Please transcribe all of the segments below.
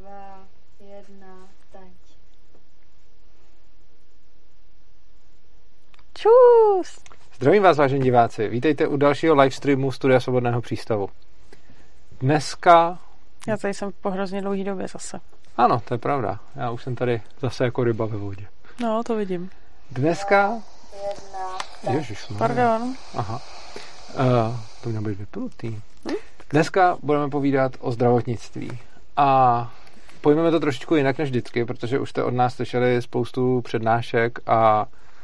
2, 1, teď. Čus! Zdravím vás, vážení diváci. Vítejte u dalšího livestreamu Studia Svobodného přístavu. Dneska... Já tady jsem po hrozně dlouhý době zase. Ano, to je pravda. Já už jsem tady zase jako ryba ve vodě. No, to vidím. Dneska... 1, Ježišmarja. Pardon. Aha. To mělo být vypnutý. Dneska budeme povídat o zdravotnictví. A pojmeme to trošičku jinak než vždycky, protože už jste od nás slyšeli spoustu přednášek a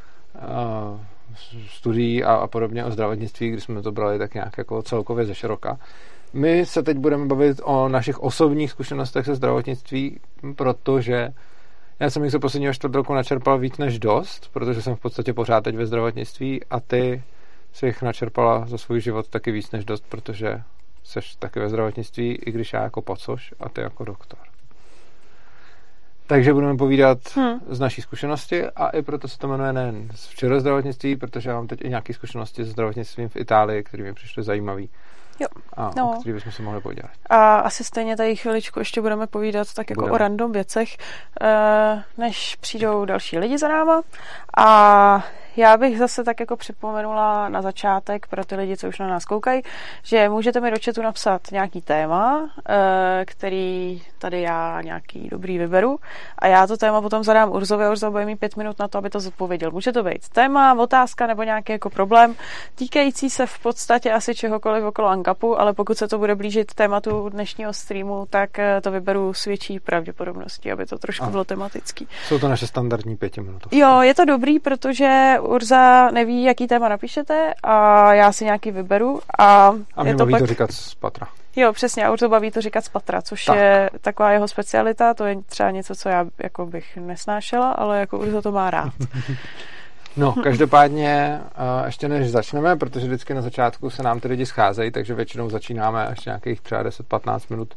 studií a podobně o zdravotnictví, kdy jsme to brali tak nějak jako celkově ze široka. My se teď budeme bavit o našich osobních zkušenostech se zdravotnictví, protože já jsem jich za posledního čtvrt roku načerpal víc než dost, protože jsem v podstatě pořád teď ve zdravotnictví a ty si jich načerpala za svůj život taky víc než dost, protože seš taky ve zdravotnictví, i když já jako pocož a ty jako doktor. Takže budeme povídat z naší zkušenosti a i proto se to jmenuje nejen včera zdravotnictví, protože já mám teď i nějaké zkušenosti se zdravotnictvím v Itálii, které mi přišly zajímavé. Jo. A o který bychom se mohli podělat. A asi stejně tady chviličku ještě budeme povídat tak jako o random věcech, než přijdou další lidi za náma. A já bych zase tak jako připomenula na začátek pro ty lidi, co už na nás koukají, že můžete mi do chatu napsat nějaký téma, který tady já nějaký dobrý vyberu a já to téma potom zadám Urzovi a Urza bude mít 5 minut na to, aby to zodpověděl. Může to být téma, otázka nebo nějaký jako problém týkající se v podstatě asi čehokoliv okolo ANCAPu, ale pokud se to bude blížit tématu dnešního streamu, tak to vyberu s větší pravděpodobností, aby to trošku bylo tematický. Jsou to naše standardní 5 minut. Jo, je to dobrý, protože Urza neví, jaký téma napíšete a já si nějaký vyberu. A mě je to baví pak... to říkat z patra. Jo, přesně, a Urzo baví to říkat z patra, což je taková jeho specialita, to je třeba něco, co já jako bych nesnášela, ale jako Urzo to má rád. No, každopádně ještě než začneme, protože vždycky na začátku se nám ty lidi scházejí, takže většinou začínáme až nějakých třeba 10-15 minut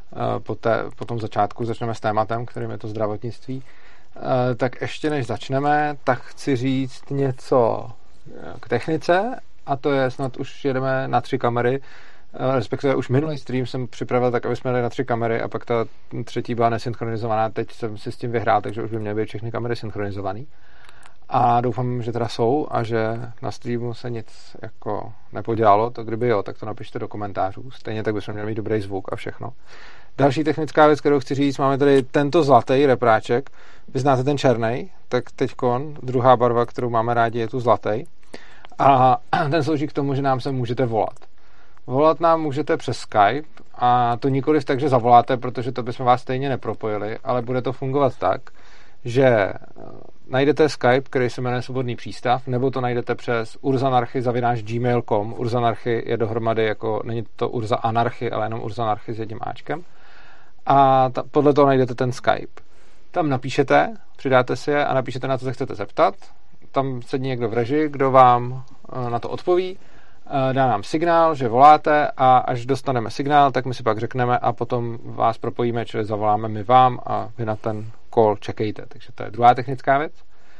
po tom začátku začneme s tématem, kterým je to zdravotnictví. Tak ještě než začneme, tak chci říct něco k technice a to je snad už jedeme na 3 kamery, respektive už minulý stream jsem připravil tak, aby jsme jeli na 3 kamery a pak ta třetí byla nesynchronizovaná, teď jsem si s tím vyhrál, takže už by měly být všechny kamery synchronizované. A doufám, že teda jsou a že na streamu se nic jako nepodělalo, to kdyby jo, tak to napište do komentářů, stejně tak bychom měli mít dobrý zvuk a všechno. Další technická věc, kterou chci říct, máme tady tento zlatý repráček, vy znáte ten černý, tak teďkon druhá barva, kterou máme rádi, je tu zlatý a ten slouží k tomu, že nám se můžete volat. Volat nám můžete přes Skype a to nikoliv tak, že zavoláte, protože to bychom vás stejně nepropojili, ale bude to fungovat tak, že najdete Skype, který se jmenuje Svobodný přístav, nebo to najdete přes urzanarchy@gmail.com. Urzanarchy je dohromady jako, není to Urza Anarchy, ale jenom Urzanarchy s jedním áčkem. A podle toho najdete ten Skype. Tam napíšete, přidáte si je a napíšete, na co se chcete zeptat. Tam sedí někdo v režii, kdo vám na to odpoví, dá nám signál, že voláte a až dostaneme signál, tak my si pak řekneme a potom vás propojíme, čili zavoláme my vám a vy na ten call čekejte. Takže to je druhá technická věc.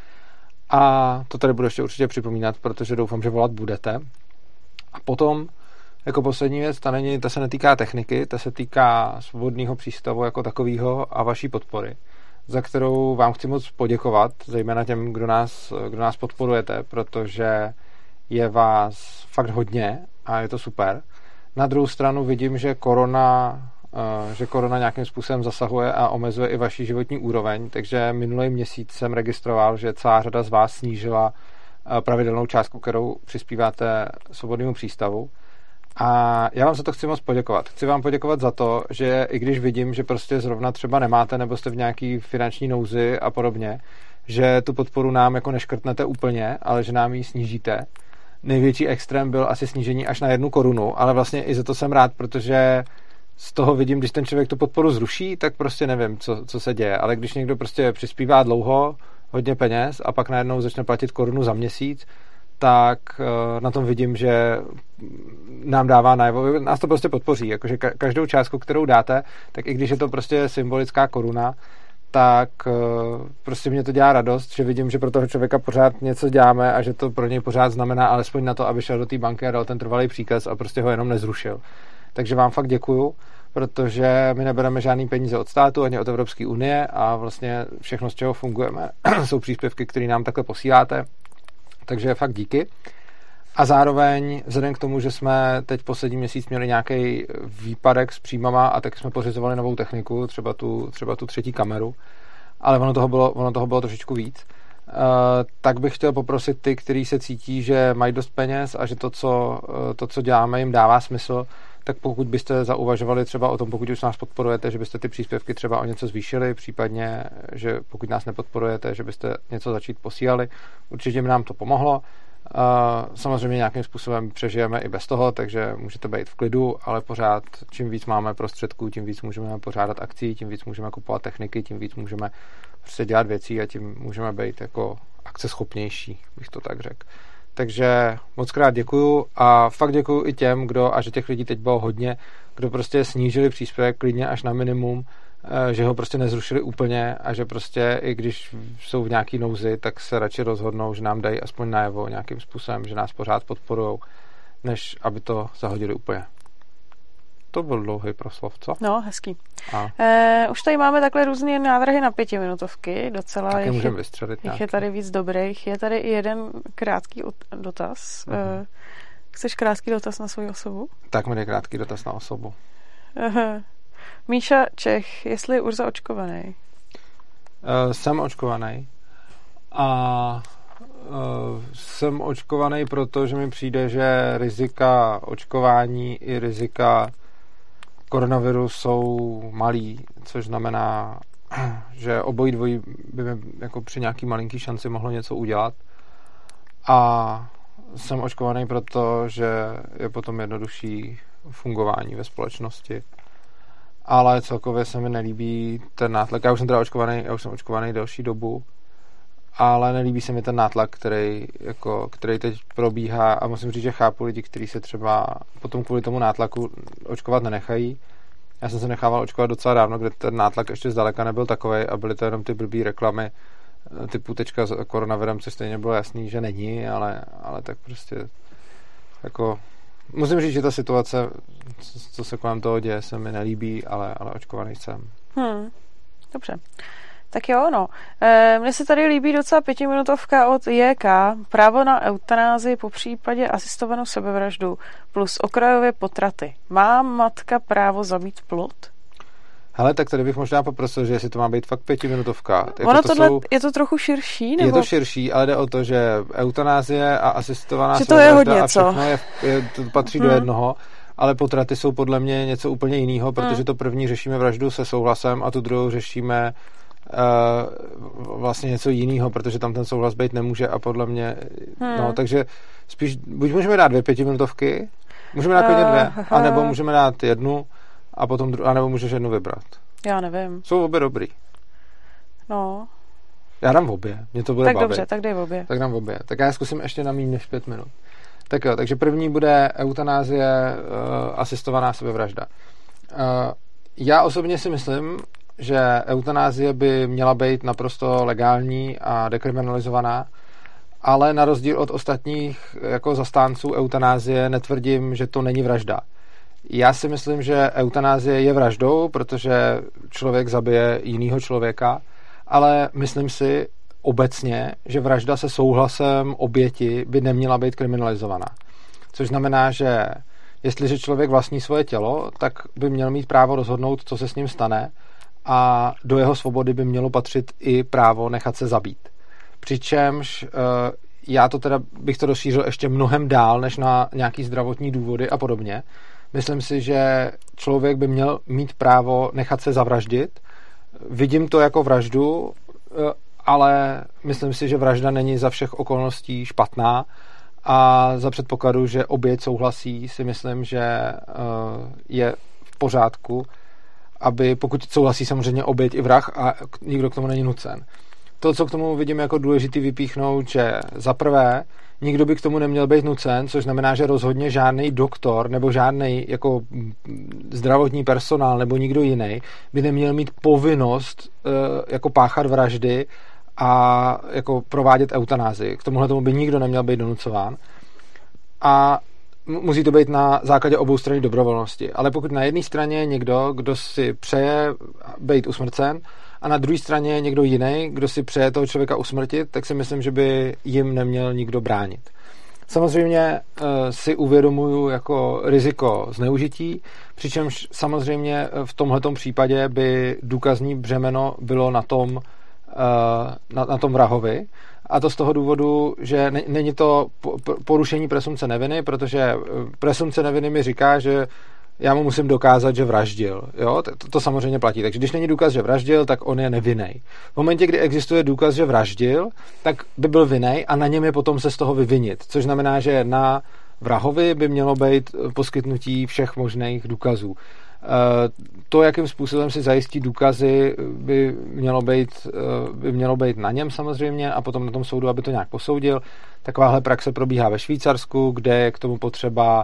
A to tady budu ještě určitě připomínat, protože doufám, že volat budete. A potom, jako poslední věc, ta se netýká techniky, ta se týká Svobodného přístavu jako takového a vaší podpory, za kterou vám chci moc poděkovat, zejména těm, kdo nás podporujete, protože je vás fakt hodně a je to super. Na druhou stranu vidím, že korona nějakým způsobem zasahuje a omezuje i vaši životní úroveň, takže minulý měsíc jsem registroval, že celá řada z vás snížila pravidelnou částku, kterou přispíváte Svobodnému přístavu. A já vám za to chci moc poděkovat. Chci vám poděkovat za to, že i když vidím, že prostě zrovna třeba nemáte nebo jste v nějaký finanční nouzi a podobně, že tu podporu nám jako neškrtnete úplně, ale že nám ji snížíte. Největší extrém byl asi snížení až na 1 korunu, ale vlastně i za to jsem rád, protože z toho vidím, když ten člověk tu podporu zruší, tak prostě nevím, co se děje. Ale když někdo prostě přispívá dlouho, hodně peněz a pak najednou začne platit korunu za měsíc, tak na tom vidím, že nám dává najevo, nás to prostě podpoří. Jakože každou částku, kterou dáte, tak i když je to prostě symbolická koruna, tak prostě mě to dělá radost, že vidím, že pro toho člověka pořád něco děláme a že to pro něj pořád znamená alespoň na to, aby šel do té banky a dal ten trvalý příkaz a prostě ho jenom nezrušil. Takže vám fakt děkuju. protože my nebereme žádný peníze od státu ani od Evropské unie a vlastně všechno, z čeho fungujeme, jsou příspěvky, které nám takhle posíláte. Takže fakt díky. A zároveň, vzhledem k tomu, že jsme teď poslední měsíc měli nějaký výpadek s příjmama a tak jsme pořizovali novou techniku, třeba tu třetí kameru, ale ono toho bylo trošičku víc, tak bych chtěl poprosit ty, kteří se cítí, že mají dost peněz a že to, co děláme, jim dává smysl, tak pokud byste zauvažovali třeba o tom, pokud už nás podporujete, že byste ty příspěvky třeba o něco zvýšili, případně, že pokud nás nepodporujete, že byste něco začít posílali, určitě by nám to pomohlo. Samozřejmě nějakým způsobem přežijeme i bez toho, takže můžete být v klidu, ale pořád čím víc máme prostředků, tím víc můžeme pořádat akcí, tím víc můžeme kupovat techniky, tím víc můžeme prostě dělat věcí a tím můžeme být jako akceschopnější, bych to tak řekl. Takže moc krát děkuju a fakt děkuju i těm, a že těch lidí teď bylo hodně, kdo prostě snížili příspěvek klidně až na minimum, že ho prostě nezrušili úplně a že prostě i když jsou v nějaký nouzi, tak se radši rozhodnou, že nám dají aspoň najevo nějakým způsobem, že nás pořád podporujou, než aby to zahodili úplně. To byl dlouhý proslov, co? No, hezký. Už tady máme takhle různé návrhy na 5minutovky, docela. Taky můžeme vystřelit jich je tady víc dobrých. Je tady i jeden krátký dotaz. Chceš krátký dotaz na svou osobu? Tak mi dej krátký dotaz na osobu. Míša Čech, jestli je Urza očkovaný? Jsem očkovaný. A jsem očkovaný, protože mi přijde, že rizika očkování i rizika koronaviru jsou malý, což znamená, že obojí dvojí by mi jako při nějaký malinký šanci mohlo něco udělat. A jsem očkovaný proto, že je potom jednodušší fungování ve společnosti. Ale celkově se mi nelíbí ten nátlak. Já už jsem očkovaný delší dobu, ale nelíbí se mi ten nátlak, který teď probíhá a musím říct, že chápu lidi, kteří se třeba potom kvůli tomu nátlaku očkovat nenechají. Já jsem se nechával očkovat docela dávno, kde ten nátlak ještě zdaleka nebyl takovej a byly to jenom ty blbý reklamy typu tečka s koronavirem, což stejně bylo jasný, že není, ale tak prostě jako musím říct, že ta situace, co se kolem toho děje, se mi nelíbí, ale očkovaný jsem. Dobře. Tak jo, no. Mně se tady líbí docela 5minutovka od JK. Právo na eutanázii po případě asistovanou sebevraždu plus okrajové potraty. Má matka právo zabít plod? Hele, tak tady bych možná poprosil, že jestli to má být fakt 5minutovka. Ono je to trochu širší? Nebo? Je to širší, ale jde o to, že eutanázie a asistovaná sebevražda a všechno to patří do jednoho, ale potraty jsou podle mě něco úplně jiného, protože to první řešíme vraždu se souhlasem a tu druhou řešíme vlastně něco jiného, protože tam ten souhlas být nemůže a podle mě no, takže spíš buď můžeme dát 2 5minutovky, můžeme dát klidně 2, anebo můžeme dát jednu a potom anebo můžeš jednu vybrat. Já nevím. Jsou obě dobrý. No. Já dám obě, mě to bude tak bavit. Dobře, tak dej obě. Tak dám obě. Tak já zkusím ještě na méně než 5 minut. Tak jo, takže první bude eutanázie, asistovaná sebevražda. Já osobně si myslím, že eutanázie by měla být naprosto legální a dekriminalizovaná, ale na rozdíl od ostatních jako zastánců eutanázie netvrdím, že to není vražda. Já si myslím, že eutanázie je vraždou, protože člověk zabije jinýho člověka, ale myslím si obecně, že vražda se souhlasem oběti by neměla být kriminalizovaná. Což znamená, že jestliže člověk vlastní svoje tělo, tak by měl mít právo rozhodnout, co se s ním stane, a do jeho svobody by mělo patřit i právo nechat se zabít. Přičemž já to teda bych to rozšířil ještě mnohem dál, než na nějaký zdravotní důvody a podobně. Myslím si, že člověk by měl mít právo nechat se zavraždit. Vidím to jako vraždu, ale myslím si, že vražda není za všech okolností špatná a za předpokladu, že oběť souhlasí, si myslím, že je v pořádku, aby pokud souhlasí samozřejmě oběť i vrah a nikdo k tomu není nucen. To, co k tomu vidím jako důležitý vypíchnout, že za prvé nikdo by k tomu neměl být nucen, což znamená, že rozhodně žádný doktor nebo žádný jako zdravotní personál nebo nikdo jiný by neměl mít povinnost jako páchat vraždy a jako provádět eutanázii. K tomuhle tomu by nikdo neměl být donucován. A musí to být na základě oboustranné dobrovolnosti. Ale pokud na jedné straně je někdo, kdo si přeje být usmrcen, a na druhé straně je někdo jiný, kdo si přeje toho člověka usmrtit, tak si myslím, že by jim neměl nikdo bránit. Samozřejmě si uvědomuju jako riziko zneužití, přičemž samozřejmě v tomhletom případě by důkazní břemeno bylo na tom vrahovi. A to z toho důvodu, že není to porušení presumpce neviny, protože presumpce neviny mi říká, že já mu musím dokázat, že vraždil. Jo? To samozřejmě platí. Takže když není důkaz, že vraždil, tak on je nevinnej. V momentě, kdy existuje důkaz, že vraždil, tak by byl vinnej a na něm je potom se z toho vyvinit. Což znamená, že na vrahovi by mělo být poskytnutí všech možných důkazů. To, jakým způsobem si zajistí důkazy, by mělo být na něm samozřejmě a potom na tom soudu, aby to nějak posoudil. Takováhle praxe probíhá ve Švýcarsku, kde je k tomu potřeba,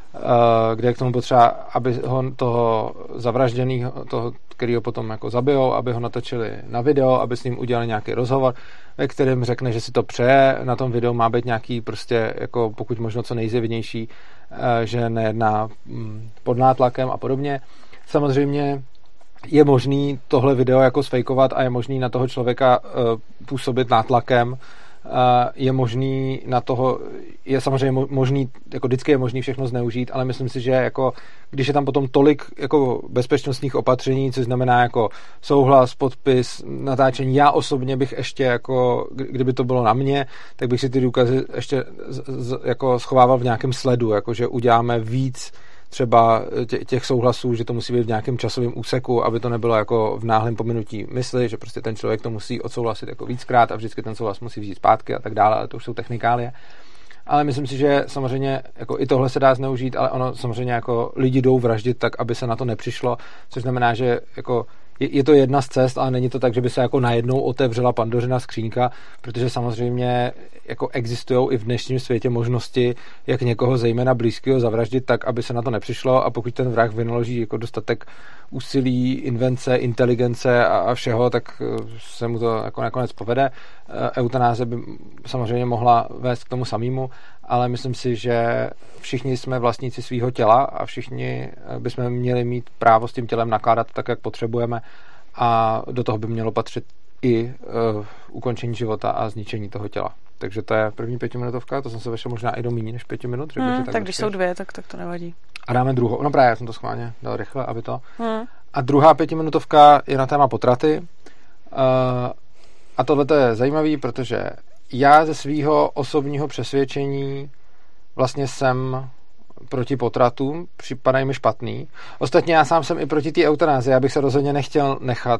aby ho toho zavražděného, toho, který ho potom jako zabijou, aby ho natočili na video, aby s ním udělali nějaký rozhovor, ve kterém řekne, že si to přeje. Na tom videu má být nějaký prostě jako pokud možno co nejzjevnější, že nejedná pod nátlakem a podobně. Samozřejmě je možný tohle video jako sfejkovat a je možný na toho člověka působit nátlakem. Je možný na toho, je samozřejmě možný, jako vždycky je možný všechno zneužít, ale myslím si, že jako, když je tam potom tolik jako bezpečnostních opatření, což znamená jako souhlas, podpis, natáčení, já osobně bych ještě jako, kdyby to bylo na mě, tak bych si ty důkazy ještě jako schovával v nějakém sledu, jakože uděláme víc třeba těch souhlasů, že to musí být v nějakém časovém úseku, aby to nebylo jako v náhlém pominutí mysli, že prostě ten člověk to musí odsouhlasit jako víckrát a vždycky ten souhlas musí vzít zpátky a tak dále, ale to už jsou technikálie. Ale myslím si, že samozřejmě jako i tohle se dá zneužít, ale ono samozřejmě jako lidi jdou vraždit tak, aby se na to nepřišlo, což znamená, že jako je to jedna z cest, ale není to tak, že by se jako najednou otevřela Pandořina skřínka, protože samozřejmě jako existují i v dnešním světě možnosti, jak někoho zejména blízkého zavraždit tak, aby se na to nepřišlo, a pokud ten vrah vynaloží jako dostatek úsilí, invence, inteligence a všeho, tak se mu to jako nakonec povede. Eutanáze by samozřejmě mohla vést k tomu samému, ale myslím si, že všichni jsme vlastníci svého těla a všichni bychom měli mít právo s tím tělem nakládat tak, jak potřebujeme, a do toho by mělo patřit i ukončení života a zničení toho těla. Takže to je první 5minutovka, to jsem se vešel možná i do méně než 5 minut. Tak když jsou 2, tak to nevadí. A dáme druhou. No právě, já jsem to schválně dal rychle, aby to. A druhá 5minutovka je na téma potraty. A tohle je zajímavý, protože já ze svého osobního přesvědčení vlastně jsem proti potratům, připadají mi špatný. Ostatně já sám jsem i proti té eutanázi, já bych se rozhodně nechtěl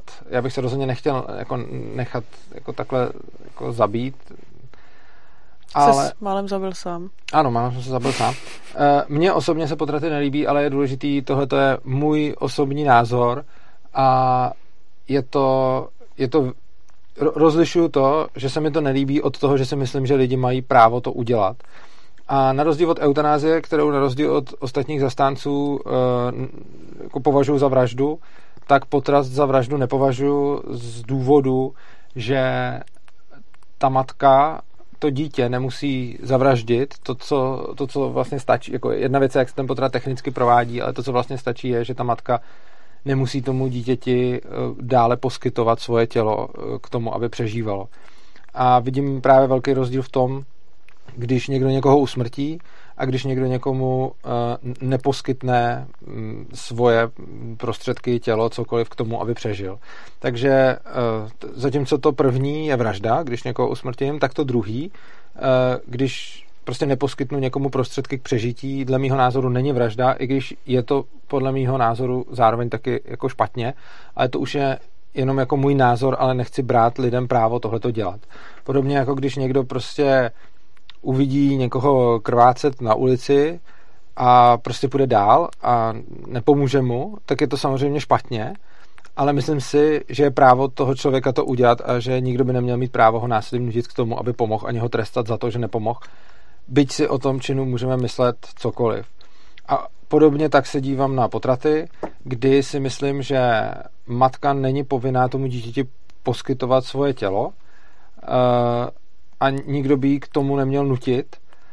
nechat jako takhle jako zabít. Ale... málem zabil sám. Ano, málem jsem se zabil sám. Mně osobně se potraty nelíbí, ale je důležitý, tohle je můj osobní názor a je to rozlišuju to, že se mi to nelíbí, od toho, že si myslím, že lidi mají právo to udělat. A na rozdíl od eutanázie, kterou na rozdíl od ostatních zastánců jako považuji za vraždu, tak potrat za vraždu nepovažuji z důvodu, že ta matka to dítě nemusí zavraždit. To, co vlastně stačí, jako jedna věc je, jak se ten potrat technicky provádí, ale to, co vlastně stačí, je, že ta matka nemusí tomu dítěti dále poskytovat svoje tělo k tomu, aby přežívalo. A vidím právě velký rozdíl v tom, když někdo někoho usmrtí a když někdo někomu neposkytne svoje prostředky, tělo, cokoliv k tomu, aby přežil. Takže zatímco to první je vražda, když někoho usmrtím, tak to druhý, když prostě neposkytnu někomu prostředky k přežití, dle mýho názoru není vražda, i když je to podle mýho názoru zároveň taky jako špatně, ale to už je jenom jako můj názor, ale nechci brát lidem právo tohleto dělat. Podobně jako když někdo prostě uvidí někoho krvácet na ulici a prostě půjde dál a nepomůže mu, tak je to samozřejmě špatně, ale myslím si, že je právo toho člověka to udělat a že nikdo by neměl mít právo ho násilím nutit k tomu, aby pomohl, ani ho trestat za to, že nepomohl. Byť si o tom činu můžeme myslet cokoliv. A podobně tak se dívám na potraty, kdy si myslím, že matka není povinná tomu dítěti poskytovat svoje tělo a nikdo by ji k tomu neměl nutit,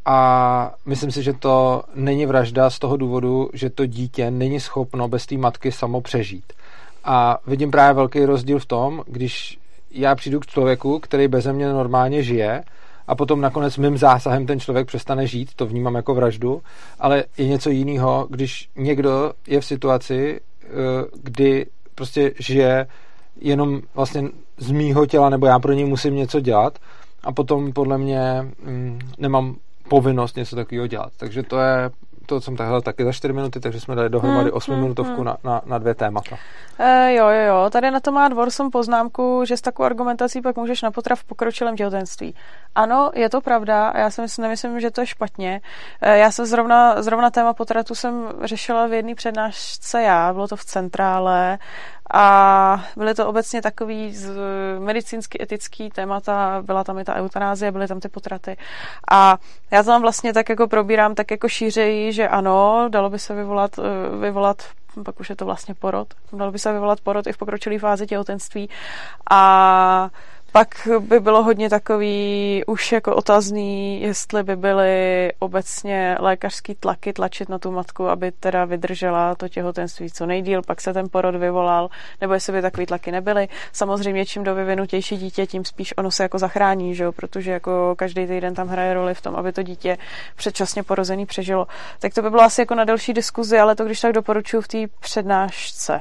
A myslím si, že to není vražda z toho důvodu, že to dítě není schopno bez té matky samo přežít. A vidím právě velký rozdíl v tom, když já přijdu k člověku, který beze mě normálně žije a potom nakonec mým zásahem ten člověk přestane žít, to vnímám jako vraždu, ale je něco jiného, když někdo je v situaci, kdy prostě žije jenom vlastně z mýho těla, nebo já pro něj musím něco dělat a potom podle mě nemám povinnost něco takového dělat. Takže to je to, co jsem takhle taky za 4 minuty, takže jsme dali dohromady 8minutovku na 2 témata. Jo. Tady na to má Dworson poznámku, že s takovou argumentací pak můžeš na potrav v pokročilém těhotenství. Ano, je to pravda a já si nemyslím, že to je špatně. Já jsem zrovna téma potratu jsem řešila v jedné přednášce bylo to v Centrále a byly to obecně takový medicínsky etický témata, byla tam i ta eutanázie, byly tam ty potraty. A já to tam vlastně tak jako probírám tak jako šířeji, že ano, dalo by se vyvolat pak už je to vlastně porod. Dalo by se vyvolat porod i v pokročilé fázi těhotenství. A pak by bylo hodně takový už jako otazný, jestli by byly obecně lékařský tlaky tlačit na tu matku, aby teda vydržela to těhotenství co nejdýl, pak se ten porod vyvolal, nebo jestli by takový tlaky nebyly. Samozřejmě čím dovyvinutější dítě, tím spíš ono se jako zachrání, že jo? Protože jako každý týden tam hraje roli v tom, aby to dítě předčasně porozený přežilo. Tak to by bylo asi jako na delší diskuzi, ale to když tak doporučuji v té přednášce.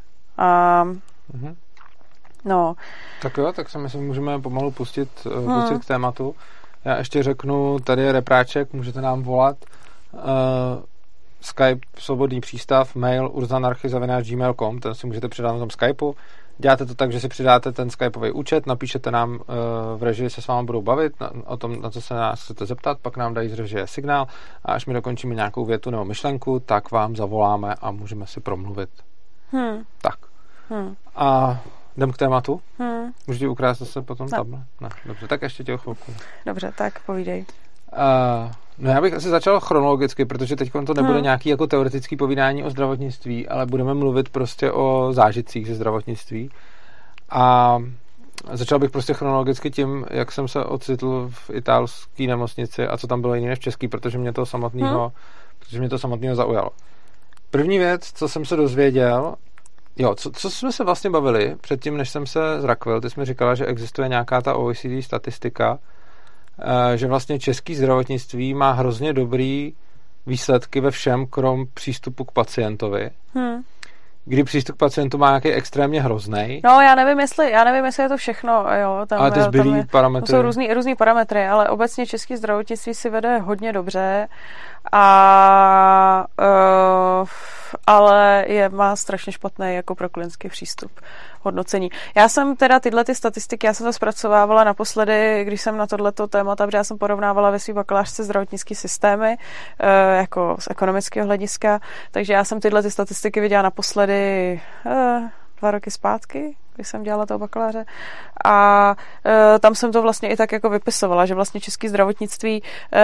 No. Tak jo, tak se myslím, můžeme pomalu pustit k tématu. Já ještě řeknu, tady je repráček, můžete nám volat. Skype, svobodný přístav, mail urzanarchy@gmail.com, ten si můžete přidat na tom Skypeu. Děláte to tak, že si přidáte ten skypeový účet, napíšete nám v režii, se s vámi budou bavit o tom, na co se nás chcete zeptat, pak nám dají z režie signál a až my dokončíme nějakou větu nebo myšlenku, tak vám zavoláme a můžeme si promluvit. Tak. A jdem k tématu? Můžu ti ukrást zase potom table? Ne, dobře, tak ještě tě o chvilku. Dobře, tak povídej. No já bych asi začal chronologicky, protože teď to nebude nějaký jako teoretický povídání o zdravotnictví, ale budeme mluvit prostě o zážitcích ze zdravotnictví. A začal bych prostě chronologicky tím, jak jsem se ocitl v italské nemocnici a co tam bylo jiné než v český, protože mě to samotného zaujalo. První věc, co jsem se dozvěděl, co jsme se vlastně bavili předtím, než jsem se zrakvil, ty jsi mi říkala, že existuje nějaká ta OECD statistika, že vlastně český zdravotnictví má hrozně dobrý výsledky ve všem, krom přístupu k pacientovi. Kdy přístup k pacientu má nějaký extrémně hroznej. No, já nevím, jestli je to všechno, jo. Ale ty zbylý parametry. To jsou různý parametry, ale obecně český zdravotnictví si vede hodně dobře ale má strašně špatný jako pro klinický přístup hodnocení. Já jsem teda tyhle statistiky, já jsem to zpracovávala naposledy, když jsem na tohleto témata, protože já jsem porovnávala ve svý bakalářce zdravotnické systémy jako z ekonomického hlediska, takže já jsem tyhle statistiky viděla naposledy 2 roky zpátky, když jsem dělala toho bakaláře a tam jsem to vlastně i tak jako vypisovala, že vlastně české zdravotnictví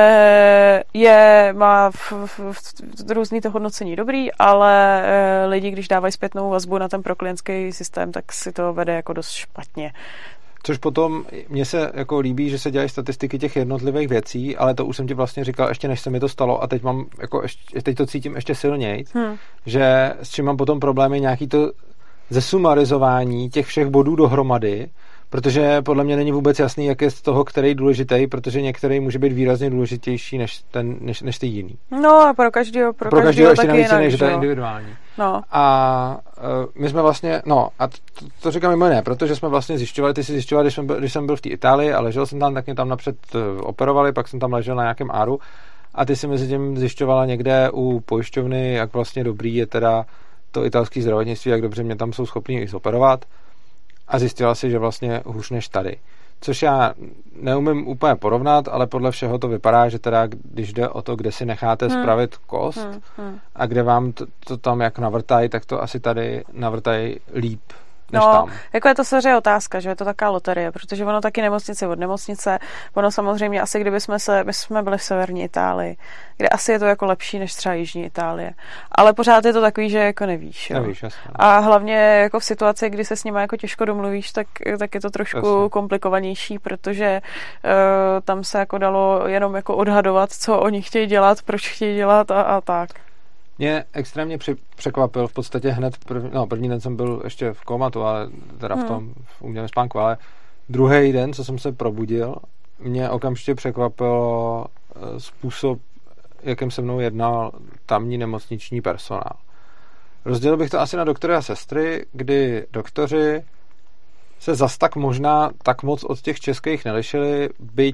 má různý to hodnocení dobrý, ale lidi, když dávají zpětnou vazbu na ten proklientský systém, tak si to vede jako dost špatně. Což potom mně se jako líbí, že se dělají statistiky těch jednotlivých věcí, ale to už jsem ti vlastně říkal ještě než se mi to stalo a teď to cítím ještě silněji, že s čím mám potom problémy nějaký to zesumarizování těch všech bodů dohromady, protože podle mě není vůbec jasný, jak je z toho, který důležitý, protože některý může být výrazně důležitější než ty jiný. No a pro každého ještě navíc jinak, že to je individuální. No. A my jsme vlastně, to říkám mimo jiné, protože jsme vlastně zjišťovali, ty si zjišťoval, když jsem byl v té Itálii a ležel jsem tam, tak mě tam napřed operovali, pak jsem tam ležel na nějakém áru a ty si mezi tím zjišťovala někde u pojišťovny, jak vlastně dobrý je teda to italské zdravotnictví, jak dobře mě tam jsou schopni i zoperovat a zjistila si, že vlastně hůř než tady. Což já neumím úplně porovnat, ale podle všeho to vypadá, že teda když jde o to, kde si necháte spravit kost a kde vám to tam jak navrtají, tak to asi tady navrtají líp než tam. Jako je to samozřejmě otázka, že je to taková loterie, protože ono taky nemocnice od nemocnice, ono samozřejmě asi, my jsme byli v severní Itálii, kde asi je to jako lepší než třeba jižní Itálie, ale pořád je to takový, že jako nevíš. Jo? Nevíš, jasně. A hlavně jako v situaci, kdy se s nimi jako těžko domluvíš, tak je to trošku komplikovanější, protože tam se jako dalo jenom jako odhadovat, co oni chtějí dělat, proč chtějí dělat a tak. Mě extrémně překvapil v podstatě hned první den jsem byl ještě v komatu, ale teda v umělém spánku, ale druhý den, co jsem se probudil, mě okamžitě překvapilo způsob, jakým se mnou jednal tamní nemocniční personál. Rozdělil bych to asi na doktory a sestry, kdy doktoři se zas tak moc od těch českých nelišili,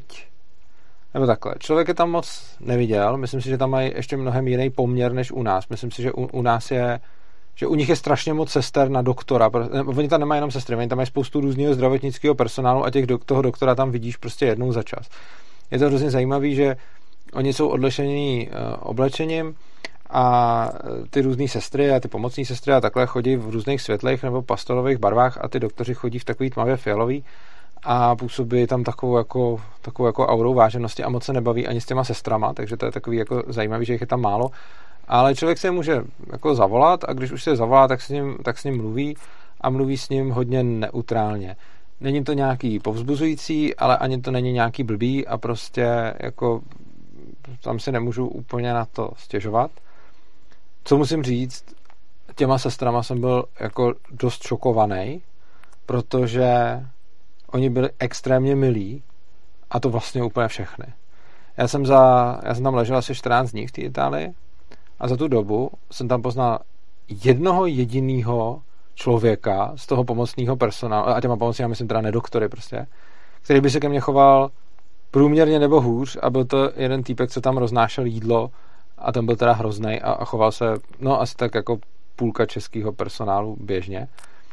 nebo takhle. Člověk je tam moc neviděl. Myslím si, že tam mají ještě mnohem jiný poměr než u nás. Myslím si, že u nás že u nich je strašně moc sester na doktora. Oni tam nemají jenom sestry, oni tam mají spoustu různého zdravotnického personálu a toho doktora tam vidíš prostě jednou za čas. Je to hrozně zajímavý, že oni jsou odlišení oblečením a ty různé sestry a ty pomocní sestry a takhle chodí v různých světlých nebo pastelových barvách a ty doktoři chodí v takový tmavě fialový a působí tam takovou jako aurou váženosti a moc se nebaví ani s těma sestrama, takže to je takový jako zajímavý, že jich je tam málo. Ale člověk se může jako zavolat a když už se zavolá, tak s ním mluví a mluví s ním hodně neutrálně. Není to nějaký povzbuzující, ale ani to není nějaký blbý a prostě jako tam si nemůžu úplně na to stěžovat. Co musím říct, těma sestrama jsem byl jako dost šokovaný, protože oni byli extrémně milí a to vlastně úplně všechny. Já jsem tam ležel asi 14 dní v té Itálii a za tu dobu jsem tam poznal jednoho jediného člověka z toho pomocného personálu, a těma pomocnými myslím teda nedoktory prostě, který by se ke mně choval průměrně nebo hůř a byl to jeden týpek, co tam roznášel jídlo a ten byl teda hroznej a choval se, asi tak jako půlka českého personálu běžně.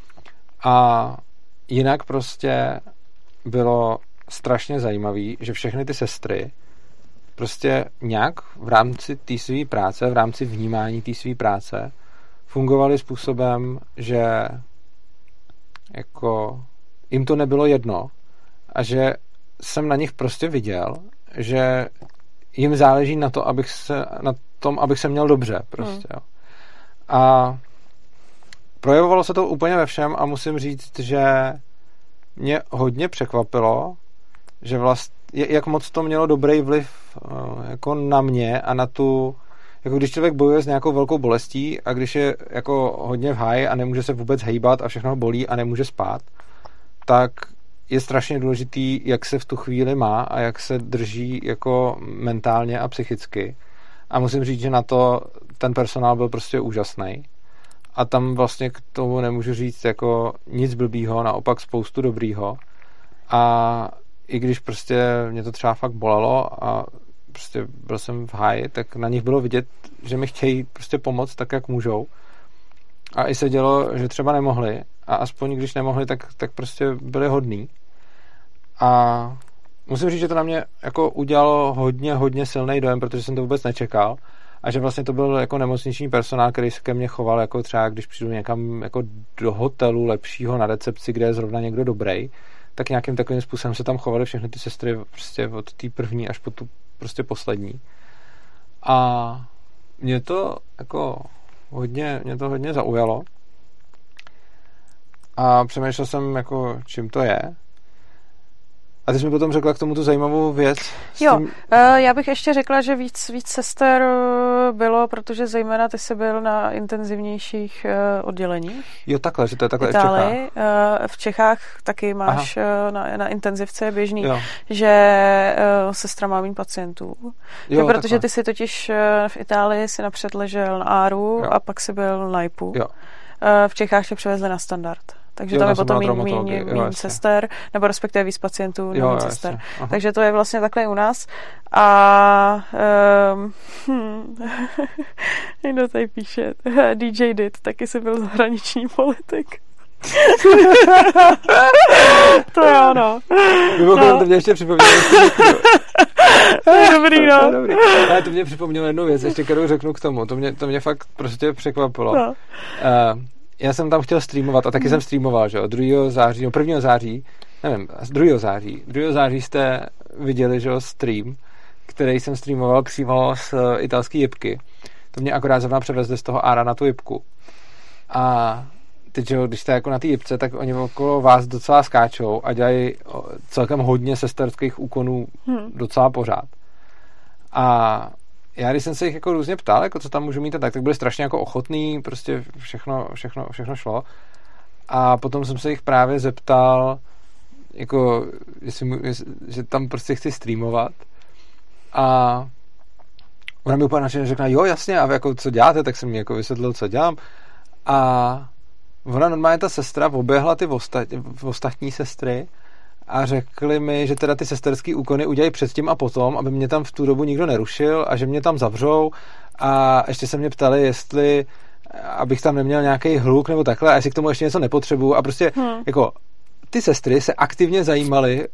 A jinak prostě bylo strašně zajímavý, že všechny ty sestry prostě nějak v rámci té své práce, v rámci vnímání té své práce fungovaly způsobem, že jako jim to nebylo jedno a že jsem na nich prostě viděl, že jim záleží na tom, abych se měl dobře prostě. Jo. A projevovalo se to úplně ve všem a musím říct, že mě hodně překvapilo, že jak moc to mělo dobrý vliv jako na mě a na tu, jako když člověk bojuje s nějakou velkou bolestí a když je jako hodně v háji a nemůže se vůbec hejbat a všechno bolí a nemůže spát, tak je strašně důležitý, jak se v tu chvíli má a jak se drží jako mentálně a psychicky. A musím říct, že na to ten personál byl prostě úžasný. A tam vlastně k tomu nemůžu říct jako nic blbýho, naopak spoustu dobrýho. A i když prostě mě to třeba fakt bolelo a prostě byl jsem v háji, tak na nich bylo vidět, že mi chtějí prostě pomoct tak, jak můžou. A i se dělo, že třeba nemohli a aspoň když nemohli, tak prostě byli hodní. A musím říct, že to na mě jako udělalo hodně silný dojem, protože jsem to vůbec nečekal a že vlastně to byl jako nemocniční personál, který se ke mně choval jako třeba, když přijdu někam jako do hotelu lepšího na recepci, kde je zrovna někdo dobrý, tak nějakým takovým způsobem se tam chovaly všechny ty sestry prostě od té první až po tu prostě poslední. A mě to hodně zaujalo a přemýšlel jsem jako čím to je. A ty jsi mi potom řekla k tomu tu zajímavou věc. Já bych ještě řekla, že víc sester bylo, protože zejména ty jsi byl na intenzivnějších odděleních. Jo, takhle, že to je takhle Itálii. i v Čechách. V Čechách taky máš na intenzivce je běžný, jo. Že sestra má méně pacientů. Jo, protože takhle. ty si totiž v Itálii si napřed ležel na ARu a pak si byl na IPu. Jo. V Čechách tě převezli na standard. Takže tam je potom méně sester, nebo respektive víc pacientů, nebo sester. Takže to je vlastně takhle i u nás. A někdo tady píše, DJ Dit, taky si byl zahraniční politik. To je ono. Mimochodem, to mě ještě připomnělo. To je dobrý, no. To je dobrý. Ale to mě připomnělo jednu věc, ještě kterou řeknu k tomu. To mě fakt prostě překvapilo. No. já jsem tam chtěl streamovat a taky jsem streamoval, že jo, 2. září, no 1. září, nevím, 2. září jste viděli, že jo, stream, který jsem streamoval přímo z italské jipky. To mě akorát zrovna převezli z toho Ára na tu jipku. A teď, že když jste jako na té jipce, tak oni okolo vás docela skáčou a dělají celkem hodně sesterských úkonů docela pořád. A já, když jsem se jich jako různě ptal, jako co tam můžu mít, tak byli strašně jako ochotný, prostě všechno šlo. A potom jsem se jich právě zeptal, jako, že tam prostě chci streamovat. A ona mi úplně načeně řekla, jo, jasně, a jako co děláte, tak jsem mi jako vysvětlil, co dělám. A ona normálně, ta sestra, oběhla ty ostatní sestry a řekli mi, že teda ty sesterský úkony udělají předtím a potom, aby mě tam v tu dobu nikdo nerušil a že mě tam zavřou a ještě se mě ptali, jestli abych tam neměl nějaký hluk nebo takhle a jestli k tomu ještě něco nepotřebuju a prostě jako ty sestry se aktivně zajímaly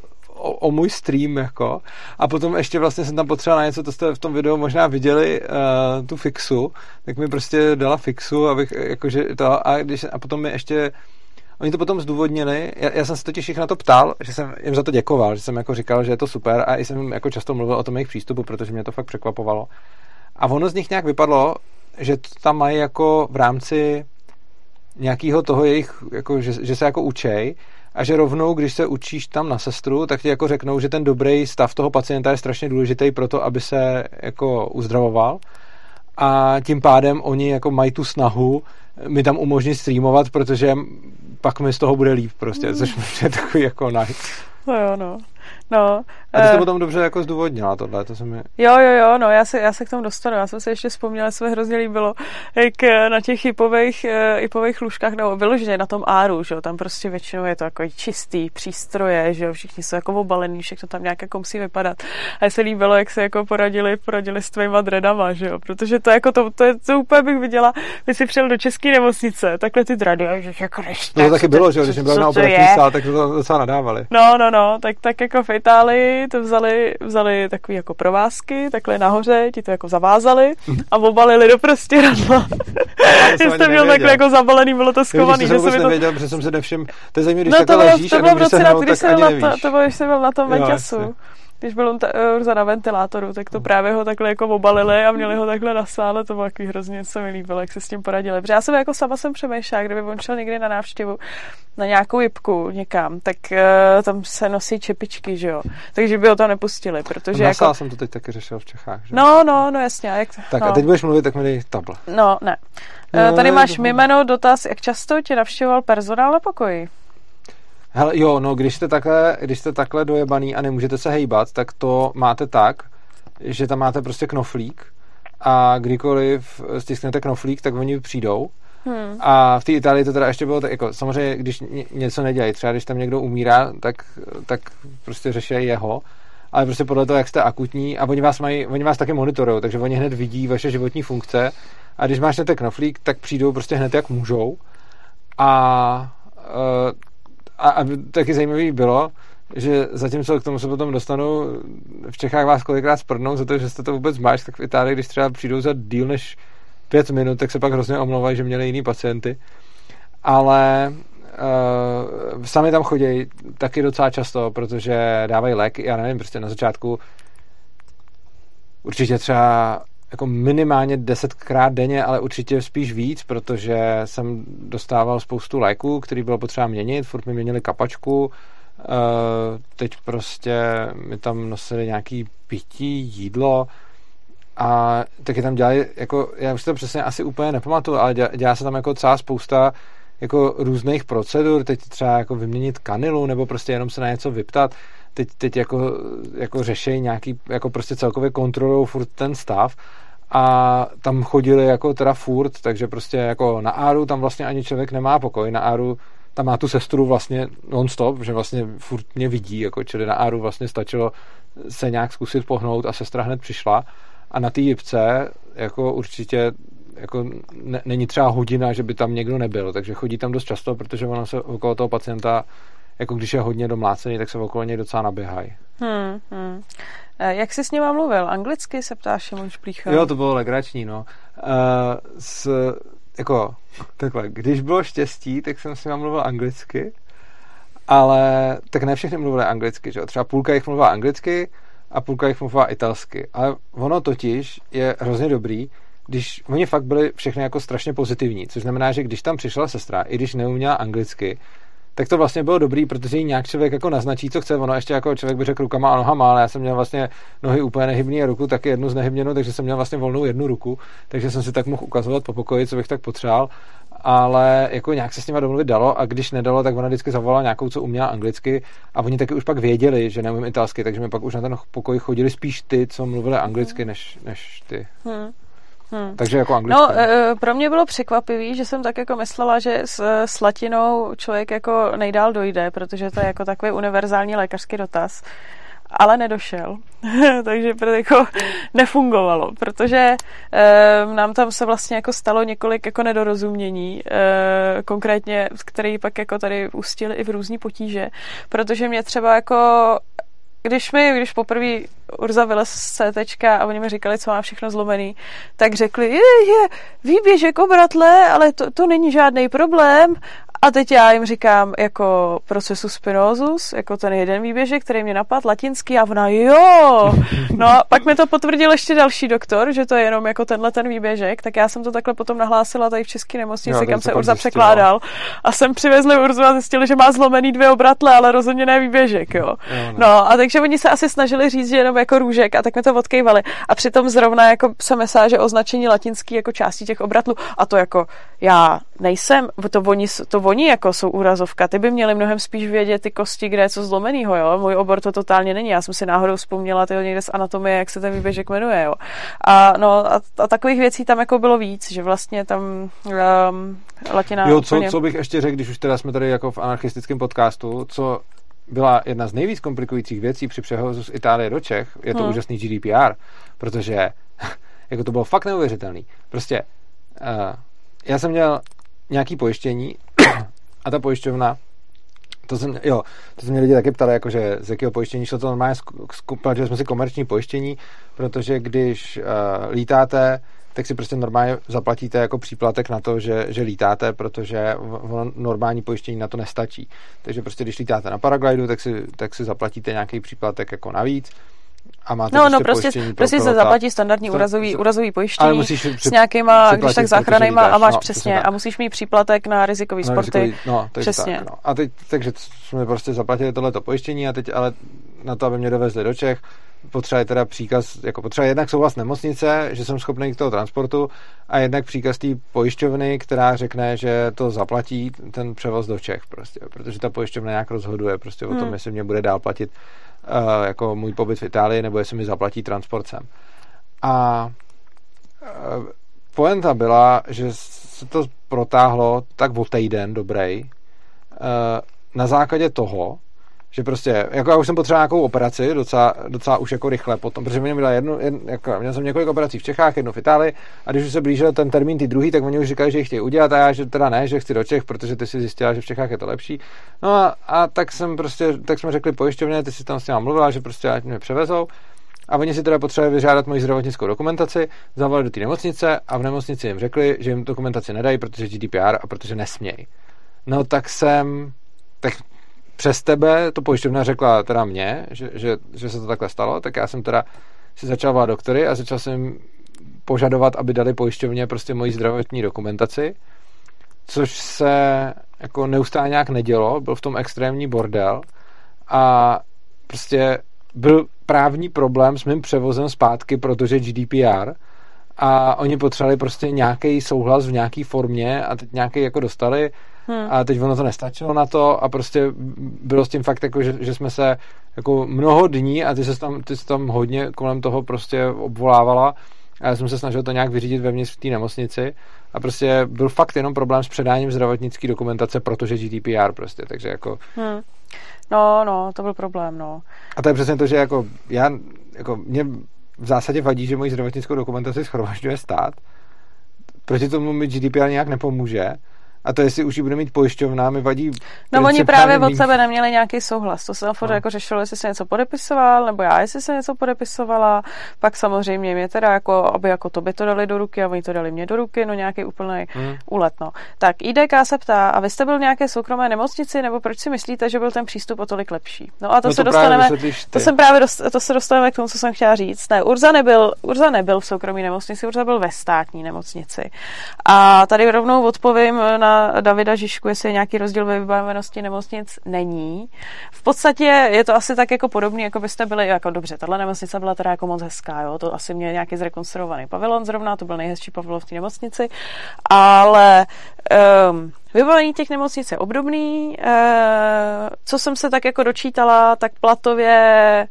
o můj stream, jako. A potom ještě vlastně jsem tam potřeboval na něco, to jste v tom videu možná viděli, tu fixu, tak mi prostě dala fixu, abych, jakože to, a potom mi ještě, oni to potom zdůvodnili, já jsem se totiž jich na to ptal, že jsem jim za to děkoval, že jsem jako říkal, že je to super a jsem jako často mluvil o tom jejich přístupu, protože mě to fakt překvapovalo. A ono z nich nějak vypadlo, že to tam mají jako v rámci nějakého toho jejich, jako, že se jako učej, a že rovnou, když se učíš tam na sestru, tak ti jako řeknou, že ten dobrý stav toho pacienta je strašně důležitý pro to, aby se jako uzdravoval. A tím pádem oni jako mají tu snahu mi tam umožnit streamovat, protože pak mi z toho bude líp prostě, což je takový jako nice. No jo, no. No, a ty jsi to potom dobře jako zdůvodnila tohle, to se mi... Jo, no, já se k tomu dostanu, já jsem se ještě vzpomněla, se mi hrozně líbilo, jak na těch hipových lůžkách, nebo vyloženě na tom Áru, že jo, tam prostě většinou je to jako čistý přístroje, že jo, všichni jsou jako obalený, všechno tam nějak jako musí vypadat. A se líbilo, jak se jako poradili s tvýma dreadama, že jo, protože to jako to úplně bych viděla, když si přijel do české nemocnice, takhle ty dready, a že jako no to taky bylo, že jo, když byl na operační sál, tak to docela nadávali. No, tak jako v Itálii to vzali takový jako provázky, takhle nahoře, ti to jako zavázali a obalili do prostěradla. Jste měl takhle jako zabalený, bylo to schovaný. Já jsem nevěděl, protože jsem se nevšiml. To je zajímavé, když takhle ležíš a když se hrnou, tak ani nevíš. To bylo, když jsem byl na tom Venťasu. Když byl Urza na ventilátoru, tak to právě ho takhle jako obalili a měli ho takhle na sále, to bylo takový hrozně, co mi líbilo, jak se s tím poradili. Protože já jsem jako sama přemýšlela, kdyby on šel někdy na návštěvu na nějakou jipku někam, tak tam se nosí čepičky, že jo. Takže by ho tam nepustili, protože na jako... sál jsem to teď taky řešil v Čechách, že? No, jasně. Tak a teď budeš mluvit, tak mi dej tabla. No, ne. Tady máš jméno, dotaz, jak často tě navštěvoval personál na pokoji? Hele, jo, no, když jste takhle dojebaný a nemůžete se hejbat, tak to máte tak, že tam máte prostě knoflík a kdykoliv stisknete knoflík, tak oni přijdou. A v té Itálii to teda ještě bylo tak, jako samozřejmě, když něco nedělají, třeba když tam někdo umírá, tak prostě řeší jeho, ale prostě podle toho, jak jste akutní a oni vás taky monitorují, takže oni hned vidí vaše životní funkce a když máte knoflík, tak přijdou prostě hned jak můžou a taky zajímavý bylo, že zatímco k tomu se potom dostanu, v Čechách vás kolikrát sprdnou za to, že jste to vůbec máš, tak v Itálii, když třeba přijdou za díl než 5 minut, tak se pak hrozně omlouvají, že měli jiný pacienty. Ale sami tam chodí taky docela často, protože dávají léky, já nevím, prostě na začátku určitě třeba jako minimálně 10krát denně, ale určitě spíš víc, protože jsem dostával spoustu léků, který bylo potřeba měnit, furt mi měnili kapačku, teď prostě mi tam nosili nějaký pití, jídlo a taky tam dělali, jako, já už to přesně asi úplně nepamatuju, ale dělá se tam jako celá spousta jako různých procedur, teď třeba jako vyměnit kanilu, nebo prostě jenom se na něco vyptat, teď jako řešejí nějaký, jako prostě celkově kontrolují furt ten stav a tam chodili jako teda furt, takže prostě jako na Áru tam vlastně ani člověk nemá pokoj, na Áru tam má tu sestru vlastně non-stop, že vlastně furt mě vidí, jako, čili na Áru vlastně stačilo se nějak zkusit pohnout a sestra hned přišla a na té jipce jako určitě jako není třeba hodina, že by tam někdo nebyl, takže chodí tam dost často, protože ono se okolo toho pacienta jako když je hodně domlácený, tak se okolo něj docela naběhají. Jak jsi s ním mluvil? Anglicky se ptáš, Šimon Šplícha? Jo, to bylo legrační, no. jako takhle, když bylo štěstí, tak jsem s nima mluvil anglicky, ale tak ne všechny mluvili anglicky, že jo? Třeba půlka jich mluvila anglicky a půlka jich mluvila italsky. Ale ono totiž je hrozně dobrý, když oni fakt byli všechny jako strašně pozitivní, což znamená, že když tam přišla sestra, i když neuměla anglicky, tak to vlastně bylo dobrý, protože jí nějak člověk jako naznačí, co chce. Ono ještě jako člověk by řekl rukama a nohama, ale já jsem měl vlastně nohy úplně nehybný a ruku taky jednu znehybněnou, takže jsem měl vlastně volnou jednu ruku, takže jsem si tak mohl ukazovat po pokoji, co bych tak potřeboval, ale jako nějak se s nima domluvit dalo a když nedalo, tak ona vždycky zavolala nějakou, co uměla anglicky a oni taky už pak věděli, že neumím italsky, takže mi pak už na ten pokoj chodili spíš ty, co mluvili anglicky, než ty. Takže jako anglicky. No, pro mě bylo překvapivý, že jsem tak jako myslela, že s latinou člověk jako nejdál dojde, protože to je jako takový univerzální lékařský dotaz. Ale nedošel, takže jako nefungovalo, protože nám tam se vlastně jako stalo několik jako nedorozumění, konkrétně, které pak jako tady ústily i v různý potíže, protože mě třeba jako když poprvé Urza vylez z CTčka a oni mi říkali, co má všechno zlomený, tak řekli, je výběžek obratle, ale to není žádný problém. A teď já jim říkám jako processus spinosus, jako ten jeden výběžek, který mě napadl, latinský, a ona jo. No a pak mi to potvrdil ještě další doktor, že to je jenom jako tenhle ten výběžek, tak já jsem to takhle potom nahlásila tady v české nemocnici, kam se Urza překládal. A jsem přivezli Urzu a zjistili, že má zlomený 2 obratle, ale rozhodně ne výběžek, jo. No a takže oni se asi snažili říct, že jenom jako růžek, a tak mi to odkejvali. A přitom zrovna jako se myslela, že označení latinský jako části těch obratlů, a to jako já nejsem, to oni jako jsou úrazovka, ty by měli mnohem spíš vědět ty kosti, kde je co zlomenýho, jo. Můj obor to totálně není, já jsem si náhodou vzpomněla někde z anatomie, jak se ten výběžek jmenuje, jo. A takových věcí tam jako bylo víc, že vlastně tam latina jo, úplně... co bych ještě řekl, když už teda jsme tady jako v anarchistickém podcastu, co byla jedna z nejvíc komplikujících věcí při převozu z Itálie do Čech, je to úžasný GDPR, protože jako to bylo fakt neuvěřitelný. Prostě já jsem měl nějaký pojištění a ta pojišťovna, to se mě lidi taky ptali, jakože z jakého pojištění šlo, to normálně platili jsme si komerční pojištění, protože když lítáte, tak si prostě normálně zaplatíte jako příplatek na to, že lítáte, protože normální pojištění na to nestačí. Takže prostě když lítáte na paraglidu, tak si zaplatíte nějaký příplatek jako navíc. A máte prostě se zaplatí standardní úrazový pojištění s nějakýma, když tak záchranejma a máš přesně. A musíš mít příplatek na rizikový sporty. Přesně. Tak, no. A teď, takže jsme prostě zaplatili tohleto pojištění a teď ale na to, aby mě dovezli do Čech, potřebuje teda příkaz, jako potřebuje jednak souhlas nemocnice, že jsem schopný k toho transportu, a jednak příkaz té pojišťovny, která řekne, že to zaplatí ten převoz do Čech prostě, protože ta pojišťovna nějak rozhoduje prostě o tom, jestli mě bude dál platit jako můj pobyt v Itálii, nebo jestli mi zaplatí transport sem. A pointa byla, že se to protáhlo tak o týden dobrý, na základě toho, že prostě, jako já už jsem potřeboval nějakou operaci, docela už jako rychle potom, protože mě byla měl jsem několik operací v Čechách, jednu v Itálii, a když už se blížil ten termín ty druhý, tak oni už říkali, že ji chtějí udělat, a já, že teda ne, že chci do Čech, protože ty si zjistila, že v Čechách je to lepší. No a tak jsme řekli pojišťovně, ty si tam s něma mluvila, že prostě ať mě převezou, a oni si teda potřebovali vyžádat moji zdravotnickou dokumentaci, zavolali do té nemocnice a v nemocnici jim řekli, že jim dokumentaci nedají, protože GDPR a protože nesmějí. No tak přes tebe to pojišťovna řekla teda mě, že se to takhle stalo, tak já jsem teda si začal volat doktory a začal jsem požadovat, aby dali pojišťovně prostě moji zdravotní dokumentaci, což se jako neustále nějak nedělo, byl v tom extrémní bordel a prostě byl právní problém s mým převozem zpátky, protože GDPR, a oni potřebovali prostě nějaký souhlas v nějaký formě a teď nějaký jako dostali a teď ono to nestačilo na to a prostě bylo s tím fakt jako, že jsme se jako mnoho dní a ty jsi tam hodně kolem toho prostě obvolávala a já jsem se snažil to nějak vyřídit vevnitř v té nemocnici a prostě byl fakt jenom problém s předáním zdravotnické dokumentace, protože GDPR prostě, takže jako... No, to byl problém, no. A to je přesně to, že mě v zásadě vadí, že moji zdravotnickou dokumentaci shromažďuje stát. Proti tomu mi GDPR nějak nepomůže, A to, jestli už ji bude mít pojišťovna, mi vadí. No oni právě od sebe neměli nějaký souhlas. To se furt jako řešilo, jestli se něco podepisoval, nebo já, jestli se něco podepisovala. Pak samozřejmě mě teda jako, aby jako to by to dali do ruky a oni to dali mě do ruky, no nějaký úplný úlet, no. Tak IDK se ptá, a vy jste byl v nějaké soukromé nemocnici, nebo proč si myslíte, že byl ten přístup o tolik lepší? No a to se dostaneme, to se dostaneme k tomu, co jsem chtěla říct. Ne, Urza nebyl v soukromé nemocnici, Urza byl ve státní nemocnici. A tady rovnou odpovím na Davida Žižku, jestli je nějaký rozdíl ve vybavenosti nemocnic, není. V podstatě je to asi tak jako podobný, jako byste byli, jako dobře, tahle nemocnice byla teda jako moc hezká, jo, to asi měl nějaký zrekonstruovaný pavilon zrovna, to byl nejhezčí pavilon v té nemocnici, ale vybavení těch nemocnic je obdobný, co jsem se tak jako dočítala, tak platově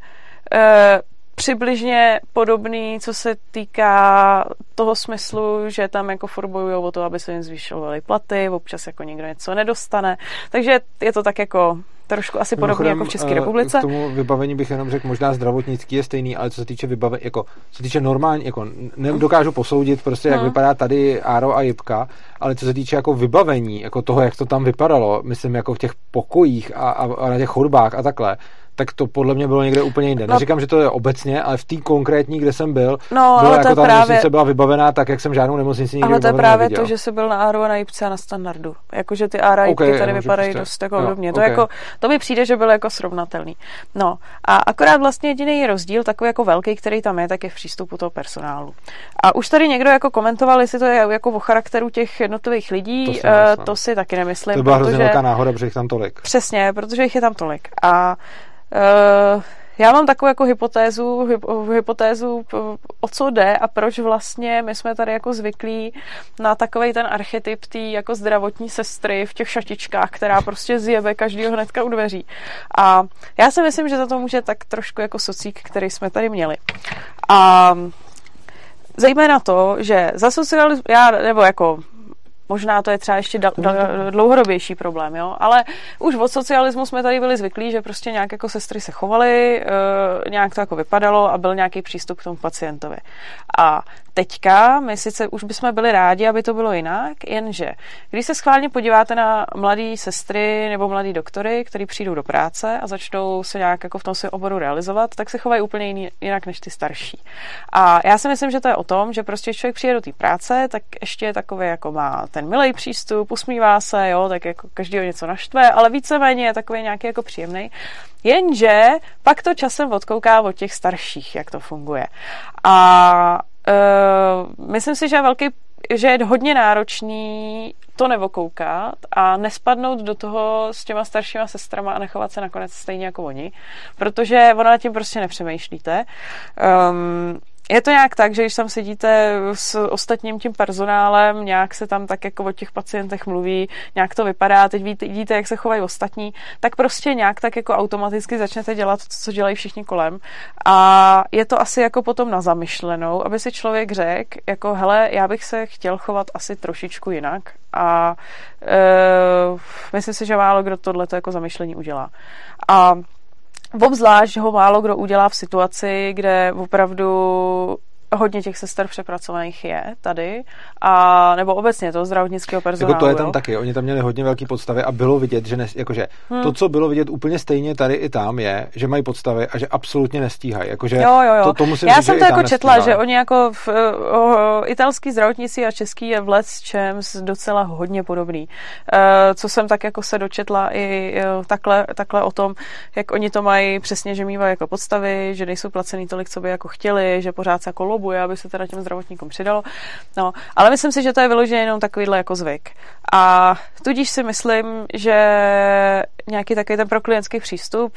přibližně podobný, co se týká toho smyslu, že tam jako furt bojujou o to, aby se jim zvýšovaly platy, občas jako někdo něco nedostane. Takže je to tak jako trošku asi podobně jako v České republice. K tomu vybavení bych jenom řekl, možná zdravotnický je stejný, ale co se týče vybavení, jako co se týče normální, jako nedokážu posoudit prostě, jak vypadá tady Áro a Jipka, ale co se týče jako vybavení, jako toho, jak to tam vypadalo, myslím jako v těch pokojích a na těch chodbách a takhle, tak to podle mě bylo někde úplně jinde. Neříkám, že to je obecně, ale v té konkrétní, kde jsem byl, byla jako ta nemocnice byla vybavená tak, jak jsem žádnou nemocnici nikdy ale to je právě neviděl. To, že jsi byl na Áru a na Jipce a na Standardu. Jakože ty Ára a Jipky tady vypadají dost jako obdobně. To mi přijde, že byl jako srovnatelný. No a akorát vlastně jediný rozdíl, takový jako velký, který tam je, tak je v přístupu toho personálu. A už tady někdo jako komentoval, jestli to je jako o charakteru těch jednotlivých lidí, to si taky nemyslím. To byla hrozně velká náhoda, protože jich tam tolik. Přesně, protože jich je tam tolik. A já mám takovou jako hypotézu, o co jde a proč vlastně my jsme tady jako zvyklí na takovej ten archetyp té jako zdravotní sestry v těch šatičkách, která prostě zjebe každýho hnedka u dveří. A já si myslím, že za to může tak trošku jako socík, který jsme tady měli. A zejména to, že za socialismu, nebo jako možná to je třeba ještě dlouhodobější problém, jo? Ale už od socialismu jsme tady byli zvyklí, že prostě nějak jako sestry se chovaly, nějak to jako vypadalo a byl nějaký přístup k tomu pacientovi. A teďka my sice už bychom byli rádi, aby to bylo jinak, jenže když se schválně podíváte na mladý sestry nebo mladý doktory, kteří přijdou do práce a začnou se nějak jako v tom svém oboru realizovat, tak se chovají úplně jinak než ty starší. A já si myslím, že to je o tom, že prostě když člověk přijde do té práce, tak ještě takový jako má ten milej přístup, usmívá se, jo, tak jako každýho něco naštve, ale víceméně je takový nějaký jako příjemný. Jenže pak to časem odkouká od těch starších, jak to funguje. A myslím si, že je hodně náročný to nevokoukat a nespadnout do toho s těma staršíma sestrama a nechovat se nakonec stejně jako oni, protože ona nad tím prostě nepřemýšlíte. Je to nějak tak, že když tam sedíte s ostatním tím personálem, nějak se tam tak jako o těch pacientech mluví, nějak to vypadá, teď vidíte, jak se chovají ostatní, tak prostě nějak tak jako automaticky začnete dělat to, co dělají všichni kolem. A je to asi jako potom na zamyšlenou, aby si člověk řekl, jako hele, já bych se chtěl chovat asi trošičku jinak a myslím si, že málo kdo tohleto jako zamyšlení udělá. A obzvlášť ho málo kdo udělá v situaci, kde opravdu hodně těch sester přepracovaných je tady, a nebo obecně toho zdravotnického personálu. Jako to je tam taky, oni tam měli hodně velké podstavy a bylo vidět, že to, co bylo vidět úplně stejně tady i tam, je, že mají podstavy a že absolutně nestíhají. Jakože jo. To musím já říct, jsem to jako četla, že oni jako italský zdravotnictví a český je v lecčems docela hodně podobný. Co jsem tak jako se dočetla i takhle o tom, jak oni to mají přesně, že mývají jako podstavy, že nejsou placený tolik, co by jako chtěli, že pořád se jako lobuje, aby se teda těm zdravotníkům přidalo. No, ale myslím si, že to je vyloženě jenom takovýhle jako zvyk. A tudíž si myslím, že nějaký takový ten proklientský přístup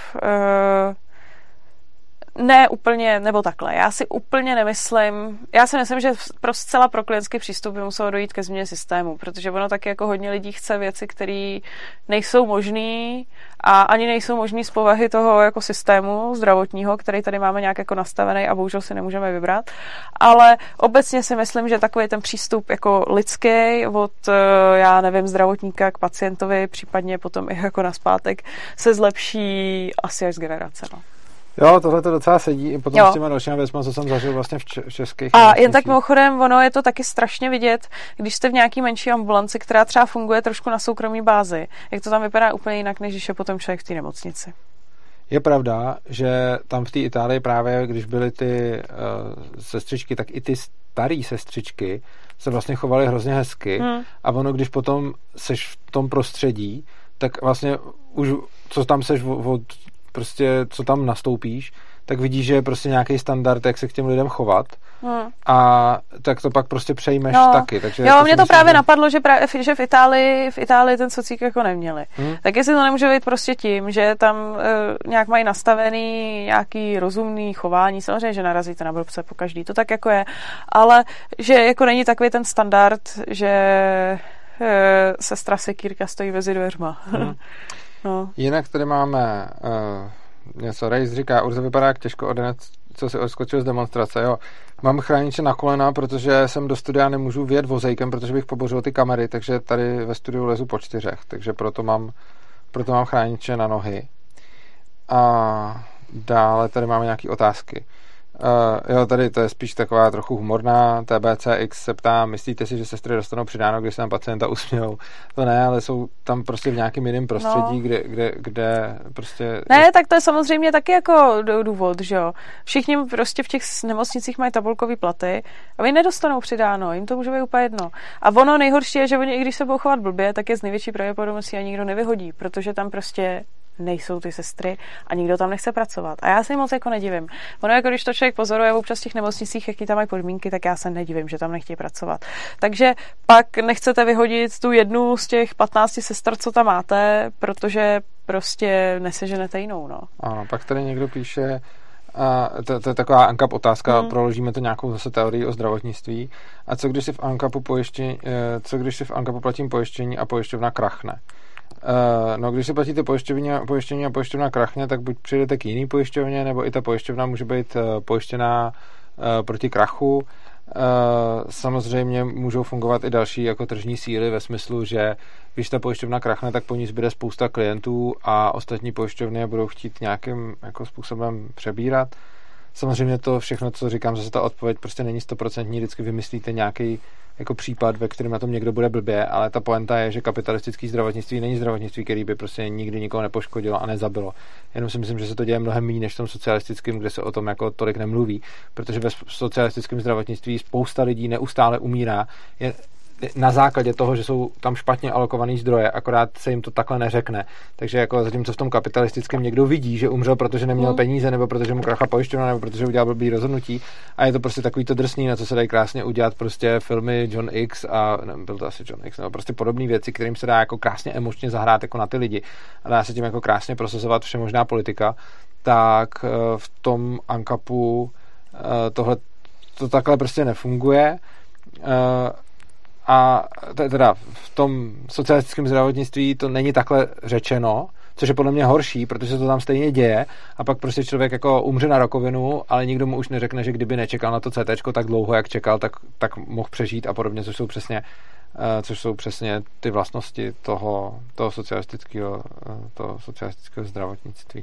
ne úplně, nebo takhle. Já si myslím, že pro zcela pro klientský přístup by muselo dojít ke změně systému, protože ono taky jako hodně lidí chce věci, které nejsou možný a ani nejsou možný z povahy toho jako systému zdravotního, který tady máme nějak jako nastavený a bohužel si nemůžeme vybrat. Ale obecně si myslím, že takový ten přístup jako lidský od, já nevím, zdravotníka k pacientovi, případně potom i jako nazpátek, se zlepší asi až z generace. No. Jo, tohle to docela sedí i potom Jo. s těma dalšíma věcmi, co jsem zažil vlastně v českých. A jen tak mimochodem, ono je to taky strašně vidět, když jste v nějaký menší ambulanci, která třeba funguje trošku na soukromí bázi, jak to tam vypadá úplně jinak, než když je potom člověk v té nemocnici. Je pravda, že tam v té Itálii právě, když byly ty sestřičky, tak i ty starý sestřičky se vlastně chovaly hrozně hezky a ono, když potom seš v tom prostředí, tak vlastně už, co tam seš prostě, co tam nastoupíš, tak vidíš, že je prostě nějaký standard, jak se k těm lidem chovat a tak to pak prostě přejmeš taky. Takže jo, mě to právě napadlo, že v Itálii ten socík jako neměli. Tak jestli to nemůže být prostě tím, že tam nějak mají nastavený nějaký rozumný chování, samozřejmě, že narazíte na blbce po každý, to tak jako je, ale že jako není takový ten standard, že sestra sekírka stojí mezi dveřma. No. Jinak tady máme něco, Rejs říká, Urza vypadá jak těžko odenec, co si odskočil z demonstrace, jo. Mám chrániče na kolena, protože jsem do studia nemůžu vyjet vozejkem, protože bych pobořil ty kamery, takže tady ve studiu lezu po 4, takže proto mám chrániče na nohy. A dále tady máme nějaké otázky. Jo, tady to je spíš taková trochu humorná. TBCX se ptá, myslíte si, že sestry dostanou přidáno, když se tam pacienta usmějou? To ne, ale jsou tam prostě v nějakým jiném prostředí, kde prostě... Ne, tak to je samozřejmě taky jako důvod, že jo. Všichni prostě v těch nemocnicích mají tabulkový platy a oni nedostanou přidáno, jim to může být úplně jedno. A ono nejhorší je, že oni, i když se budou chovat blbě, tak je z největší pravděpodobností a nikdo nevyhodí, protože tam prostě nejsou ty sestry a nikdo tam nechce pracovat. A já se jim moc jako nedivím. Ono jako když to člověk pozoruje občas v těch nemocnicích, jaký tam mají podmínky, tak já se nedivím, že tam nechtějí pracovat. Takže pak nechcete vyhodit tu jednu z těch 15 sester, co tam máte, protože prostě neseženete jinou, no. Ano, pak tady někdo píše, to je taková ANCAP otázka, proložíme to nějakou zase teorii o zdravotnictví. A co když si v ANCAPu platím pojištění a pojišťovna krachne? No, když si platíte pojištění a pojišťovna krachne, tak buď přijdete k jiný pojišťovně, nebo i ta pojišťovna může být pojištěná proti krachu. Samozřejmě můžou fungovat i další jako tržní síly ve smyslu, že když ta pojišťovna krachne, tak po ní zbyde spousta klientů a ostatní pojišťovny budou chtít nějakým jako způsobem přebírat. Samozřejmě to všechno, co říkám, zase ta odpověď prostě není 100%, vždycky vymyslíte nějaký jako případ, ve kterém na tom někdo bude blbě, ale ta poenta je, že kapitalistický zdravotnictví není zdravotnictví, který by prostě nikdy nikoho nepoškodilo a nezabilo. Jenom si myslím, že se to děje mnohem méně než v tom socialistickém, kde se o tom jako tolik nemluví, protože ve socialistickém zdravotnictví spousta lidí neustále umírá. Je na základě toho, že jsou tam špatně alokovaný zdroje, akorát se jim to takhle neřekne. Takže jako zatímco v tom kapitalistickém někdo vidí, že umřel, protože neměl peníze, nebo protože mu krachla pojišťovna, nebo protože udělal blbý rozhodnutí, a je to prostě takový to drsný, na co se dají krásně udělat prostě filmy John X a byl to asi John X, nebo prostě podobné věci, kterým se dá jako krásně emočně zahrát jako na ty lidi a dá se tím jako krásně prosazovat všemožná politika, tak v tom ANCAPu tohle to takhle prostě nefunguje. A teda v tom socialistickém zdravotnictví to není takhle řečeno, což je podle mě horší, protože se to tam stejně děje a pak prostě člověk jako umře na rakovinu, ale nikdo mu už neřekne, že kdyby nečekal na to CTčko tak dlouho, jak čekal, tak mohl přežít a podobně, což jsou přesně ty vlastnosti toho socialistického zdravotnictví.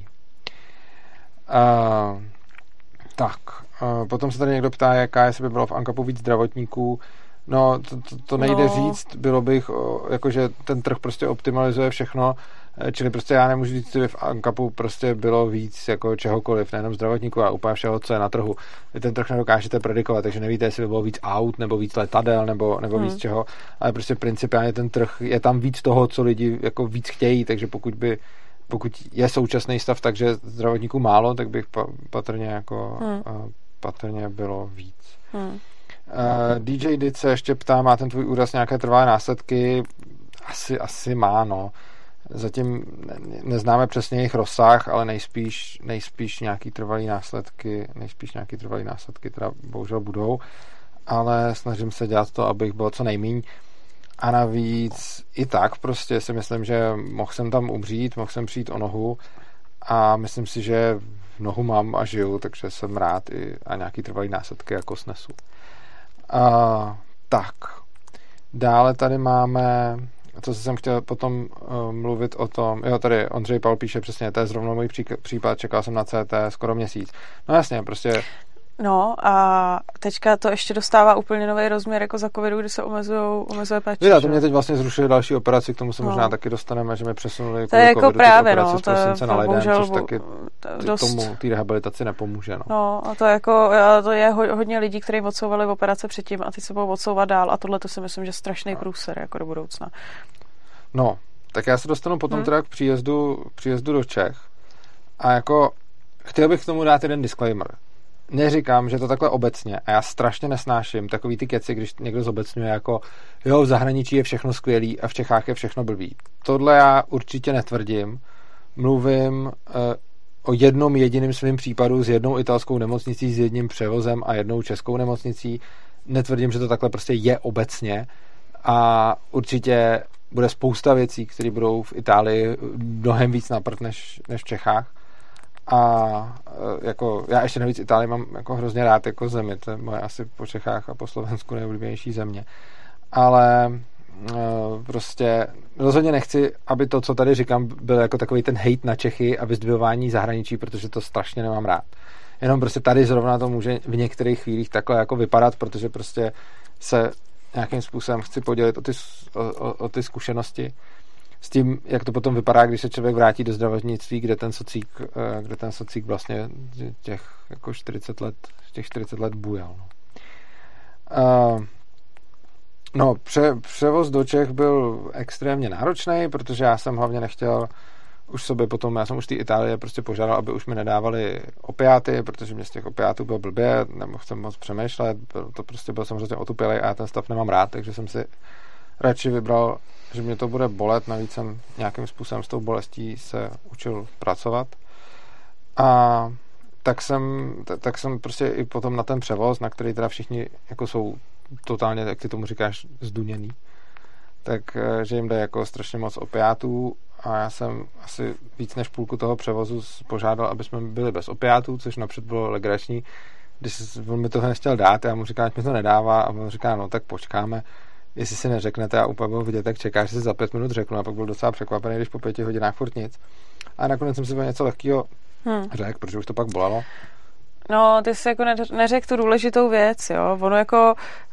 Potom se tady někdo ptá, jestli by bylo v ANCAPu víc zdravotníků. No, to nejde říct, bylo bych, jakože ten trh prostě optimalizuje všechno, čili prostě já nemůžu říct, že v ANCAPu prostě bylo víc jako čehokoliv, nejenom zdravotníků, a úplně všeho, co je na trhu. Vy ten trh nedokážete predikovat, takže nevíte, jestli by bylo víc aut, nebo víc letadel, nebo víc čeho, ale prostě principiálně ten trh, je tam víc toho, co lidi jako víc chtějí, takže pokud je současný stav, takže zdravotníků málo, tak bych patrně bylo víc. DJ Dit se ještě ptá, má ten tvůj úraz nějaké trvalé následky? Asi má, no. Zatím neznáme přesně jejich rozsah, ale nejspíš nějaký trvalý následky teda bohužel budou, ale snažím se dělat to, abych byl co nejmíň. A navíc i tak prostě si myslím, že mohl jsem tam umřít, mohl jsem přijít o nohu a myslím si, že nohu mám a žiju, takže jsem rád a nějaký trvalý následky jako snesu. Tak. Dále tady máme co jsem chtěl potom mluvit o tom, jo, tady Ondřej Paul píše přesně, to je zrovna můj případ, čekal jsem na CT skoro měsíc. No jasně, prostě. No a teďka to ještě dostává úplně nový rozměr jako za covidu, kdy se omezuje péče. Vidíte, to mě teď vlastně zrušili další operaci, k tomu se možná taky dostaneme, že mi přesunuli to je jako covidu, právě, operaci z prosince na leden, což taky dost... tomu té rehabilitaci nepomůže. No a to jako, to je hodně lidí, kteří odsouvali v operace předtím a ty se budou odsouvat dál a tohle to si myslím, že strašný průser jako do budoucna. No, tak já se dostanu potom teda k příjezdu do Čech a jako chtěl bych k tomu dát jeden disclaimer. Neříkám, že to takhle obecně a já strašně nesnáším takový ty keci, když někdo zobecňuje jako jo, v zahraničí je všechno skvělý a v Čechách je všechno blbý. Tohle já určitě netvrdím. Mluvím o jednom jediném svém případu s jednou italskou nemocnicí, s jedním převozem a jednou českou nemocnicí. Netvrdím, že to takhle prostě je obecně a určitě bude spousta věcí, které budou v Itálii mnohem víc na prd než v Čechách. A jako já ještě navíc Itálii mám jako hrozně rád jako zemi, to je moje asi po Čechách a po Slovensku nejoblíbenější země. Ale prostě rozhodně nechci, aby to, co tady říkám, byl jako takový ten hejt na Čechy a vyzdvihování zahraničí, protože to strašně nemám rád. Jenom prostě tady zrovna to může v některých chvílích takhle jako vypadat, protože prostě se nějakým způsobem chci podělit o ty zkušenosti s tím, jak to potom vypadá, když se člověk vrátí do zdravotnictví, kde ten socík vlastně těch jako 40 let bujal. No, převoz do Čech byl extrémně náročný, protože já jsem hlavně nechtěl už sobě potom, já jsem už z té Itálie prostě požádal, aby už mi nedávali opiáty, protože mě z těch opiátů bylo blbě, nemohl jsem moc přemýšlet, to prostě byl samozřejmě otupělej a já ten stav nemám rád, takže jsem si radši vybral, že mě to bude bolet, navíc jsem nějakým způsobem s tou bolestí se učil pracovat. A tak jsem prostě i potom na ten převoz, na který teda všichni jako jsou totálně, jak ty tomu říkáš, zduněný, tak že jim dají jako strašně moc opiátů a já jsem asi víc než půlku toho převozu požádal, aby jsme byli bez opiátů, což napřed bylo legrační. Když on mi toho nechtěl dát, já mu říkám, že mi to nedává a on říká, no tak počkáme, jestli si neřeknete a úplně byl vidět, tak čekáš, že si za 5 minut řeknu a pak byl docela překvapený, když po 5 hodinách furt nic. A nakonec jsem si něco lehkého řekl, protože už to pak bolelo. No, ty jsi jako neřekl tu důležitou věc, jo. Ono jako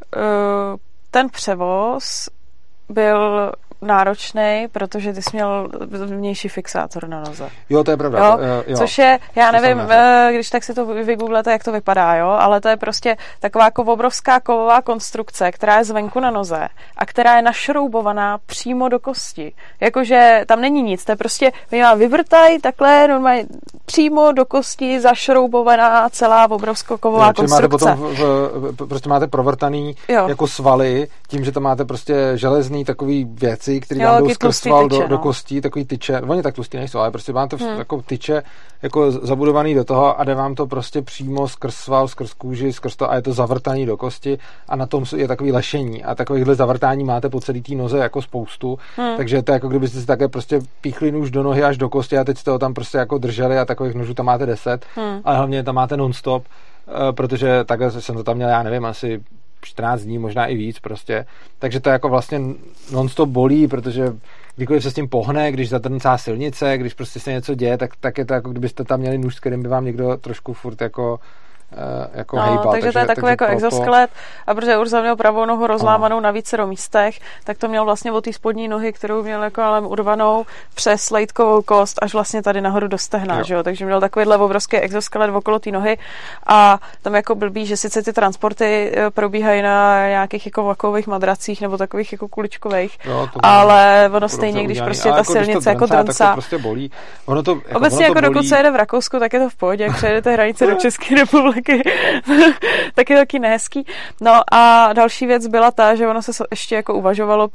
ten převoz byl náročný, protože ty jsi měl vnější fixátor na noze. Jo, to je pravda. Jo. Což je, já nevím, když tak si to vygooglete, jak to vypadá, jo, ale to je prostě taková obrovská kovová konstrukce, která je zvenku na noze a která je našroubovaná přímo do kosti. Jakože tam není nic, to je prostě vyvrtaj takhle normálně přímo do kosti zašroubovaná celá obrovská kovová konstrukce. Máte potom prostě máte provrtaný jako svaly, tím, že tam máte prostě železný takový věci, který vám jdou skrz sval do kostí, takový tyče. Oni tak tlustý nejsou, ale prostě máte jako tyče jako zabudovaný do toho a jde vám to prostě přímo skrz sval, skrz kůži, skrz to a je to zavrtaný do kosti a na tom je takový lešení a takovýchhle zavrtání máte po celý té noze jako spoustu, takže to je jako kdybyste si také prostě píchli nůž do nohy až do kosti a teď jste ho tam prostě jako drželi a takových nožů tam máte 10, ale hlavně tam máte non-stop, protože takhle jsem to tam měl, já nevím, asi 14 dní, možná i víc prostě. Takže to jako vlastně non-stop bolí, protože kdykoliv se s tím pohne, když zatrncá silnice, když prostě se něco děje, tak je to jako kdybyste tam měli nůž, s kterým by vám někdo trošku furt jako hejbal. Takže to je takový jako exoskelet a protože Urza měl pravou nohu rozlámanou na vícero místech, tak to měl vlastně od té spodní nohy, kterou měl jako ale urvanou přes lejtkovou kost až vlastně tady nahoru do stehna, že jo? Takže měl takovýhle obrovský exoskelet okolo té nohy a tam jako blbý, že sice ty transporty probíhají na nějakých jako vlakových madracích nebo takových jako kuličkových, ale ono stejně, když prostě ta silnice jako drncá. To prostě bolí. Obecně jako dokud se jede v Rakousku, tak je to v pohodě, jak přejedete hranice do České republiky, tak je taky nehezký. No a další věc byla ta, že ono se ještě jako uvažovalo,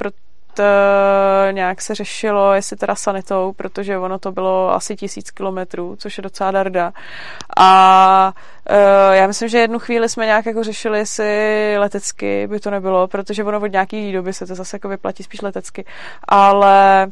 nějak se řešilo, jestli teda sanitou, protože ono to bylo asi 1000 kilometrů, což je docela darda. A já myslím, že jednu chvíli jsme nějak jako řešili, jestli letecky by to nebylo, protože ono od nějaký doby se to zase jako vyplatí spíš letecky. Ale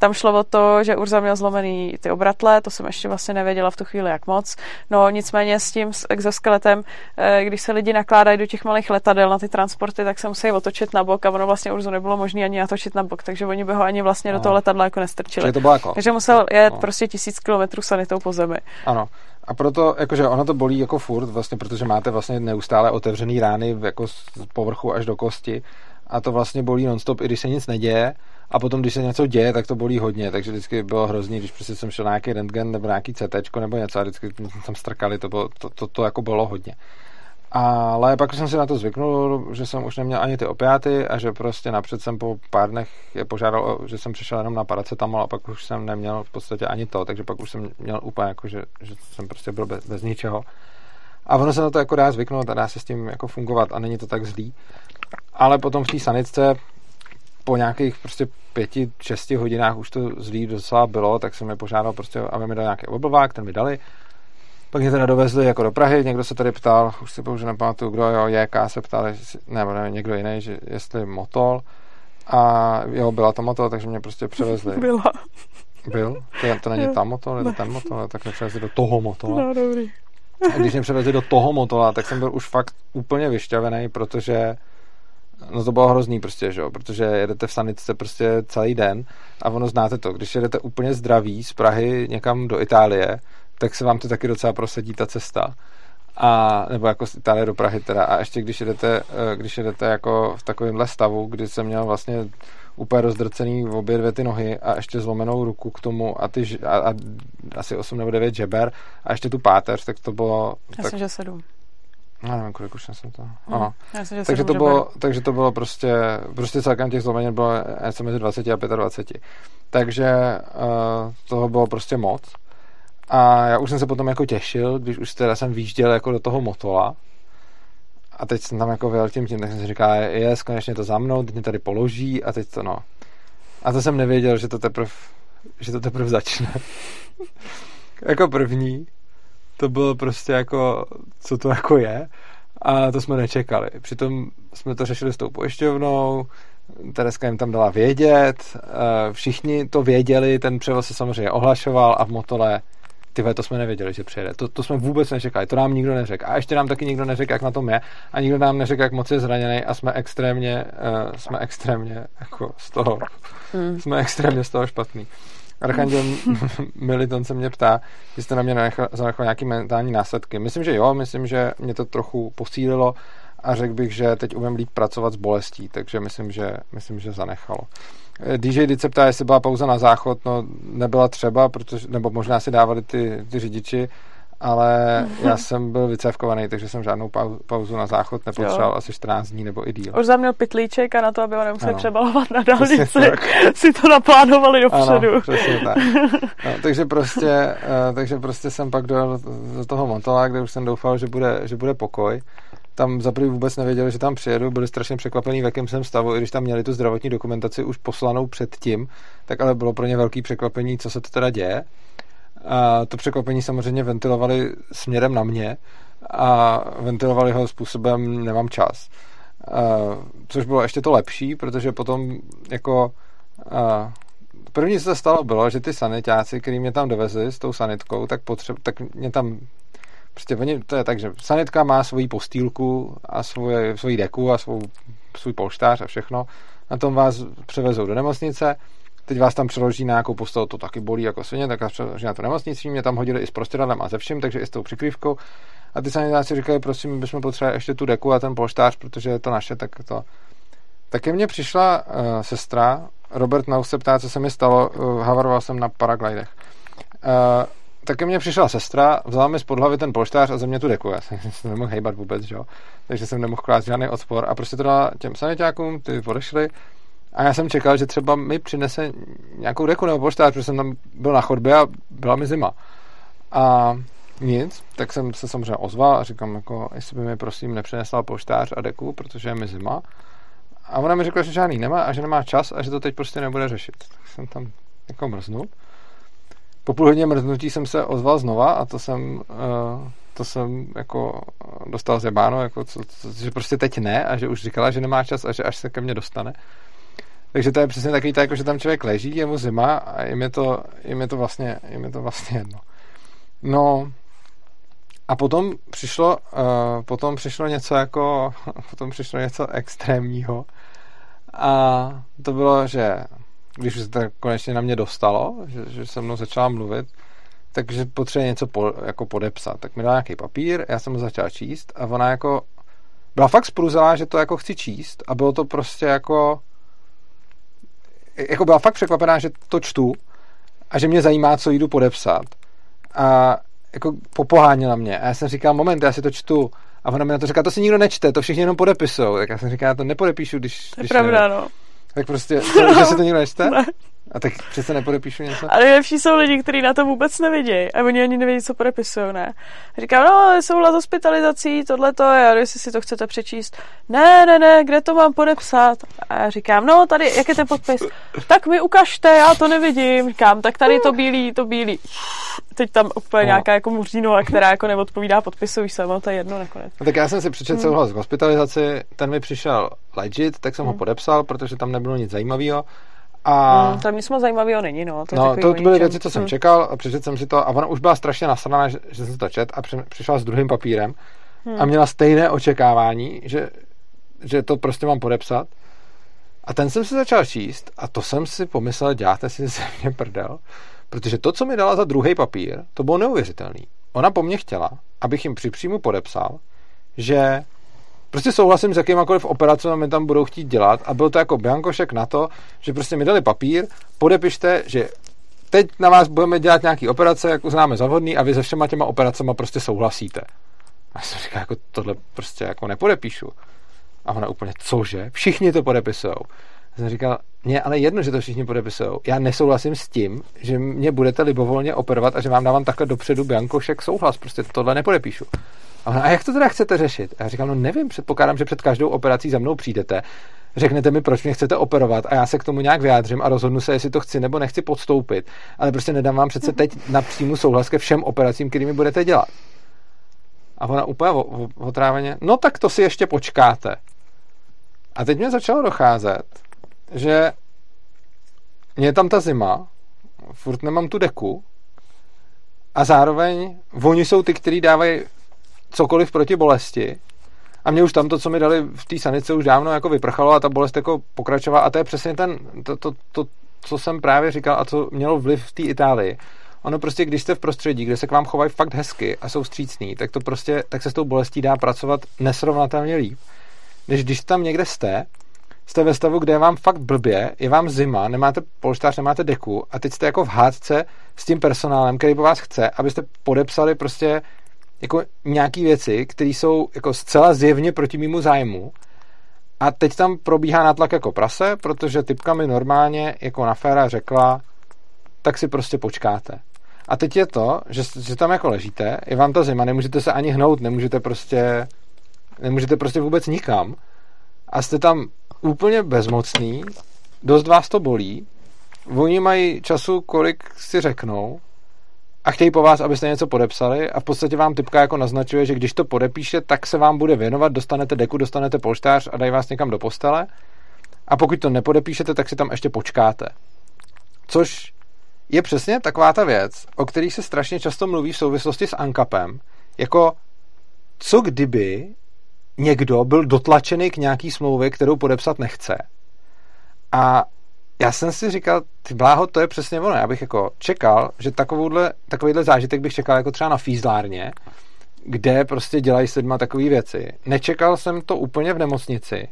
Tam šlo o to, že Urza měl zlomený ty obratle, to jsem ještě vlastně nevěděla v tu chvíli jak moc. No nicméně s tím s exoskeletem, když se lidi nakládají do těch malých letadel na ty transporty, tak se musí otočit na bok a ono vlastně Urzu nebylo možné ani natočit na bok, takže oni by ho ani vlastně do toho letadla jako nestrčili. To bylo jako, takže musel jet prostě 1000 kilometrů sanitou po zemi. Ano. A proto, jakože ono to bolí jako furt, vlastně, protože máte vlastně neustále otevřený rány jako z povrchu až do kosti a to vlastně bolí nonstop, i když se nic neděje a potom, když se něco děje, tak to bolí hodně, takže vždycky bylo hrozný, když prostě jsem šel na nějaký rentgen nebo nějaký CTčko nebo něco a vždycky jsem strkali, to jako bylo hodně. Ale pak jsem si na to zvyknul, že jsem už neměl ani ty opiáty a že prostě napřed jsem po pár dnech je požádal, že jsem přišel jenom na paracetamol a pak už jsem neměl v podstatě ani to, takže pak už jsem měl úplně jako, že jsem prostě byl bez ničeho. A ono se na to jako dá zvyknout a dá se s tím jako fungovat a není to tak zlý. Ale potom v té sanitce po nějakých prostě 5-6 hodinách už to zlý docela bylo, tak jsem je požádal prostě, aby mi dal nějaký oblbák, ten mi dali. Pak mě teda dovezli jako do Prahy, někdo se tady ptal, už si bohužel nepamatuju, kdo, jo, JK se ptal, nebo někdo jiný, že jestli Motol. A jo, byla to Motol, takže mě prostě převezli. Byla. Byl? To není tam Motol, je to ten Motol, tak mě převezli do toho Motola. No, dobrý. A když mě převezli do toho Motola, tak jsem byl už fakt úplně vyšťavený, protože no to bylo hrozný prostě, že jo, protože jedete v sanitce prostě celý den a ono znáte to, když jedete úplně zdraví z Prahy někam do Itálie, tak se vám to taky docela prosadí ta cesta. A, nebo jako z Itálie do Prahy teda. A ještě když jedete jako v takovémhle stavu, kdy jsem měl vlastně úplně rozdrcený obě dvě ty nohy a ještě zlomenou ruku k tomu a asi 8 nebo 9 žeber a ještě tu páteř, tak to bylo... Myslím, že 7. Já nevím, kolik už jsem to... Takže to bylo prostě celkem těch zlomenin bylo něco mezi 20 a 25. Takže toho bylo prostě moc. A já už jsem se potom jako těšil, když už teda jsem výjížděl jako do toho Motola a teď jsem tam jako vyjel tím, tak jsem si říkal, konečně to za mnou, teď mě tady položí a teď to no. A to jsem nevěděl, že to teprve začne. Jako první to bylo prostě jako, co to jako je a to jsme nečekali. Přitom jsme to řešili s tou pojišťovnou, Tereska jim tam dala vědět, všichni to věděli, ten převoz se samozřejmě ohlašoval a v Motole to jsme nevěděli, že přijede. To jsme vůbec nečekali, to nám nikdo neřekl. A ještě nám taky nikdo neřekl, jak na tom je. A nikdo nám neřekl, jak moc je zraněný a jsme extrémně jako jsme extrémně z toho špatný. Archanděl Militon se mě ptá, jestli jste na mě zanechal nějaký mentální následky. Myslím, že jo, myslím, že mě to trochu posílilo a řekl bych, že teď umím líp pracovat s bolestí, takže myslím, že zanechalo. DJ Dice ptá, jestli byla pauza na záchod, no nebyla třeba, nebo možná si dávali ty řidiči, ale já jsem byl vycévkovaný, takže jsem žádnou pauzu na záchod nepotřeboval asi 14 dní nebo i díl. Už za měl pytlíček a na to, aby ho nemuseli přebalovat na dálnici, si to naplánovali dopředu. Ano, přesně tak. No, takže prostě jsem pak do toho Motola, kde už jsem doufal, že bude pokoj. Tam za první vůbec nevěděli, že tam přijedu, byli strašně překvapení, v jakém jsem stavu, i když tam měli tu zdravotní dokumentaci už poslanou předtím, tak ale bylo pro ně velký překvapení, co se to teda děje. A to překvapení samozřejmě ventilovali směrem na mě a ventilovali ho způsobem nemám čas. Což bylo ještě to lepší, protože potom jako první, co se stalo, bylo, že ty sanitáci, který mě tam dovezli s tou sanitkou, tak mě tam prostě to je tak, že sanitka má svoji postýlku a svoji deku a svůj polštář a všechno. Na tom vás převezou do nemocnice, teď vás tam přeloží na nějakou postel, to taky bolí jako svině, tak vás přeloží na tu nemocnici, mě tam hodili i s prostěradlem a ze vším, takže i s tou přikrývkou. A ty sanitáci říkali, prosím, bychom potřebovali ještě tu deku a ten polštář, protože je to naše, tak to. Taky mně přišla sestra, Robert Naus se ptá, co se mi stalo, havaroval jsem na paraglidech. Taky mě přišla sestra, vzala mi spod hlavy ten polštář a ze mě tu deku. Já jsem nemohl hejbat vůbec, že? Takže jsem nemohl klást žádný odpor a prostě to dala těm sanitákům, ty odešli a já jsem čekal, že třeba mi přinese nějakou deku nebo polštář, protože jsem tam byl na chodbě a byla mi zima. A nic, tak jsem se samozřejmě ozval a říkám, jako, jestli by mi prosím nepřinesla polštář a deku, protože je mi zima. A ona mi řekla, že žádný nemá a že nemá čas a že to teď prostě nebude řešit. Tak jsem tam jako mrznul. Po půl hodině mrznutí jsem se ozval znova a to jsem jako dostal zjebáno, jako že prostě teď ne a že už říkala, že nemá čas a že až se ke mně dostane. Takže to je přesně takový, jako, že tam člověk leží, je mu zima a je mi to vlastně jedno. No a potom přišlo něco extrémního a to bylo, že když se to konečně na mě dostalo, že se mnou začala mluvit, takže potřebuje něco jako podepsat. Tak mi dala nějaký papír, já jsem ho začal číst a ona jako byla fakt spruzela, že to jako chci číst a bylo to prostě jako byla fakt překvapená, že to čtu a že mě zajímá, co jdu podepsat. A jako popoháněla mě. A já jsem říkal, moment, já si to čtu. A ona mi na to říká, to si nikdo nečte, to všichni jenom podepisou. Tak já jsem říkal, já to nepodepíšu, když pravda, no. Tak prostě, že si to nikdo nečte? Ne. A tak přece nepodepíšu něco. Ale nejlepší jsou lidi, kteří na to vůbec nevidějí. A oni ani nevědí, co podepisují, ne? A říkám, no, souhlas s hospitalizací, tohleto, a jestli si to chcete přečíst. Ne, kde to mám podepsat? A já říkám, no, tady, jak je ten podpis? Tak mi ukažte, já to nevidím. Říkám, tak tady to bílý. Teď tam úplně nějaká jako muřínová, která jako neodpovídá podpisu, už jsem, to je jedno nakonec. No, tak já jsem si přečetl souhlas k hospitalizaci, ten mi přišel legit, tak jsem ho podepsal, protože tam nebylo nic zajímavého. A tam nic moc zajímavého není, no. To byly věci, co jsem čekal a přečetl jsem si to a ona už byla strašně nasraná, že jsem si to četl a přišla s druhým papírem a měla stejné očekávání, že to prostě mám podepsat. A ten jsem si začal číst a to jsem si pomyslel, děláte si ze mě prdel, protože to, co mi dala za druhý papír, to bylo neuvěřitelný. Ona po mně chtěla, abych jim při příjmu podepsal, že prostě souhlasím s jakýmakoliv operacemi mi tam budou chtít dělat a byl to jako biankošek na to, že prostě mi dali papír, podepište, že teď na vás budeme dělat nějaký operace, jak uznáme za vhodný a vy se všema těma operacema prostě souhlasíte. A já jsem říkal, jako tohle prostě jako nepodepíšu. A ona úplně, cože? Všichni to podepisujou. Já jsem říkal, mně ale jedno, že to všichni podepisujou. Já nesouhlasím s tím, že mě budete libovolně operovat a že vám dávám takhle dopředu biankošek souhlas. Prostě tohle nepodepíšu. A ona, a jak to teda chcete řešit? A já říkám, no nevím, předpokládám, že před každou operací za mnou přijdete, řeknete mi, proč mě chcete operovat a já se k tomu nějak vyjádřím a rozhodnu se, jestli to chci nebo nechci podstoupit. Ale prostě nedám vám přece teď na přímou souhlas ke všem operacím, kterými budete dělat. A ona úplně otráveně, no tak to si ještě počkáte. A teď mě začalo docházet, že mě je tam ta zima, furt nemám tu deku a zároveň oni jsou ty, kteří dávají cokoliv proti bolesti a mě už tam to, co mi dali v té sanice, už dávno jako vyprchalo a ta bolest jako pokračovala a to je přesně to, co jsem právě říkal a co mělo vliv v té Itálii. Ono prostě, když jste v prostředí, kde se k vám chovají fakt hezky a jsou vstřícní, tak se s tou bolestí dá pracovat nesrovnatelně líp, než když tam někde jste ve stavu, kde je vám fakt blbě, je vám zima, nemáte polštář, nemáte deku a teď jste jako v hádce s tím personálem, který po vás chce, abyste podepsali prostě jako nějaký věci, které jsou jako zcela zjevně proti mému zájmu a teď tam probíhá nátlak jako prase, protože typka mi normálně jako na féra řekla, tak si prostě počkáte. A teď je to, že tam jako ležíte, je vám ta zima, nemůžete se ani hnout, nemůžete prostě vůbec nikam a jste tam úplně bezmocný, dost vás to bolí, oni mají času, kolik si řeknou a chtějí po vás, abyste něco podepsali a v podstatě vám typka jako naznačuje, že když to podepíše, tak se vám bude věnovat, dostanete deku, dostanete polštář a dají vás někam do postele a pokud to nepodepíšete, tak si tam ještě počkáte. Což je přesně taková ta věc, o který se strašně často mluví v souvislosti s ANCAPem, jako co kdyby někdo byl dotlačený k nějaký smlouvě, kterou podepsat nechce. A já jsem si říkal, ty bláho, to je přesně ono. Já bych jako čekal, že takovýhle zážitek bych čekal jako třeba na fízlárně, kde prostě dělají s lidma takové věci. Nečekal jsem to úplně v nemocnici.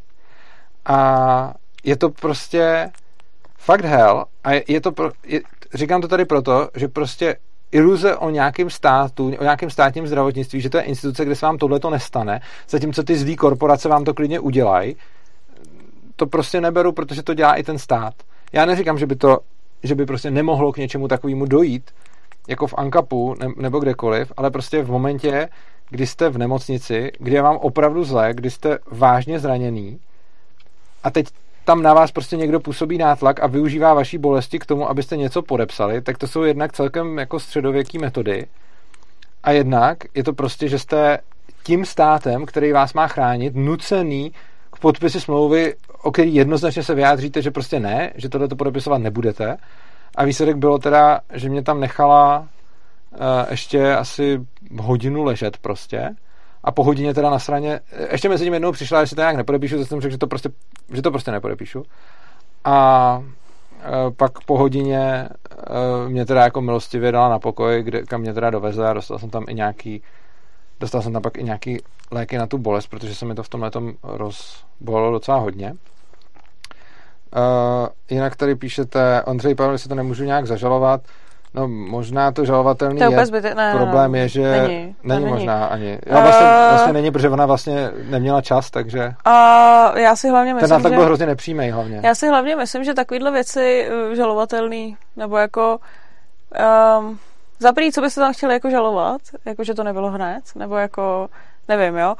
A je to prostě fakt hell. A říkám to tady proto, že prostě iluze o nějakém státu, o nějakém státním zdravotnictví, že to je instituce, kde se vám tohleto nestane, zatímco ty zlý korporace vám to klidně udělají, to prostě neberu, protože to dělá i ten stát. Já neříkám, že by prostě nemohlo k něčemu takovému dojít, jako v ANCAPu nebo kdekoliv, ale prostě v momentě, kdy jste v nemocnici, kdy je vám opravdu zlé, kdy jste vážně zraněný a teď tam na vás prostě někdo působí nátlak a využívá vaší bolesti k tomu, abyste něco podepsali, tak to jsou jednak celkem jako středověký metody a jednak je to prostě, že jste tím státem, který vás má chránit, nucený k podpisy smlouvy, o který jednoznačně se vyjádříte, že prostě ne, že tohle to podepisovat nebudete. A výsledek bylo teda, že mě tam nechala ještě asi hodinu ležet prostě. A po hodině teda na straně, ještě mezi tím jednou přišla, že si to nějak nepodepíšu, tak jsem řekl, že to prostě nepodepíšu. A pak po hodině mě teda jako milostivě dala na pokoj, kam mě teda dovezla a dostal jsem tam pak i nějaký léky na tu bolest, protože se mi to v tomhletom rozbolelo docela hodně. Jinak tady píšete, Ondřej Pavel, jestli to nemůžu nějak zažalovat. No možná to žalovatelný to je. Problém je, že není možná ani. Vlastně není, protože ona vlastně neměla čas, takže. A já si hlavně myslím, ten nátlak byl hrozně nepřímej hlavně. Já si hlavně myslím, že takovýhle věci žalovatelný, nebo jako za první, co byste tam chtěli jako žalovat, jako že to nebylo hned, nebo jako nevím, jo.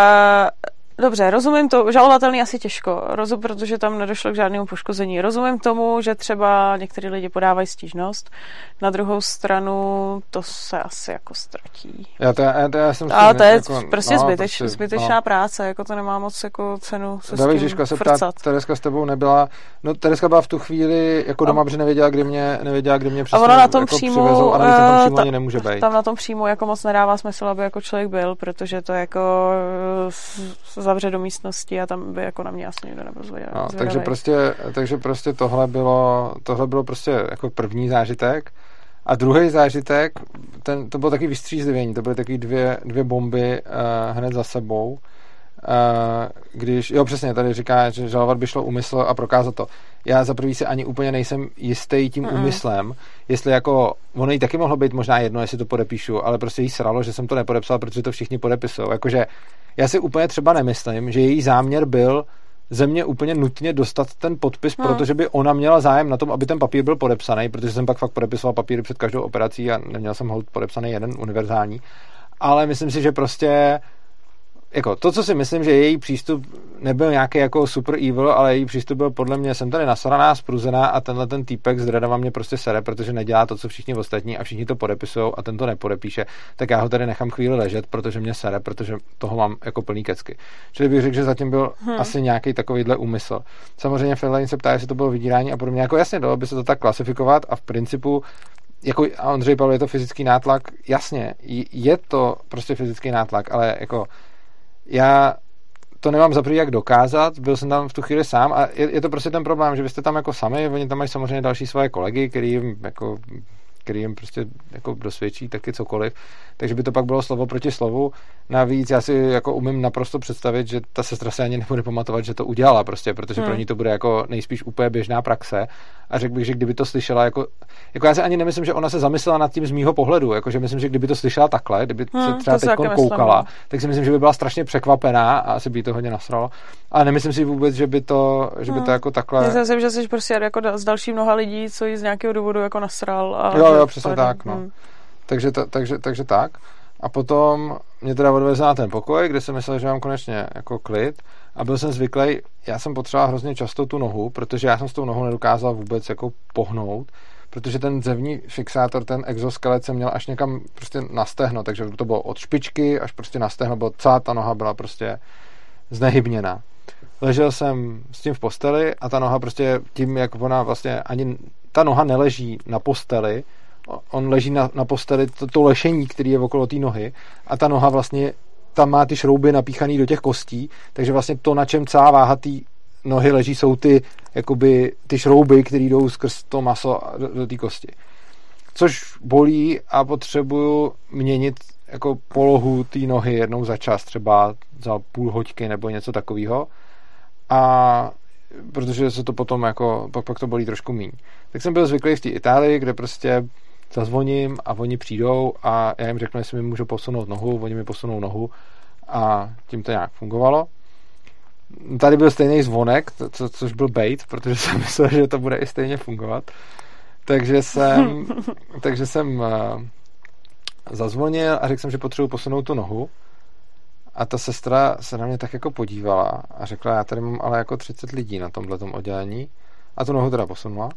Dobře, rozumím to, žalovatelný asi těžko, protože tam nedošlo k žádnému poškození. Rozumím tomu, že třeba některý lidi podávají stížnost, na druhou stranu to se asi jako ztratí. Já jsem a to je jako, prostě zbytečná práce, jako to nemá moc jako cenu se David s tím Žižka se frcat. ptá, Tereska s tebou nebyla, no Tereska byla v tu chvíli jako doma, protože nevěděla, kdy mě přesně a ona na tom jako příjmu, přivezou, a navíc na tom příjmu ani nemůže být. Tam na tom příjmu jako moc nedává smysl, aby jako člověk byl, protože to jako zavře do místnosti a tam by jako na mě asi nikdo nebyl zvědavý. No, takže prostě tohle bylo prostě jako první zážitek. A druhý zážitek, to bylo taky vystřízlivění, to byly taky dvě bomby hned za sebou. Když, jo přesně, tady říká, že žalovat by šlo úmysl a prokázat to. Já za prvý si ani úplně nejsem jistý tím úmyslem, jestli jako, ono jí taky mohlo být možná jedno, jestli to podepíšu, ale prostě jí sralo, že jsem to nepodepsal, protože to všichni podepisují. Jakože já si úplně třeba nemyslím, že její záměr byl ze mě úplně nutně dostat ten podpis, protože by ona měla zájem na tom, aby ten papír byl podepsaný, protože jsem pak fakt podepisoval papíry před každou operací a neměl jsem holt podepsaný jeden univerzální. Ale myslím si, že prostě jako to, co si myslím, že její přístup nebyl nějaký jako super evil, ale její přístup byl podle mě, jsem tady nasraná, spruzená a tenhle ten týpek z Dredava mě prostě sere, protože nedělá to, co všichni ostatní a všichni to podepisují a ten to nepodepíše, tak já ho tady nechám chvíli ležet, protože mě sere, protože toho mám jako plný kecky. Čili bych řekl, že zatím byl asi nějaký takovýhle úmysl. Samozřejmě Feline se ptá, jestli to bylo vydírání a podobně. Jako jasně, dalo by se to tak klasifikovat a v principu jako a Ondřej Pavel, je to fyzický nátlak, jasně, je to prostě fyzický nátlak, ale jako já to nemám za prvý jak dokázat, byl jsem tam v tu chvíli sám a je to prostě ten problém, že vy jste tam jako sami, oni tam mají samozřejmě další svoje kolegy, který jim prostě jako dosvědčí taky cokoliv, takže by to pak bylo slovo proti slovu. Navíc já si jako umím naprosto představit, že ta sestra se ani nebude pamatovat, že to udělala prostě, protože pro ní to bude jako nejspíš úplně běžná praxe a řekl bych, že kdyby to slyšela jako já si ani nemyslím, že ona se zamyslela nad tím z mýho pohledu, jakože myslím, že kdyby to slyšela takhle, kdyby se třeba teď koukala, tak si myslím, že by byla strašně překvapená a asi by to hodně nasralo. Ale nemyslím si vůbec, že by to jako takhle. Já si myslím, že jsi prostě jako z další mnoha lidí, co jí z nějakého důvodu jako nasral. A jo, přesně tak, no. Takže tak. A potom mě teda odvezl na ten pokoj, kde jsem myslel, že mám konečně jako klid a byl jsem zvyklý, já jsem potřeboval hrozně často tu nohu, protože já jsem s tou nohou nedokázal vůbec jako pohnout, protože ten zevní fixátor, ten exoskelet jsem měl až někam prostě na stehno, takže to bylo od špičky až prostě na stehno, bylo celá ta noha byla prostě znehybněná. Ležel jsem s tím v posteli a ta noha prostě tím, jak ona vlastně ani ta noha neleží na posteli, on leží na posteli, to lešení, který je okolo té nohy a ta noha vlastně tam má ty šrouby napíchané do těch kostí, takže vlastně to, na čem celá váha té nohy leží, jsou ty šrouby, které jdou skrz to maso do té kosti. Což bolí a potřebuju měnit jako polohu té nohy jednou za čas, třeba za půl hoďky nebo něco takového. A protože se to potom jako, pak to bolí trošku míň. Tak jsem byl zvyklý v té Itálii, kde prostě zazvoním a oni přijdou a já jim řeknu, jestli mi můžu posunout nohu, oni mi posunou nohu a tím to nějak fungovalo. Tady byl stejný zvonek, což byl bait, protože jsem myslel, že to bude i stejně fungovat. Takže jsem zazvonil a řekl jsem, že potřebuji posunout tu nohu. A ta sestra se na mě tak jako podívala a řekla, já tady mám ale jako 30 lidí na tomhletom oddělení a tu nohu teda posunula.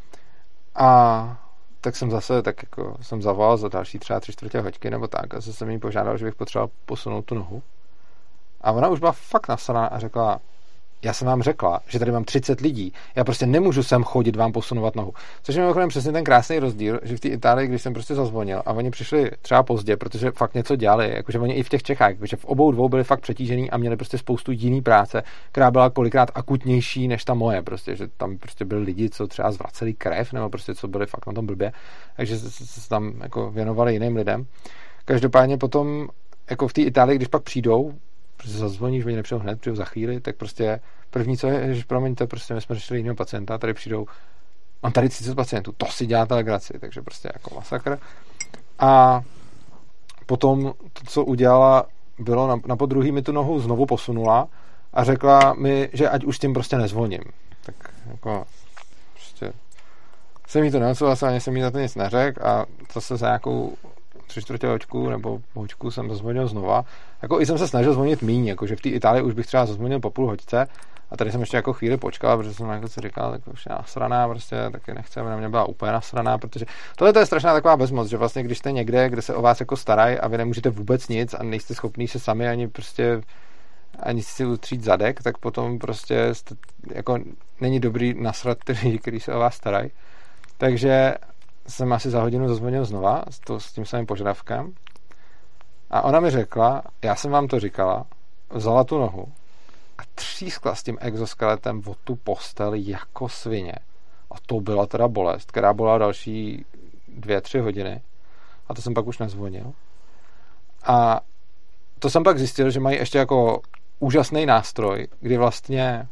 A tak jsem zase tak jako jsem zavolal za další třeba 3/4 hoďky nebo tak a zase jsem jí požádal, že bych potřeboval posunout tu nohu. A ona už byla fakt nasraná a řekla, já jsem vám řekla, že tady mám 30 lidí, já prostě nemůžu sem chodit vám posunovat nohu. Což je mimochodem přesně ten krásný rozdíl, že v té Itálii, když jsem prostě zazvonil a oni přišli třeba pozdě, protože fakt něco dělali, jakože oni i v těch Čechách, jakože v obou dvou byli fakt přetížený a měli prostě spoustu jiný práce, která byla kolikrát akutnější než ta moje, prostě, že tam prostě byli lidi, co třeba zvraceli krev, nebo prostě co byli fakt na tom blbě, takže se tam jako věnovali jiným lidem. Každopádně potom jako v té Itálii, když pak přijdou, prostě zazvoníš, oni nepřijou hned, přijou za chvíli, tak prostě první, co je, že promiňte, prostě my jsme řešili jiného pacienta, tady přijdou, mám tady 30 pacientů, to si děláte legraci, takže prostě jako masakr. A potom to, co udělala, bylo na podruhý mi tu nohu znovu posunula a řekla mi, že ať už s tím prostě nezvoním. Tak jako prostě jsem jí to neodsouhlasil, ani jsem jí za to nic neřekl a zase za nějakou 3/4 hoďku nebo hoďku jsem zazvonil znova. Jako i jsem se snažil zvonit míň, jakože v té Itálii už bych třeba zazvonil po půl hoďce a tady jsem ještě jako chvíli počkal, protože jsem jako si říkal, tak už je nasraná, prostě taky nechceme, na mě byla úplně nasraná, protože tohle to je strašná taková bezmoc, že vlastně když jste někde, kde se o vás jako starají a vy nemůžete vůbec nic a nejste schopní se sami ani si utřít zadek, tak potom prostě jako není dobrý nasrat ty lidi, kteří se o vás starají. Takže jsem asi za hodinu zazvonil znova s tím samým požadavkem a ona mi řekla, já jsem vám to říkala, vzala tu nohu a třískla s tím exoskeletem o tu postel jako svině. A to byla teda bolest, která byla další 2-3 hodiny a to jsem pak už nezvonil. A to jsem pak zjistil, že mají ještě jako úžasný nástroj, kdy vlastně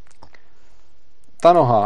ta noha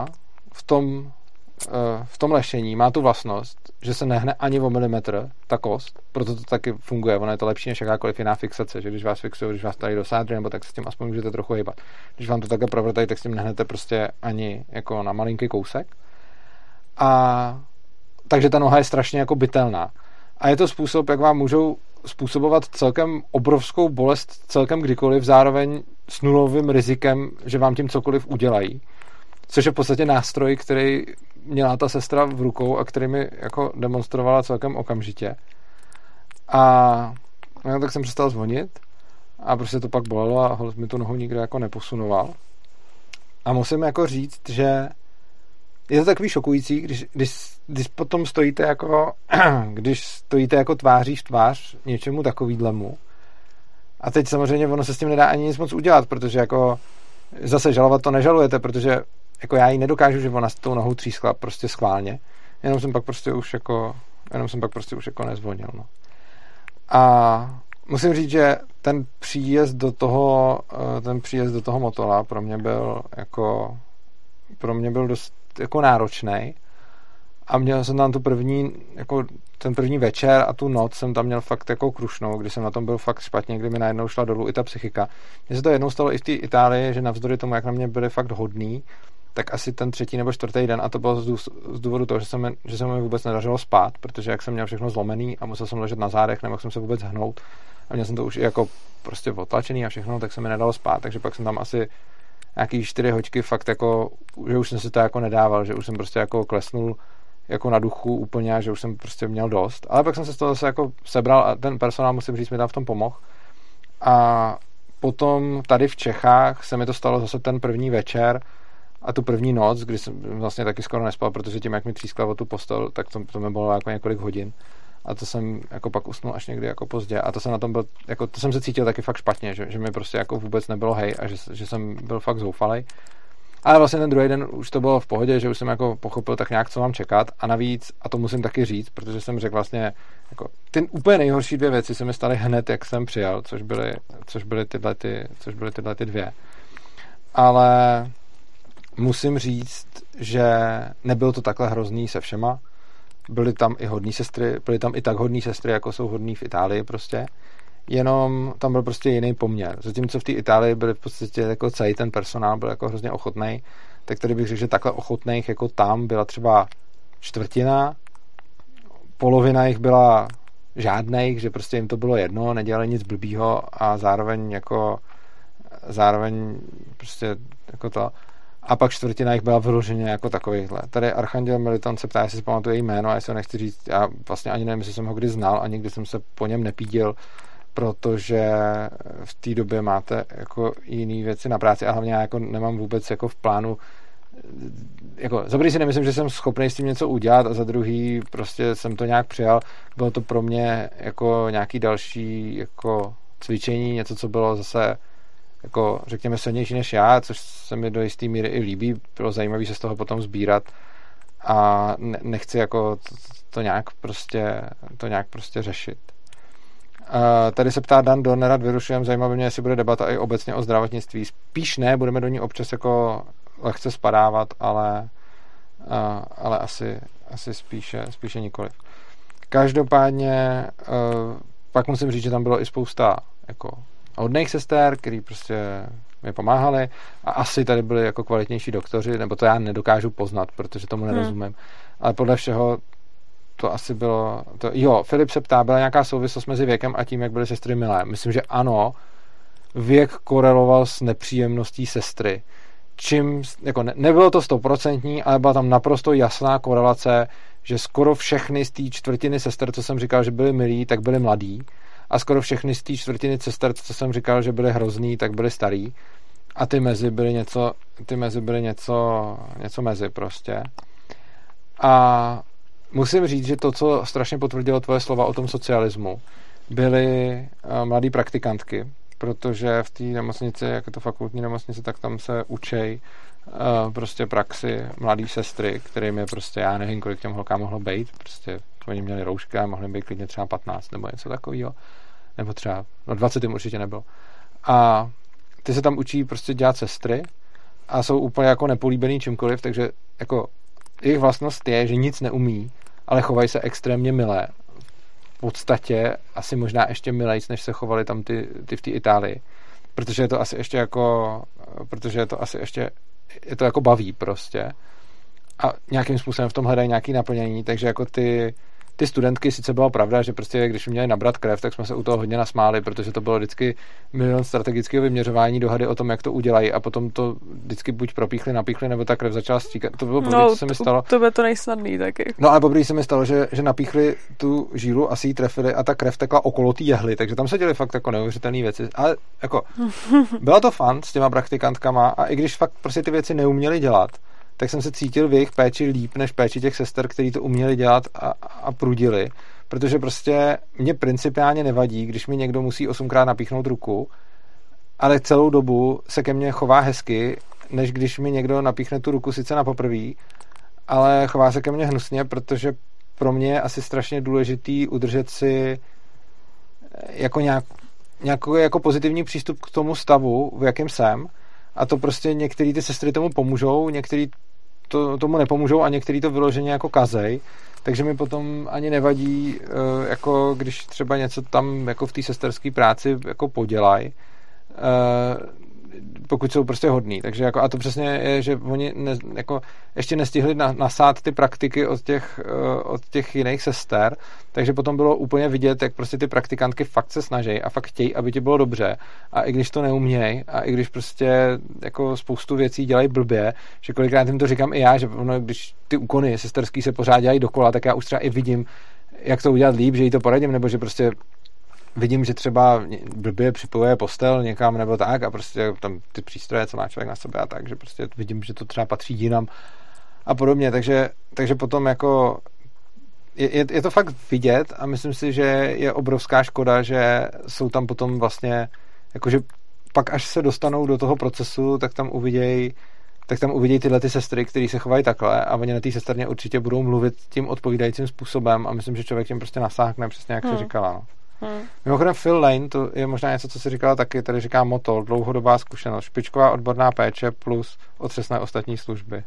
v tom lešení má tu vlastnost, že se nehne ani o milimetr ta kost, proto to taky funguje. Ono je to lepší než jakákoliv jiná fixace, že když vás fixují, když vás tady do sádry, nebo tak s tím aspoň můžete trochu hýbat. Když vám to takhle provrtají, tak s tím nehnete prostě ani jako na malinký kousek. A takže ta noha je strašně jako bytelná. A je to způsob, jak vám můžou způsobovat celkem obrovskou bolest celkem kdykoliv, zároveň s nulovým rizikem, že vám tím cokoliv udělají. Což je v podstatě nástroj, který měla ta sestra v rukou a který mi jako demonstrovala celkem okamžitě. A no, tak jsem přestal zvonit a prostě to pak bolelo a holt mi tu nohu nikdo jako neposunoval. A musím jako říct, že je to takový šokující, když potom stojíte jako když stojíte jako tváří v tvář něčemu takovýhlemu. A teď samozřejmě ono se s tím nedá ani nic moc udělat, protože jako zase žalovat to nežalujete, protože jako já jí nedokážu, že ona s tou nohou třískla prostě schválně. Jenom jsem pak prostě už jako nezvonil. No. A musím říct, že ten příjezd do toho Motola pro mě byl dost jako náročnej. A měl jsem tam ten první večer a tu noc jsem tam měl fakt jako krušnou, kdy jsem na tom byl fakt špatně, kdy mi najednou šla dolů i ta psychika. Mně se to jednou stalo i v té Itálii, že navzdory tomu, jak na mě byli fakt hodný, tak asi ten 3. nebo 4. den, a to bylo z důvodu toho, že se mi vůbec nedařilo spát, protože jak jsem měl všechno zlomený a musel jsem ležet na zádech, nemohl jsem se vůbec hnout a měl jsem to už i jako prostě otlačený a všechno, tak se mi nedalo spát, takže pak jsem tam asi nějaký 4 hoďky fakt jako, že už jsem si to jako nedával, že už jsem prostě jako klesnul jako na duchu úplně a že už jsem prostě měl dost. Ale pak jsem se z toho zase jako sebral a ten personál, musím říct, mi tam v tom pomohl. A potom tady v Čechách se mi to stalo zase ten první večer a tu první noc, kdy jsem vlastně taky skoro nespal, protože tím, jak mi třískla o tu postel, tak to mi bylo jako několik hodin. A to jsem jako pak usnul až někdy jako pozdě. A to jsem na tom byl, jako to jsem se cítil taky fakt špatně, že mi prostě jako vůbec nebylo hej a že jsem byl fakt zoufalej. Ale vlastně ten druhý den už to bylo v pohodě, že už jsem jako pochopil tak nějak, co mám čekat. A navíc, a to musím taky říct, protože jsem řekl vlastně, jako ty úplně nejhorší 2 věci se mi staly hned, jak jsem přijel, což byly tyhle dvě. Ale musím říct, že nebylo to takhle hrozný se všema. Byly tam i hodný sestry, byly tam i tak hodný sestry, jako jsou hodný v Itálii prostě. Jenom tam byl prostě jiný poměr. Zatímco v té Itálii byli v podstatě jako celý ten personál byl jako hrozně ochotnej, tak tady bych řekl, že takhle ochotných jako tam byla třeba 1/4, polovina jich byla žádných, že prostě jim to bylo jedno, nedělali nic blbýho a zároveň prostě jako to. A pak 1/4 jich byla vyloženě jako takovýchhle. Tady Archanděl Militon se ptá, jestli si pamatuje jméno a jestli ho nechci říct. Já vlastně ani nevím, jestli jsem ho kdy znal a nikdy jsem se po něm nepídil, protože v té době máte jako jiné věci na práci a hlavně já jako nemám vůbec jako v plánu jako za první si nemyslím, že jsem schopný s tím něco udělat a za druhý prostě jsem to nějak přijal. Bylo to pro mě jako nějaký další jako cvičení, něco, co bylo zase jako řekněme silnější než já, což se mi do jisté míry i líbí. Bylo zajímavé se z toho potom sbírat a nechci jako to nějak prostě řešit. Tady se ptá Dan, nerad vyrušujem, zajímavé mě, jestli bude debata i obecně o zdravotnictví. Spíš ne, budeme do ní občas jako lehce spadávat, ale asi spíše nikoliv. Každopádně pak musím říct, že tam bylo i spousta jako hodných sester, který prostě mi pomáhali a asi tady byli jako kvalitnější doktoři, nebo to já nedokážu poznat, protože tomu nerozumím. Ale podle všeho to asi bylo... Filip se ptá, byla nějaká souvislost mezi věkem a tím, jak byly sestry milé. Myslím, že ano, věk koreloval s nepříjemností sestry. Čím, jako nebylo to 100%, ale byla tam naprosto jasná korelace, že skoro všechny z té čtvrtiny sester, co jsem říkal, že byly milí, tak byly mladí. A skoro všechny z té čtvrtiny sester, co jsem říkal, že byly hrozný, tak byly starý. A ty mezi byly něco mezi prostě. A musím říct, že to, co strašně potvrdilo tvoje slova o tom socialismu, byly mladý praktikantky, protože v té nemocnici, jak je to fakultní nemocnice, tak tam se učej prostě praxi mladý sestry, kterým je prostě, já nevím, kolik těm holkám mohlo být, prostě oni měli roušky a mohli být klidně třeba 15 nebo něco takového, nebo třeba, 20 jim určitě nebylo. A ty se tam učí prostě dělat sestry a jsou úplně jako nepolíbený čímkoliv, takže jako jejich vlastnost je, že nic neumí, ale chovají se extrémně milé. V podstatě asi možná ještě milejc, než se chovali tam ty v té Itálii. Protože je to asi ještě je to jako baví prostě. A nějakým způsobem v tom hledají nějaké naplnění, takže jako ty studentky, sice byla pravda, že prostě když měli nabrat krev, tak jsme se u toho hodně nasmáli, protože to bylo vždycky milion strategického vyměřování, dohady o tom, jak to udělají a potom to vždycky buď propíchli, napíchli, nebo ta krev začala stříkat. To bylo poprvé, co se mi stalo. To bylo to nejsnadný taky. No ale poprvé se mi stalo, že napíchli tu žílu, asi ji trefili a ta krev tekla okolo té jehly, takže tam se děly fakt jako neuvěřitelné věci. Ale jako bylo to fun s těma praktikantkama a i když fakt prostě ty věci neuměli dělat, tak jsem se cítil v jejich péči líp než péči těch sester, kteří to uměli dělat a prudili, protože prostě mě principiálně nevadí, když mi někdo musí 8krát napíchnout ruku, ale celou dobu se ke mně chová hezky, než když mi někdo napíchne tu ruku sice na poprví, ale chová se ke mně hnusně, protože pro mě je asi strašně důležitý udržet si jako nějaký jako pozitivní přístup k tomu stavu, v jakém jsem, a to prostě některý ty sestry tomu pomůžou, některý tomu nepomůžou a některý to vyloženě jako kazej, takže mi potom ani nevadí, jako když třeba něco tam jako v té sesterské práci jako podělají, pokud jsou prostě hodný. Takže jako, a to přesně je, že oni jako ještě nestihli nasát ty praktiky od těch jiných sester, takže potom bylo úplně vidět, jak prostě ty praktikantky fakt se snaží a fakt chtějí, aby ti bylo dobře. A i když to neumějí a i když prostě jako spoustu věcí dělají blbě, že kolikrát jim to říkám i já, že ono, když ty úkony sesterský se pořád dělají dokola, tak já už třeba i vidím, jak to udělat líp, že jí to poradím, nebo že prostě vidím, že třeba blbě připojuje postel někam nebo tak a prostě tam ty přístroje, co má člověk na sobě a tak, že prostě vidím, že to třeba patří jinam a podobně, takže potom jako je to fakt vidět a myslím si, že je obrovská škoda, že jsou tam potom vlastně jakože pak až se dostanou do toho procesu, tak tam uvidějí tyhle ty sestry, který se chovají takhle a oni na té sesterně určitě budou mluvit tím odpovídajícím způsobem a myslím, že člověk tím prostě nasáhne přesně jak se říkala. No. Mimochodem Phil Lane, to je možná něco, co si říkala taky, tady říká motto, dlouhodobá zkušenost, špičková odborná péče plus otřesné ostatní služby.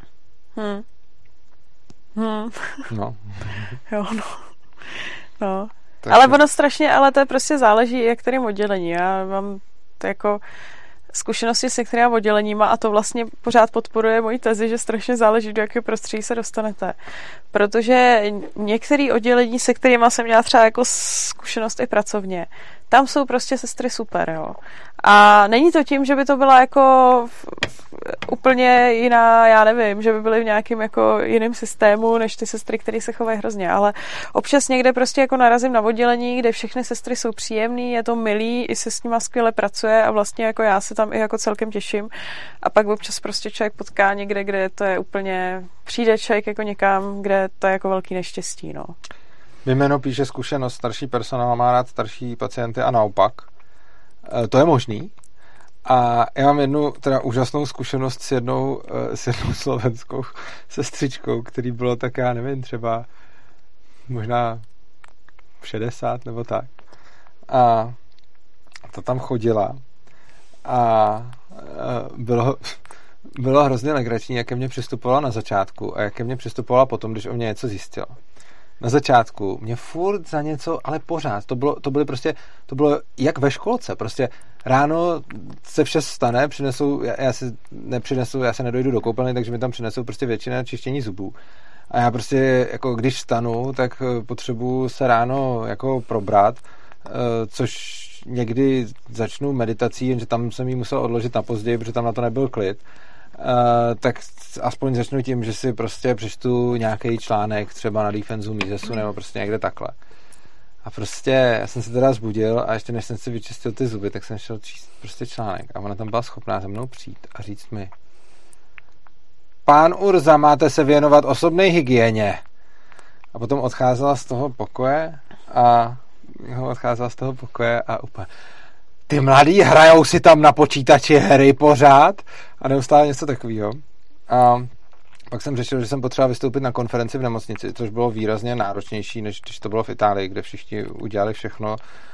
No. Jo, no. Ale ono strašně, ale to je prostě záleží, jak kterým oddělení. Já mám to jako zkušenosti s některými odděleníma a to vlastně pořád podporuje moji tezi, že strašně záleží, do jakého prostředí se dostanete. Protože některé oddělení, se kterými jsem měla třeba jako zkušenost i pracovně, tam jsou prostě sestry super, jo. A není to tím, že by to byla jako úplně jiná, já nevím, že by byly v nějakým jako jiném systému, než ty sestry, které se chovají hrozně, ale občas někde prostě jako narazím na oddělení, kde všechny sestry jsou příjemný, je to milý, i se s nima skvěle pracuje a vlastně jako já se tam i jako celkem těším. A pak občas prostě člověk potká někde, kde to je úplně, přijde člověk jako někam, kde to je jako velký neštěstí, no. Vymeno píše zkušenost, starší personál má rád starší pacienty a naopak. To je možný. A já mám jednu teda úžasnou zkušenost s jednou slovenskou sestřičkou, který bylo tak, já nevím, třeba možná 60 nebo tak. A ta tam chodila a bylo hrozně legrační, jak ke mně přistupovala na začátku a jak ke mně přistupovala potom, když o mě něco zjistila. Na začátku mě furt za něco, ale pořád. To bylo jak ve školce. Prostě ráno se vše stane, já se nedojdu do koupelny, takže mi tam přinesou prostě většina čištění zubů. A já prostě, jako když vstanu, tak potřebuji se ráno jako probrat, což někdy začnu meditací, jenže tam jsem ji musel odložit na později, protože tam na to nebyl klid. Tak aspoň začnu tím, že si prostě přečtu nějaký článek třeba na Defensu Misesu nebo prostě někde takhle. A prostě já jsem se teda zbudil a ještě než jsem si vyčistil ty zuby, tak jsem šel číst prostě článek a ona tam byla schopná za mnou přijít a říct mi: Pán Urza, máte se věnovat osobní hygieně. A potom odcházela z toho pokoje a úplně: Ty mladí hrajou si tam na počítači hry pořád a neustále něco takového. A pak jsem řešil, že jsem potřeboval vystoupit na konferenci v nemocnici, což bylo výrazně náročnější, než když to bylo v Itálii, kde všichni udělali všechno,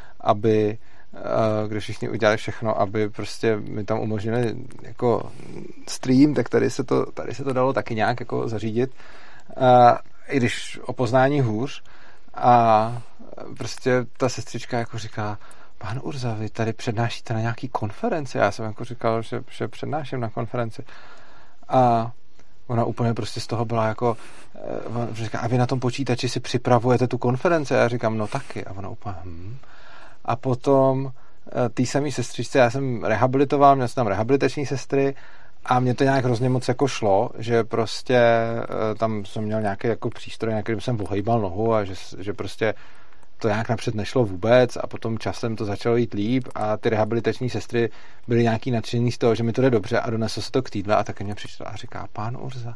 aby prostě mi tam umožnili jako stream, tak tady se to dalo taky nějak jako zařídit. I když o poznání hůř. A prostě ta sestřička jako říká: Pán Urza, vy tady přednášíte na nějaký konferenci. Já jsem jako říkal, že přednáším na konferenci. A ona úplně prostě z toho byla jako, říká: a vy na tom počítači si připravujete tu konferenci? A já říkám: no taky. A ona úplně A potom tý samý sestřičce, já jsem rehabilitoval, měl jsem tam rehabilitační sestry a mě to nějak hrozně moc jako šlo, že prostě tam jsem měl nějaký jako přístroj, na kterým jsem ohejbal nohu a že prostě to nějak napřed nešlo vůbec a potom časem to začalo jít líp a ty rehabilitační sestry byly nějaký nadšený z toho, že mi to jde dobře a doneslo se to k týdle a taky mě přišla a říká: Pán Urza,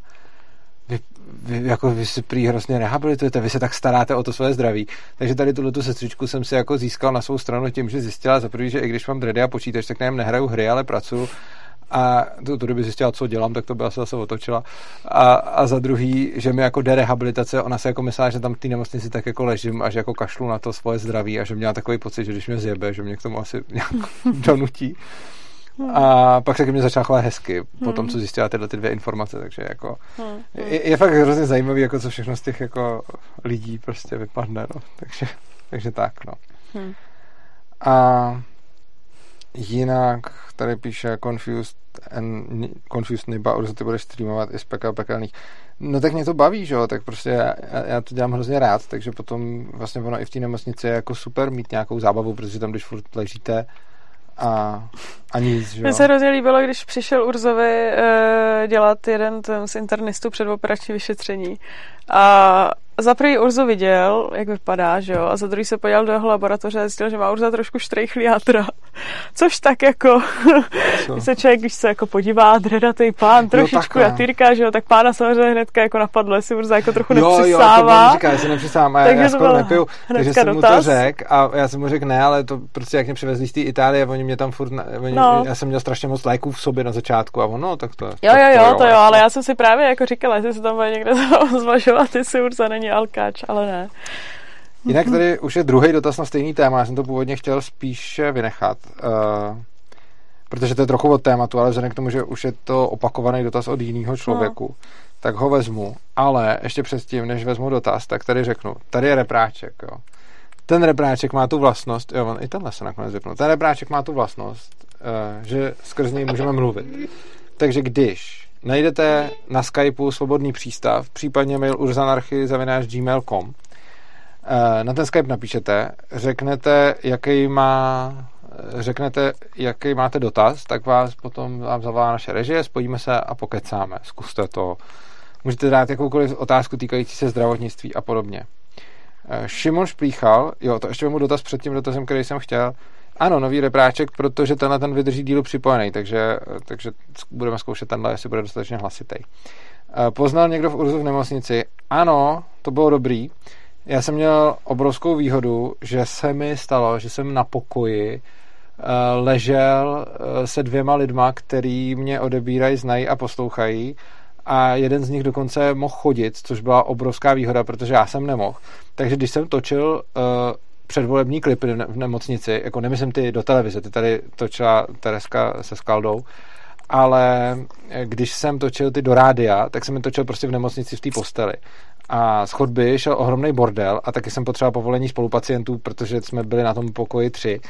vy si prý hrozně rehabilitujete, vy se tak staráte o to své zdraví. Takže tady tuhletu sestřičku jsem si jako získal na svou stranu tím, že zjistila za první, že i když mám dready a počítač, tak nehraju hry, ale pracuju. A tu doby zjistila, co dělám, tak to by se zase otočila. A za druhý, že mi jako jde rehabilitace, ona se jako myslela, že tam v té nemocnici tak jako ležím a že jako kašlu na to svoje zdraví a že měla takový pocit, že když mě zjebe, že mě k tomu asi nějak donutí. A pak se ke mně začala chovat hezky, po tom, co zjistila tyhle ty dvě informace, takže jako je fakt hrozně zajímavý, jako co všechno z těch jako lidí prostě vypadne, no. Takže tak, no. A jinak tady píše Confused Niba, Urza, ty budeš streamovat i z pekel pekelných. No tak mě to baví, že jo, tak prostě já to dělám hrozně rád, takže potom vlastně ono i v té nemocnici je jako super mít nějakou zábavu, protože tam, když furt ležíte a nic, že jo. Mně se hrozně líbilo, když přišel Urzovi dělat jeden z internistů předoperační vyšetření. A za první Urzu viděl, jak vypadá, že jo, a za druhý se podíval do jeho laboratoře a zjistil, že má Urza trošku štrejchlý játra. Což tak jako, když se člověk, když se jako podívá, dredatej pán, trošičku jatýrka, že jo, tak pána samozřejmě hnedka jako napadlo, jestli Urza jako trochu nepřisává. Jo, to říká, jestli nepřisávám a já skoro nepiju, takže jsem mu to řekl a já jsem mu řekl ne, ale to prostě jak mě přivezli z té Itálie, oni mě tam furt, já jsem měl strašně moc léků v sobě na začátku a ono, tak to jo, ale já jsem si právě jako říkala, jestli se tam bude někde zvažovat, jestli Urza není alkáč, ale ne. Jinak tady už je druhý dotaz na stejný téma, já jsem to původně chtěl spíše vynechat, protože to je trochu od tématu, ale vzhledem k tomu, že už je to opakovaný dotaz od jiného člověku, tak ho vezmu, ale ještě předtím, než vezmu dotaz, tak tady řeknu, tady je repráček, jo. Ten repráček má tu vlastnost, jo, i tenhle se nakonec vypnu, ten repráček má tu vlastnost, že skrz něj můžeme mluvit. Takže když najdete na Skypeu svobodný přístav, případně mail urzanarchy@gmail.com Na ten Skype napíšete, řeknete, jaký máte dotaz, tak vás potom vám zavolá naše režie, spojíme se a pokecáme. Zkuste to. Můžete dát jakoukoliv otázku týkající se zdravotnictví a podobně. Šimon Šplíchal, to ještě mám dotaz před tím dotazem, který jsem chtěl. Ano, nový repráček, protože ten vydrží dílu připojený, takže budeme zkoušet tenhle, jestli bude dostatečně hlasitý. Poznal někdo v Urzu v nemocnici? Ano, to bylo dobrý. Já jsem měl obrovskou výhodu, že se mi stalo, že jsem na pokoji ležel se 2 lidma, který mě odebírají, znají a poslouchají, a jeden z nich dokonce mohl chodit, což byla obrovská výhoda, protože já jsem nemohl. Takže když jsem točil předvolební klipy v nemocnici, jako nemyslím ty do televize, ty tady točila Tereska se Skaldou, ale když jsem točil ty do rádia, tak jsem je točil prostě v nemocnici v té posteli. A z chodby šel ohromný bordel a taky jsem potřeboval povolení spolupacientů, protože jsme byli na tom pokoji 3.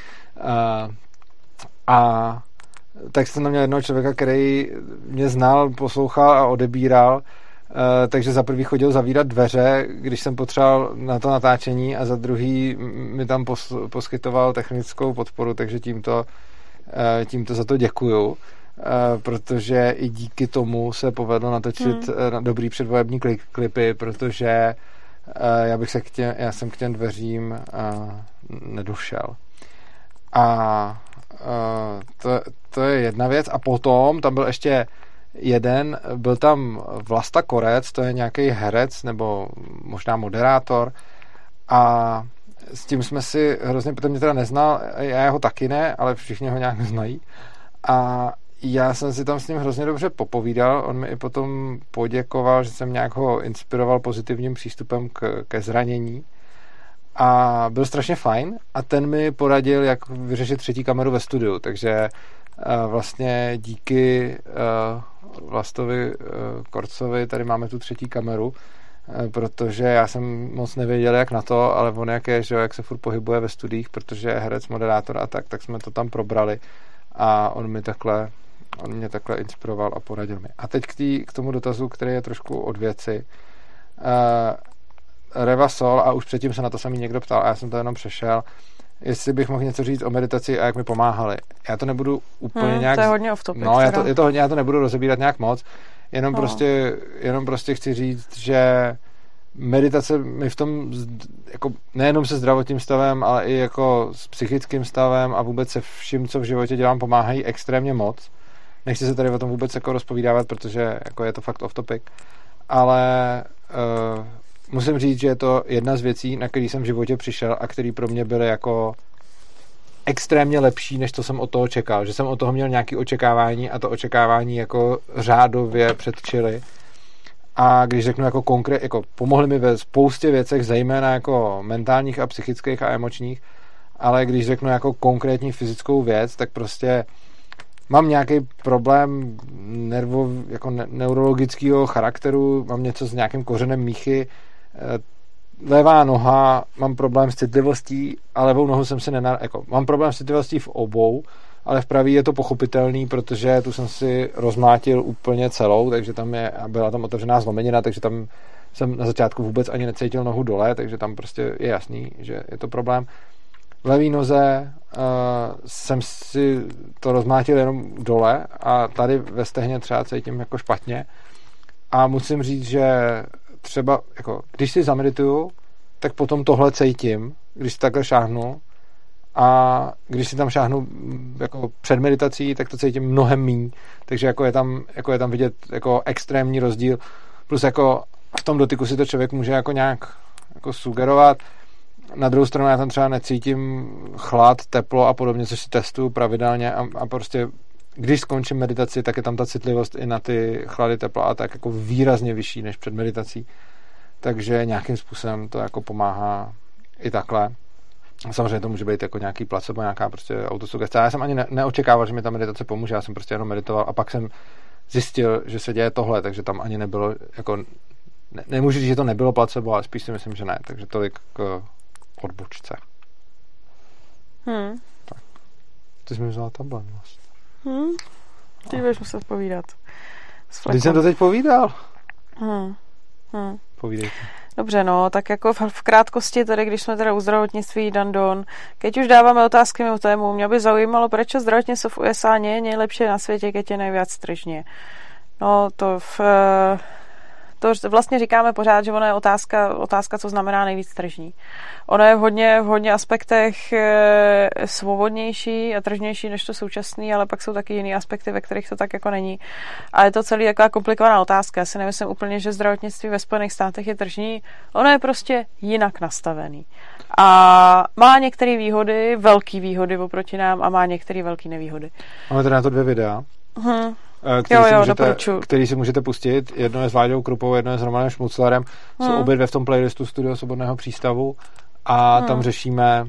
A tak jsem tam měl jednoho člověka, který mě znal, poslouchal a odebíral, takže za prvý chodil zavírat dveře, když jsem potřeboval na to natáčení, a za druhý mi tam poskytoval technickou podporu, takže tímto za to děkuju, protože i díky tomu se povedlo natočit dobrý předvolební klipy, protože já jsem k těm dveřím nedošel. A to je jedna věc. A potom tam byl ještě byl tam Vlasta Korec, to je nějaký herec nebo možná moderátor, a s tím jsme si hrozně, protože mě teda neznal, já ho taky ne, ale všichni ho nějak znají, a já jsem si tam s ním hrozně dobře popovídal, on mi i potom poděkoval, že jsem nějak ho inspiroval pozitivním přístupem ke zranění, a byl strašně fajn, a ten mi poradil, jak vyřešit 3. kameru ve studiu, takže vlastně díky Vlastovi Korcovi tady máme tu 3. kameru, protože já jsem moc nevěděl, jak na to, ale on jak se furt pohybuje ve studiích, protože je herec, moderátor a tak jsme to tam probrali, a on mě takhle inspiroval a poradil mi. A teď k tomu dotazu, který je trošku od věci. Revasol, a už předtím se na to samý někdo ptal a já jsem to jenom přešel, jestli bych mohl něco říct o meditaci a jak mi pomáhali. Já to nebudu úplně nějak... To je hodně off topic. No, já to nebudu rozebírat nějak moc, jenom prostě chci říct, že meditace mi v tom, jako nejenom se zdravotním stavem, ale i jako s psychickým stavem a vůbec se vším, co v životě dělám, pomáhají extrémně moc. Nechci se tady o tom vůbec jako rozpovídávat, protože jako je to fakt off topic, ale musím říct, že je to jedna z věcí, na který jsem v životě přišel a který pro mě byly jako extrémně lepší, než to jsem od toho čekal. Že jsem od toho měl nějaké očekávání a to očekávání jako řádově předčili. A když řeknu jako konkrétně, jako pomohli mi ve spoustě věcech, zejména jako mentálních a psychických a emočních, ale když řeknu jako konkrétní fyzickou věc, tak prostě mám nějaký problém neurologického charakteru, mám něco s nějakým kořenem míchy, levá noha, mám problém s citlivostí, a levou nohu jsem si mám problém s citlivostí v obou, ale v pravý je to pochopitelný, protože tu jsem si rozmlátil úplně celou, takže byla tam otevřená zlomenina, takže tam jsem na začátku vůbec ani necítil nohu dole, takže tam prostě je jasný, že je to problém. V levý noze jsem si to rozmlátil jenom dole a tady ve stehně třeba cítím jako špatně, a musím říct, že třeba, jako, když si zamedituju, tak potom tohle cítím, když si takhle šáhnu, a když si tam šáhnu jako před meditací, tak to cítím mnohem míň, takže jako je tam vidět jako extrémní rozdíl, plus jako v tom dotyku si to člověk může jako nějak jako sugerovat. Na druhou stranu já tam třeba necítím chlad, teplo a podobně, což si testuju pravidelně, a prostě když skončím meditaci, tak je tam ta citlivost i na ty chlady, tepla a tak jako výrazně vyšší než před meditací. Takže nějakým způsobem to jako pomáhá i takhle. Samozřejmě to může být jako nějaký placebo, nějaká prostě autosugestce. Já jsem ani neočekával, že mi ta meditace pomůže, já jsem prostě jenom meditoval a pak jsem zjistil, že se děje tohle, takže tam ani nebylo, jako nemůžu říct, že to nebylo placebo, ale spíš si myslím, že ne, takže tolik k odbočce. Tak. Ty jsi mi vzala tablet vlastně. Ty budeš muset povídat. Když jsem to teď povídal. Povídejte. Dobře, no, tak jako v krátkosti tady, když jsme teda u zdravotnictví Dandon, keď už dáváme otázky mimo tému, mě by zajímalo, proč zdravotnictvo v USA nie je nejlepší na světě, keď je nejvíc tržně. No, to vlastně říkáme pořád, že ona je otázka, co znamená nejvíc tržní. Ono je v hodně aspektech svobodnější a tržnější než to současný, ale pak jsou taky jiný aspekty, ve kterých to tak jako není. A je to celý taková komplikovaná otázka. Já si nemyslím úplně, že zdravotnictví ve Spojených státech je tržní. Ono je prostě jinak nastavený. A má některé výhody, velké výhody oproti nám a má některé velké nevýhody. Máme teda na to 2 videa. Který si můžete pustit. Jedno je s Váďou Krupou, jedno je s Romanem Šmuclerem. Jsou obě dvě v tom playlistu Studio Svobodného přístavu a tam řešíme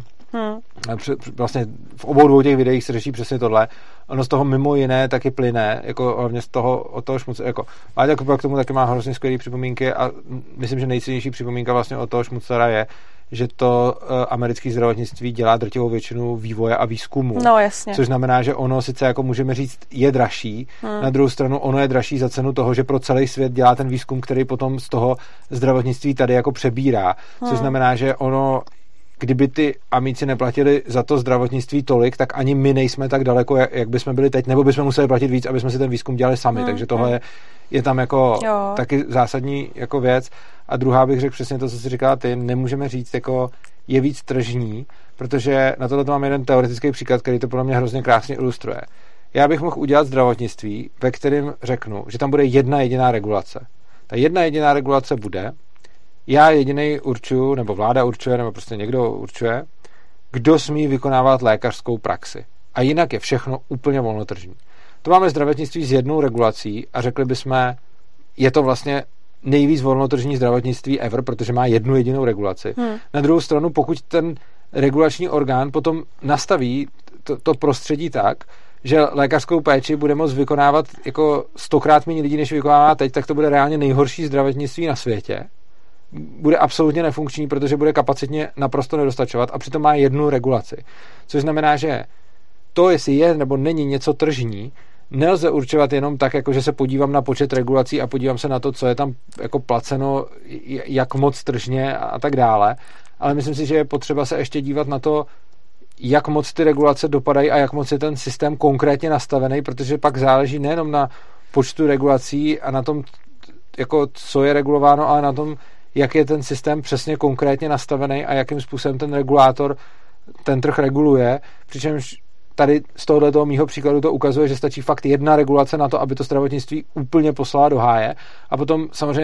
vlastně v obou dvou těch videích se řeší přesně tohle. Ono z toho mimo jiné taky plyne, jako hlavně od toho Šmuclera, jako Váďa Krupa k tomu taky má hrozně skvělé připomínky a myslím, že nejcennější připomínka vlastně od toho Šmuclera je, že to americké zdravotnictví dělá drtivou většinu vývoje a výzkumu. No, jasně. Což znamená, že ono sice jako můžeme říct je dražší, na druhou stranu ono je dražší za cenu toho, že pro celý svět dělá ten výzkum, který potom z toho zdravotnictví tady jako přebírá. Což znamená, že ono, kdyby ty amici neplatili za to zdravotnictví tolik, tak ani my nejsme tak daleko, jak bychom byli teď, nebo bychom museli platit víc, aby jsme si ten výzkum dělali sami. Takže tohle je tam jako taky zásadní jako věc. A druhá bych řekl přesně to, co jsi říkala ty, nemůžeme říct, jako je víc tržní, protože na tohle mám jeden teoretický příklad, který to podle mě hrozně krásně ilustruje. Já bych mohl udělat zdravotnictví, ve kterém řeknu, že tam bude jedna jediná regulace. Ta jedna jediná regulace bude, já jedinej určuju, nebo vláda určuje, nebo prostě někdo určuje, kdo smí vykonávat lékařskou praxi. A jinak je všechno úplně volnotržní. To máme zdravotnictví s jednou regulací a řekli bychom, je to vlastně nejvíc volnotržní zdravotnictví ever, protože má jednu jedinou regulaci. Na druhou stranu, pokud ten regulační orgán potom nastaví to prostředí tak, že lékařskou péči bude moct vykonávat jako 100krát méně lidí, než vykonává teď, tak to bude reálně nejhorší zdravotnictví na světě. Bude absolutně nefunkční, protože bude kapacitně naprosto nedostačovat a přitom má jednu regulaci. Což znamená, že to, jestli je nebo není něco tržní, nelze určovat jenom tak, jako že se podívám na počet regulací a podívám se na to, co je tam jako placeno, jak moc tržně a tak dále. Ale myslím si, že je potřeba se ještě dívat na to, jak moc ty regulace dopadají a jak moc je ten systém konkrétně nastavený, protože pak záleží nejenom na počtu regulací a na tom, jako co je regulováno, ale na tom, jak je ten systém přesně konkrétně nastavený a jakým způsobem ten regulátor ten trh reguluje, přičemž tady z tohoto mýho příkladu to ukazuje, že stačí fakt jedna regulace na to, aby to zdravotnictví úplně poslala do háje. A potom samozřejmě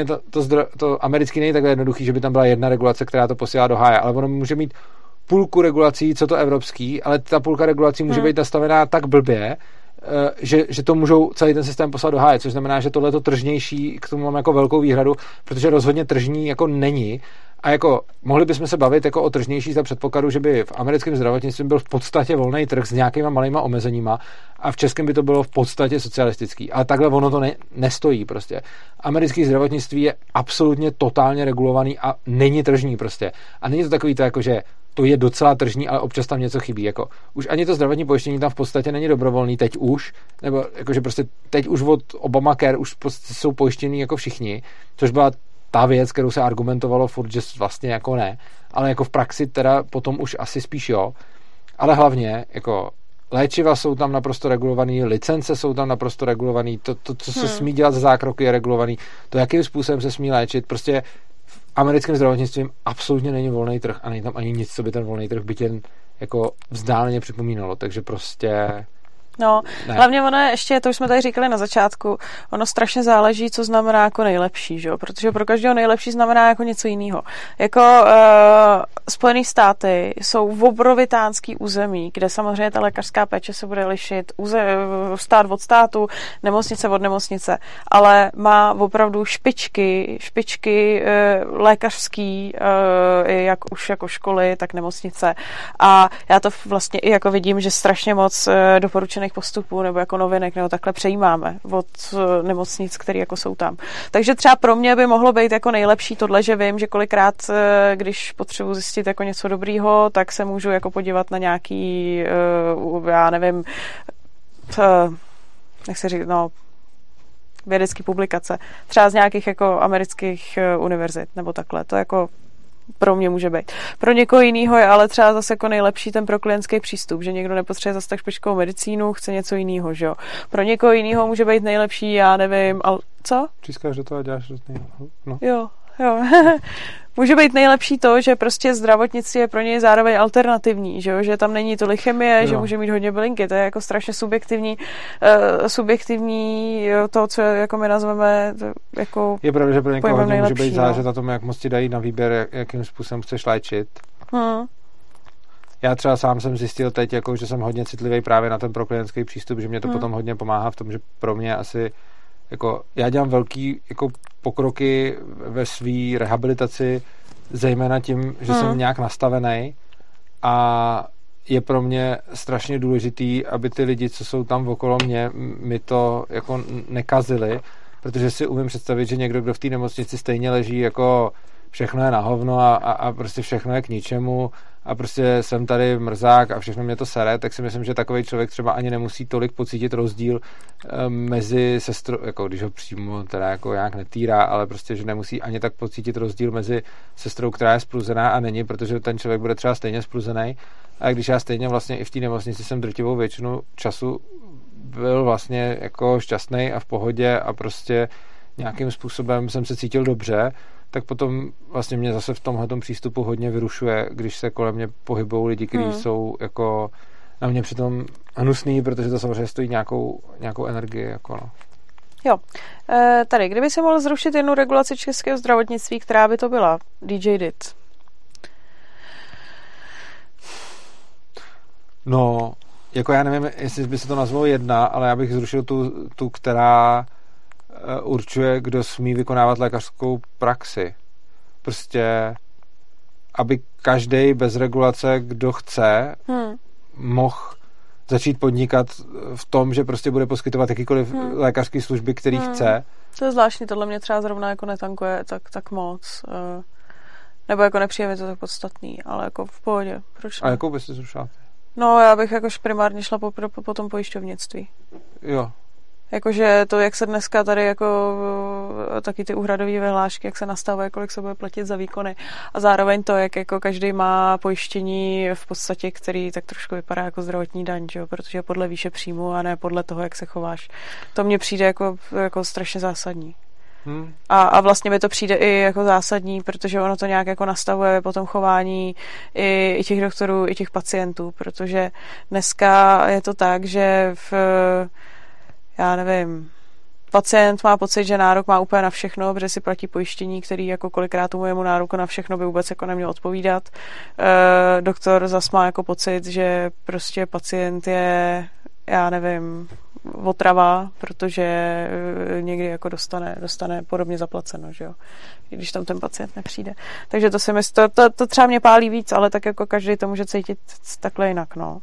to americký není takhle jednoduchý, že by tam byla jedna regulace, která to posílá do háje, ale ono může mít půlku regulací, co to evropský, ale ta půlka regulací může být nastavená tak blbě, že to můžou celý ten systém poslat do háje, což znamená, že tohle je to tržnější, k tomu mám jako velkou výhradu, protože rozhodně tržní jako není. A jako mohli bychom se bavit jako o tržnější za předpokladu, že by v americkém zdravotnictví byl v podstatě volný trh s nějakýma malýma omezeníma a v českém by to bylo v podstatě socialistický. Ale takhle ono to nestojí prostě. Americké zdravotnictví je absolutně totálně regulovaný a není tržní prostě. A není to takový to jako, že to je docela tržní, ale občas tam něco chybí. Jako, už ani to zdravotní pojištění tam v podstatě není dobrovolný, teď už, nebo jakože prostě teď už od Obamacare už jsou pojištění jako všichni, což byla ta věc, kterou se argumentovalo furt, že vlastně jako ne, ale jako v praxi teda potom už asi spíš jo, ale hlavně jako léčiva jsou tam naprosto regulovaný, licence jsou tam naprosto regulovaný, to co se smí dělat za zákroky, je regulovaný, to, jakým způsobem se smí léčit, prostě v americkém zdravotnictvím absolutně není volný trh a není tam ani nic, co by ten volný trh byť jen jako vzdáleně připomínalo, takže prostě no, ne. Hlavně ono ještě, to už jsme tady říkali na začátku, ono strašně záleží, co znamená jako nejlepší, že jo? Protože pro každého nejlepší znamená jako něco jiného. Jako Spojené státy jsou obrovitánský území, kde samozřejmě ta lékařská péče se bude lišit, stát od státu, nemocnice od nemocnice, ale má opravdu špičky lékařský, jak už jako školy, tak nemocnice. A já to vlastně i jako vidím, že strašně moc doporučených postupů nebo jako novinek nebo takhle přejímáme od nemocnic, které jako jsou tam. Takže třeba pro mě by mohlo být jako nejlepší tohle, že vím, že kolikrát, když potřebuji zjistit jako něco dobrýho, tak se můžu jako podívat na nějaký, já nevím, jak se říká, no, vědecké publikace. Třeba z nějakých jako amerických univerzit nebo takhle. To jako pro mě může být. Pro někoho jiného je ale třeba zase jako nejlepší ten proklientský přístup, že někdo nepotřebuje zase tak špičkovou medicínu, chce něco jiného, že jo. Pro někoho jiného může být nejlepší, já nevím, ale co? Přískáš do toho a děláš různý. No. Jo. Může být nejlepší to, že prostě zdravotnictví je pro něj zároveň alternativní, že tam není tolik chemie, že může mít hodně bylinky. To je jako strašně subjektivní to, co jako my nazveme jako je pravda, že pro někoho hodně může být záležet no. na tom, jak moc ti dají na výběr, jakým způsobem chceš léčit. Já třeba sám jsem zjistil teď, jako, že jsem hodně citlivý právě na ten proklientský přístup, že mě to potom hodně pomáhá v tom, že pro mě asi jako, já dělám velký jako pokroky ve své rehabilitaci, zejména tím, že jsem nějak nastavený a je pro mě strašně důležitý, aby ty lidi, co jsou tam okolo mě, mi to jako nekazili, protože si umím představit, že někdo, kdo v té nemocnici stejně leží, jako všechno je na hovno a prostě všechno je k ničemu a prostě jsem tady mrzák a všechno mě to sere, tak si myslím, že takový člověk třeba ani nemusí tolik pocítit rozdíl mezi sestrou, jako když ho přímo teda jako nějak netýrá, ale prostě, že nemusí ani tak pocítit rozdíl mezi sestrou, která je spruzená a není, protože ten člověk bude třeba stejně spruzený. A když já stejně vlastně i v té nemocnici jsem drtivou většinu času byl vlastně jako šťastný a v pohodě a prostě nějakým způsobem jsem se cítil dobře, tak potom vlastně mě zase v tomhletom přístupu hodně vyrušuje, když se kolem mě pohybou lidi, kteří jsou jako na mě přitom hnusný, protože to samozřejmě stojí nějakou energii. Jako no. Jo. Tady, kdyby si mohl zrušit jednu regulaci českého zdravotnictví, která by to byla? DJ Dit. No, jako já nevím, jestli by se to nazvalo jedna, ale já bych zrušil tu která určuje, kdo smí vykonávat lékařskou praxi. Prostě, aby každý bez regulace, kdo chce, mohl začít podnikat v tom, že prostě bude poskytovat jakýkoliv lékařské služby, který chce. To je zvláštní, tohle mě třeba zrovna jako netankuje tak moc. Nebo jako nepřijde mi to tak podstatný, ale jako v pohodě. Proč ne? A jakou bys si zrušila? No, já bych jakož primárně šla po tom pojišťovnictví. Jo. Jakože to, jak se dneska tady jako taky ty úhradové vyhlášky, jak se nastavuje, kolik se bude platit za výkony a zároveň to, jak jako každý má pojištění v podstatě, který tak trošku vypadá jako zdravotní daň, že jo? Protože podle výše příjmu a ne podle toho, jak se chováš. To mně přijde jako strašně zásadní. A vlastně mi to přijde i jako zásadní, protože ono to nějak jako nastavuje potom chování i těch doktorů, i těch pacientů, protože dneska je to tak, že já nevím, pacient má pocit, že nárok má úplně na všechno, protože si platí pojištění, který jako kolikrát tomu jemu nároku na všechno by vůbec jako neměl odpovídat. Doktor zas má jako pocit, že prostě pacient je, já nevím, otrava, protože někdy jako dostane podobně zaplaceno, že jo, když tam ten pacient nepřijde. Takže to si myslím, to třeba mě pálí víc, ale tak jako každý to může cítit takhle jinak, no.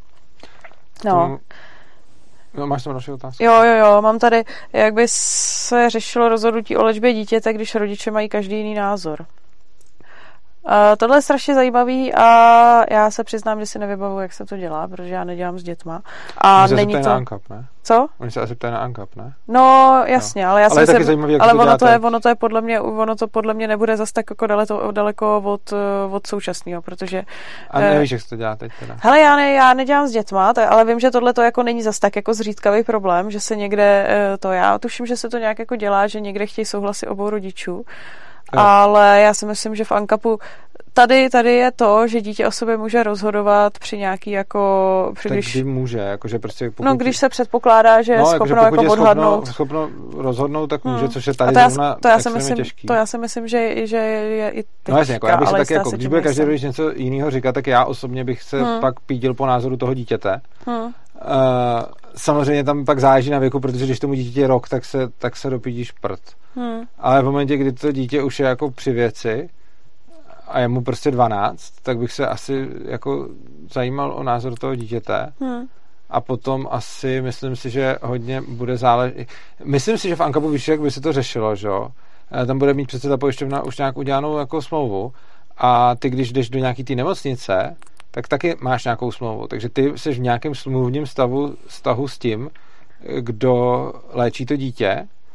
No, máš tam další otázku? Jo, mám tady, jak by se řešilo rozhodnutí o léčbě dítěte, když rodiče mají každý jiný názor. Tohle je strašně zajímavý a já se přiznám, že si nevybavuji, jak se to dělá, protože já nedělám s dětma. A není to... na ANCAP, ne? Co? Oni se asi ptají na ANCAP, ne? No, jasně, no. Ale já ale jsem se... zajímavý, ale ono to je podle mě nebude zas tak jako daleko od současného, protože... A nevíš, jak se to dělá teď teda? Hele, já nedělám s dětma, ale vím, že tohle to jako není zas tak jako zřídkavý problém, že se někde já tuším, že se to nějak jako dělá, že někde chtějí souhlasy obou rodičů. Jo. Ale já si myslím, že v ANCAPu tady je to, že dítě o sobě může rozhodovat při nějaký jako... Kdy může, jakože prostě... No, když se předpokládá, že je schopno jako odhadnout. Schopno rozhodnout, tak může, což je tady zrovna extrémně těžký. To já si myslím, že je i teďka, no jasně, jako já bych se taky, jako, když bude každý rodič něco jiného říkat, tak já osobně bych se pak pídil po názoru toho dítěte. Samozřejmě tam pak záleží na věku, protože když tomu dítěti je rok, tak se dopídíš prd. Ale v momentě, kdy to dítě už je jako při věci a je mu prostě 12, tak bych se asi jako zajímal o názor toho dítěte. A potom asi myslím si, že hodně bude záležet. Myslím si, že v ANCAPu víš, jak by se to řešilo, že jo? Tam bude mít přece ta pojišťovna už nějak udělanou jako smlouvu a ty, když jdeš do nějaký té nemocnice, tak taky máš nějakou smlouvu. Takže ty jsi v nějakém smluvním vztahu s tím, kdo léčí to dítě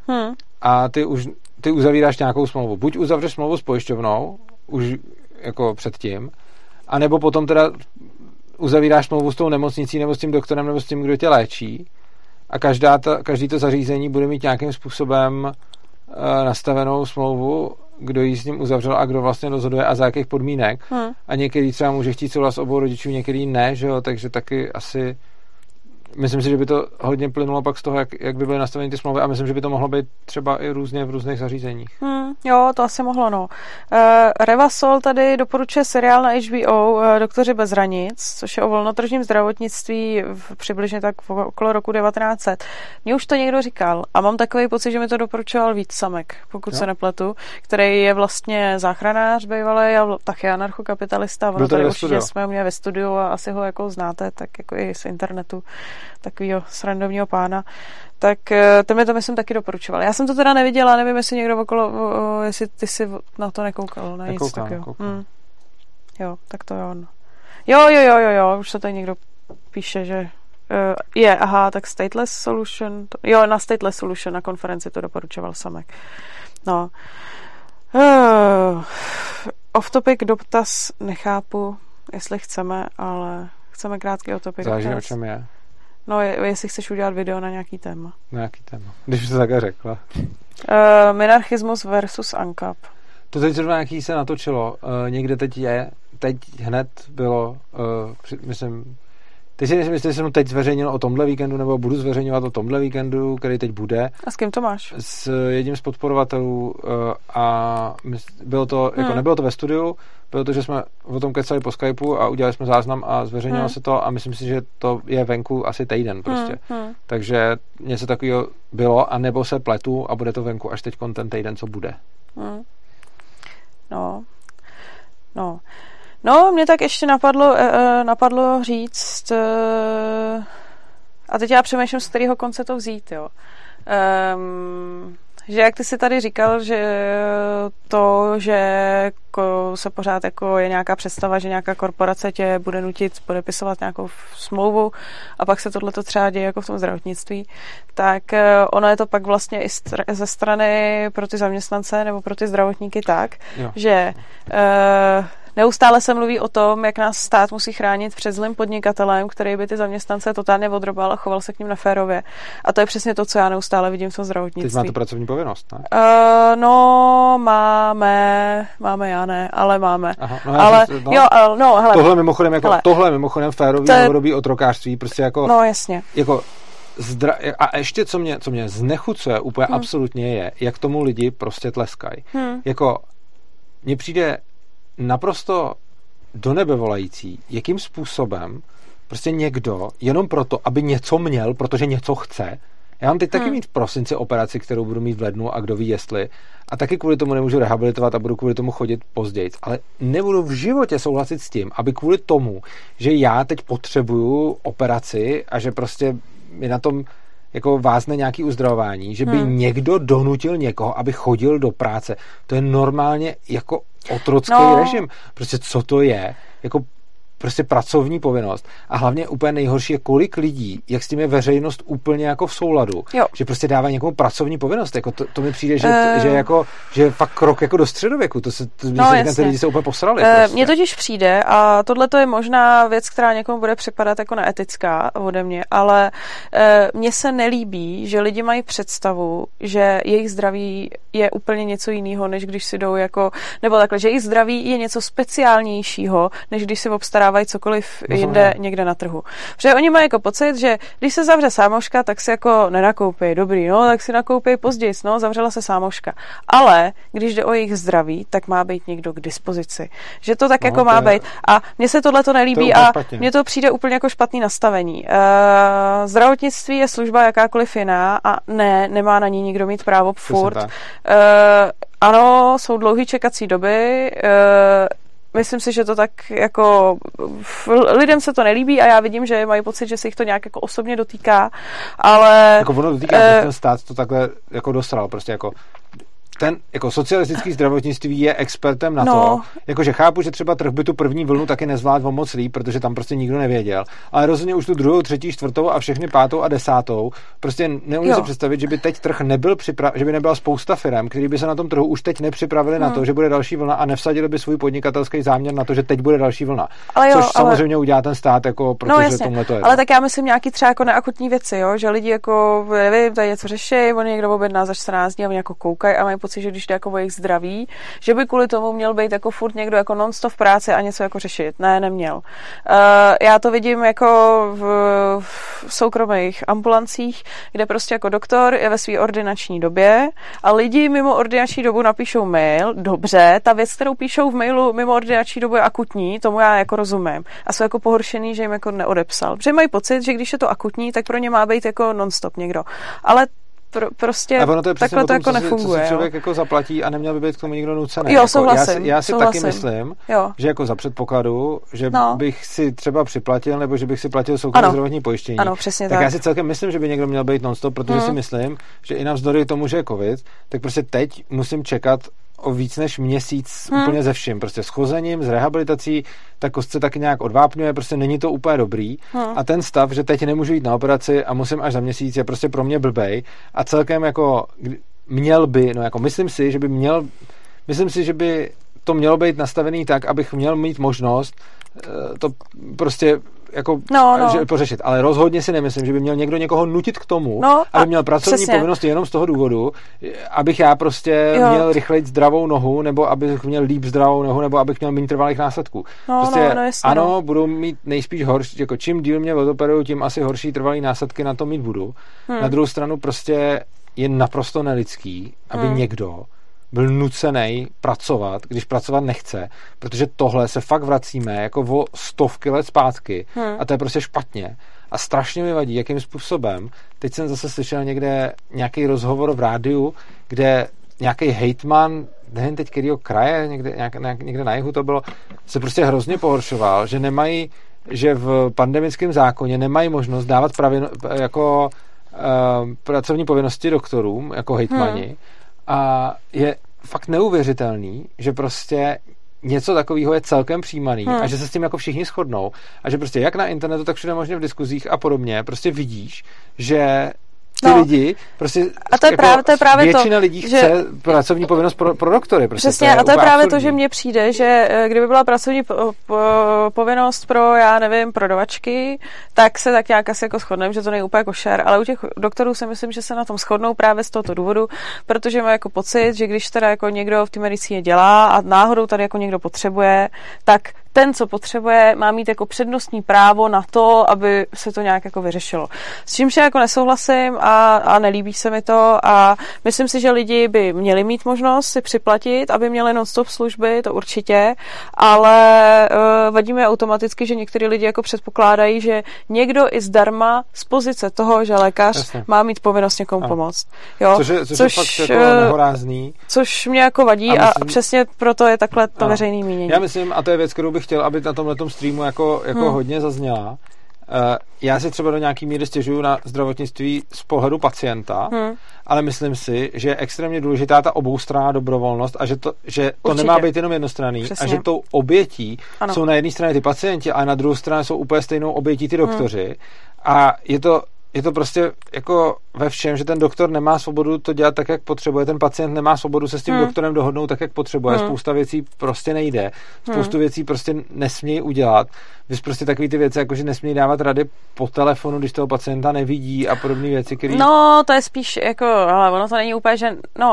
a ty uzavíráš nějakou smlouvu. Buď uzavřeš smlouvu s pojišťovnou, už jako předtím, anebo potom teda uzavíráš smlouvu s tou nemocnicí, nebo s tím doktorem, nebo s tím, kdo tě léčí, a každý to zařízení bude mít nějakým způsobem nastavenou smlouvu, kdo ji s ním uzavřel a kdo vlastně rozhoduje a za jakých podmínek. A některý třeba může chtít souhlas obou rodičů, některý ne, že jo, takže taky asi myslím si, že by to hodně plynulo pak z toho, jak by byly nastaveny ty smlouvy, a myslím, že by to mohlo být třeba i různě v různých zařízeních. Jo, to asi mohlo, no. Revasol tady doporučuje seriál na HBO Doktoři bez hranic, což je o volnotržním zdravotnictví přibližně tak okolo roku 1900. Mně už to někdo říkal a mám takový pocit, že mi to doporučoval Vít Samek, pokud se nepletu, který je vlastně záchranář bývalý a taky anarchokapitalista. Ono tady určitě jsme měli ve studiu a asi ho jako znáte, tak jako i z internetu, takovýho srandovního pána. Tak ten mi to, myslím, taky doporučoval. Já jsem to teda neviděla, nevím, jestli někdo okolo, jestli ty si na to nekoukal, na nic takového. Jo, tak to je on. Jo, už se tady někdo píše, že tak Stateless Solution, na Stateless Solution na konferenci to doporučoval Samek. No. Off topic dotaz nechápu, jestli chceme, ale chceme krátký off topic. Záleží, o čem je. No, jestli chceš udělat video na nějaký téma. Na nějaký téma, když jsi to takhle řekla. Minarchismus versus ANCAP. To teď zrovna nějaký se natočilo. Někde teď hned bylo, myslím, teď si myslím, jestli jsem teď zveřejnil o tomhle víkendu, nebo budu zveřejňovat o tomhle víkendu, který teď bude. A s kým to máš? S jedním z podporovatelů a bylo to, jako nebylo to ve studiu, bylo to, že jsme o tom kecali po Skypeu a udělali jsme záznam a zveřejnilo se to a myslím si, že to je venku asi týden prostě. Takže něco takového bylo, a nebo se pletu a bude to venku až teď ten týden, co bude. No, mě tak ještě napadlo říct, a teď já přemýšlím, z kterého konce to vzít, jo. Že jak ty jsi tady říkal, že to, že se pořád jako je nějaká představa, že nějaká korporace tě bude nutit podepisovat nějakou smlouvu a pak se tohleto třeba děje jako v tom zdravotnictví, tak ono je to pak vlastně i ze strany pro ty zaměstnance nebo pro ty zdravotníky tak, že neustále se mluví o tom, jak nás stát musí chránit před zlým podnikatelem, který by ty zaměstnance totálně odrobal a choval se k nim neférově. A to je přesně to, co já neustále vidím v tom zdravotnictví. Teď máte pracovní povinnost, ne? No, máme, já ne, ale máme. Aha, hele. Tohle mimochodem férový novodobý otrokářství, prostě jako... No, jasně. Jako a ještě, co mě znechucuje úplně absolutně je, jak tomu lidi prostě tleskají. Jako, mně přijde naprosto do nebe volající, jakým způsobem prostě někdo jenom proto, aby něco měl, protože něco chce. Já mám teď taky mít v prosinci operaci, kterou budu mít v lednu a kdo ví jestli. A taky kvůli tomu nemůžu rehabilitovat a budu kvůli tomu chodit později. Ale nebudu v životě souhlasit s tím, aby kvůli tomu, že já teď potřebuju operaci a že prostě mi na tom jako vázne nějaký uzdravování, že by někdo donutil někoho, aby chodil do práce. To je normálně jako otrocký režim. Prostě co to je? Jako prostě pracovní povinnost. A hlavně úplně nejhorší je, kolik lidí, jak s tím je veřejnost úplně jako v souladu, že prostě dává někomu pracovní povinnost. Jako to mi přijde, že je fakt krok jako do středověku. Ty lidi se úplně posrali. Prostě. Mně totiž přijde, a tohle to je možná věc, která někomu bude připadat jako neetická ode mě, ale mně se nelíbí, že lidi mají představu, že jejich zdraví je úplně něco jiného, než když si jdou jako, nebo takhle, že jejich zdraví je něco speciálnějšího, než když si obstarávají cokoliv jinde někde na trhu. Protože oni mají jako pocit, že když se zavře sámoška, tak si jako nenakoupí. Dobrý, tak si nakoupí později, zavřela se sámoška. Ale když jde o jejich zdraví, tak má být někdo k dispozici. Že to tak jako má být. A mně se tohle to nelíbí a mně to přijde úplně jako špatný nastavení. Zdravotnictví je služba jakákoliv jiná a nemá na ní nikdo mít právo furt. Ano, jsou dlouhý čekací doby, myslím si, že to tak jako lidem se to nelíbí a já vidím, že mají pocit, že se jich to nějak jako osobně dotýká, ale... Jako ono dotýká, ten stát to takhle jako dostal, prostě jako ten jako socialistický zdravotnictví je expertem na to, jakože chápu, že třeba trh by tu první vlnu taky nezvládl o moc líp, protože tam prostě nikdo nevěděl, ale rozhodně už tu druhou, třetí, čtvrtou a všechny pátou a desátou, prostě neumím si představit, že by teď trh nebyl že by nebyla spousta firem, který by se na tom trhu už teď nepřipravili na to, že bude další vlna a nevsadili by svůj podnikatelský záměr na to, že teď bude další vlna. Což samozřejmě udělá ten stát, jako protože tohle to je. Ale tak já myslím nějaký třeba jako neakutní věci, jo, že lidi jako nevím, tady něco řeší, oni někdo objedná za 14 dní a oni jako koukají a mají pocit, že když jde jako o jejich zdraví, že by kvůli tomu měl být jako furt někdo jako non-stop v práci a něco jako řešit. Ne, neměl. Já to vidím jako v soukromých ambulancích, kde prostě jako doktor je ve své ordinační době a lidi mimo ordinační dobu napíšou mail, dobře, ta věc, kterou píšou v mailu mimo ordinační dobu je akutní, tomu já jako rozumím. A jsou jako pohoršený, že jim jako neodepsal. Protože mají pocit, že když je to akutní, tak pro ně má být jako non-stop někdo. Ale prostě takhle to jako nefunguje. Co si člověk jako zaplatí a neměl by být k tomu nikdo nucený. Jo, jako, souhlasím. Já si taky myslím, že jako za předpokladu, že bych si třeba připlatil, nebo že bych si platil soukromé zdravotní pojištění. Ano, přesně tak. Já si celkem myslím, že by někdo měl být non-stop, protože si myslím, že i navzdory tomu, že je covid, tak prostě teď musím čekat o víc než měsíc úplně ze vším. Prostě s chozením, s rehabilitací, ta kost se taky nějak odvápňuje, prostě není to úplně dobrý. A ten stav, že teď nemůžu jít na operaci a musím až za měsíc, je prostě pro mě blbej. A celkem jako měl by, no jako myslím si, že by to mělo být nastavený tak, abych měl mít možnost to prostě jako že pořešit. Ale rozhodně si nemyslím, že by měl někdo někoho nutit k tomu, aby měl pracovní povinnosti jenom z toho důvodu, abych já prostě měl rychleji zdravou nohu, nebo abych měl líp zdravou nohu, nebo abych měl méně trvalých následků. Budou mít nejspíš horší, jako čím díl mě odoperují, tím asi horší trvalý následky na to mít budu. Na druhou stranu prostě je naprosto nelidský, aby někdo byl nucený pracovat, když pracovat nechce, protože tohle se fakt vracíme jako o stovky let zpátky a to je prostě špatně. A strašně mi vadí, jakým způsobem. Teď jsem zase slyšel někde nějaký rozhovor v rádiu, kde nějaký hejtman, nevím teď kterýho kraje, někde na jihu to bylo, se prostě hrozně pohoršoval, že v pandemickém zákoně nemají možnost dávat jako pracovní povinnosti doktorům, jako hejtmani. A je fakt neuvěřitelný, že prostě něco takového je celkem přijímaný a že se s tím jako všichni shodnou a že prostě jak na internetu, tak všude možně v diskuzích a podobně prostě vidíš, že ty lidi, prostě a to je právě většina lidí chce pracovní povinnost pro doktory. Prostě přesně, a to je právě absurdní. To, že mně přijde, že kdyby byla pracovní povinnost pro, já nevím, prodavačky, tak se tak nějak asi jako shodneme, že to není úplně košer, ale u těch doktorů si myslím, že se na tom shodnou právě z tohoto důvodu, protože má jako pocit, že když teda jako někdo v té medicíně dělá a náhodou tady jako někdo potřebuje, tak ten, co potřebuje, má mít jako přednostní právo na to, aby se to nějak jako vyřešilo. S čímž já jako nesouhlasím a nelíbí se mi to a myslím si, že lidi by měli mít možnost si připlatit, aby měli non-stop služby, to určitě, ale vadí mi automaticky, že některý lidi jako předpokládají, že někdo i zdarma z pozice toho, že lékař má mít povinnost někomu pomoct. Jo? Což je fakt jako nehorázný. Což mě jako vadí a přesně proto je takhle to veřejný mínění. Já myslím, a to je věc, kterou bych chtěl, aby na tomhletom streamu jako hodně zazněla. Já si třeba do nějaký míry stěžuju na zdravotnictví z pohledu pacienta, ale myslím si, že je extrémně důležitá ta oboustranná dobrovolnost a že to nemá být jenom jednostranný. Přesně. A že tou obětí jsou na jedné straně ty pacienti a na druhé straně jsou úplně stejnou obětí ty doktoři. A je to prostě jako ve všem, že ten doktor nemá svobodu to dělat tak, jak potřebuje, ten pacient nemá svobodu se s tím doktorem dohodnout tak, jak potřebuje, spousta věcí prostě nejde, spoustu věcí prostě nesmějí udělat, víš prostě takový ty věci, jako že nesmějí dávat rady po telefonu, když toho pacienta nevidí a podobné věci, které... No, to je spíš jako, ale ono to není úplně, že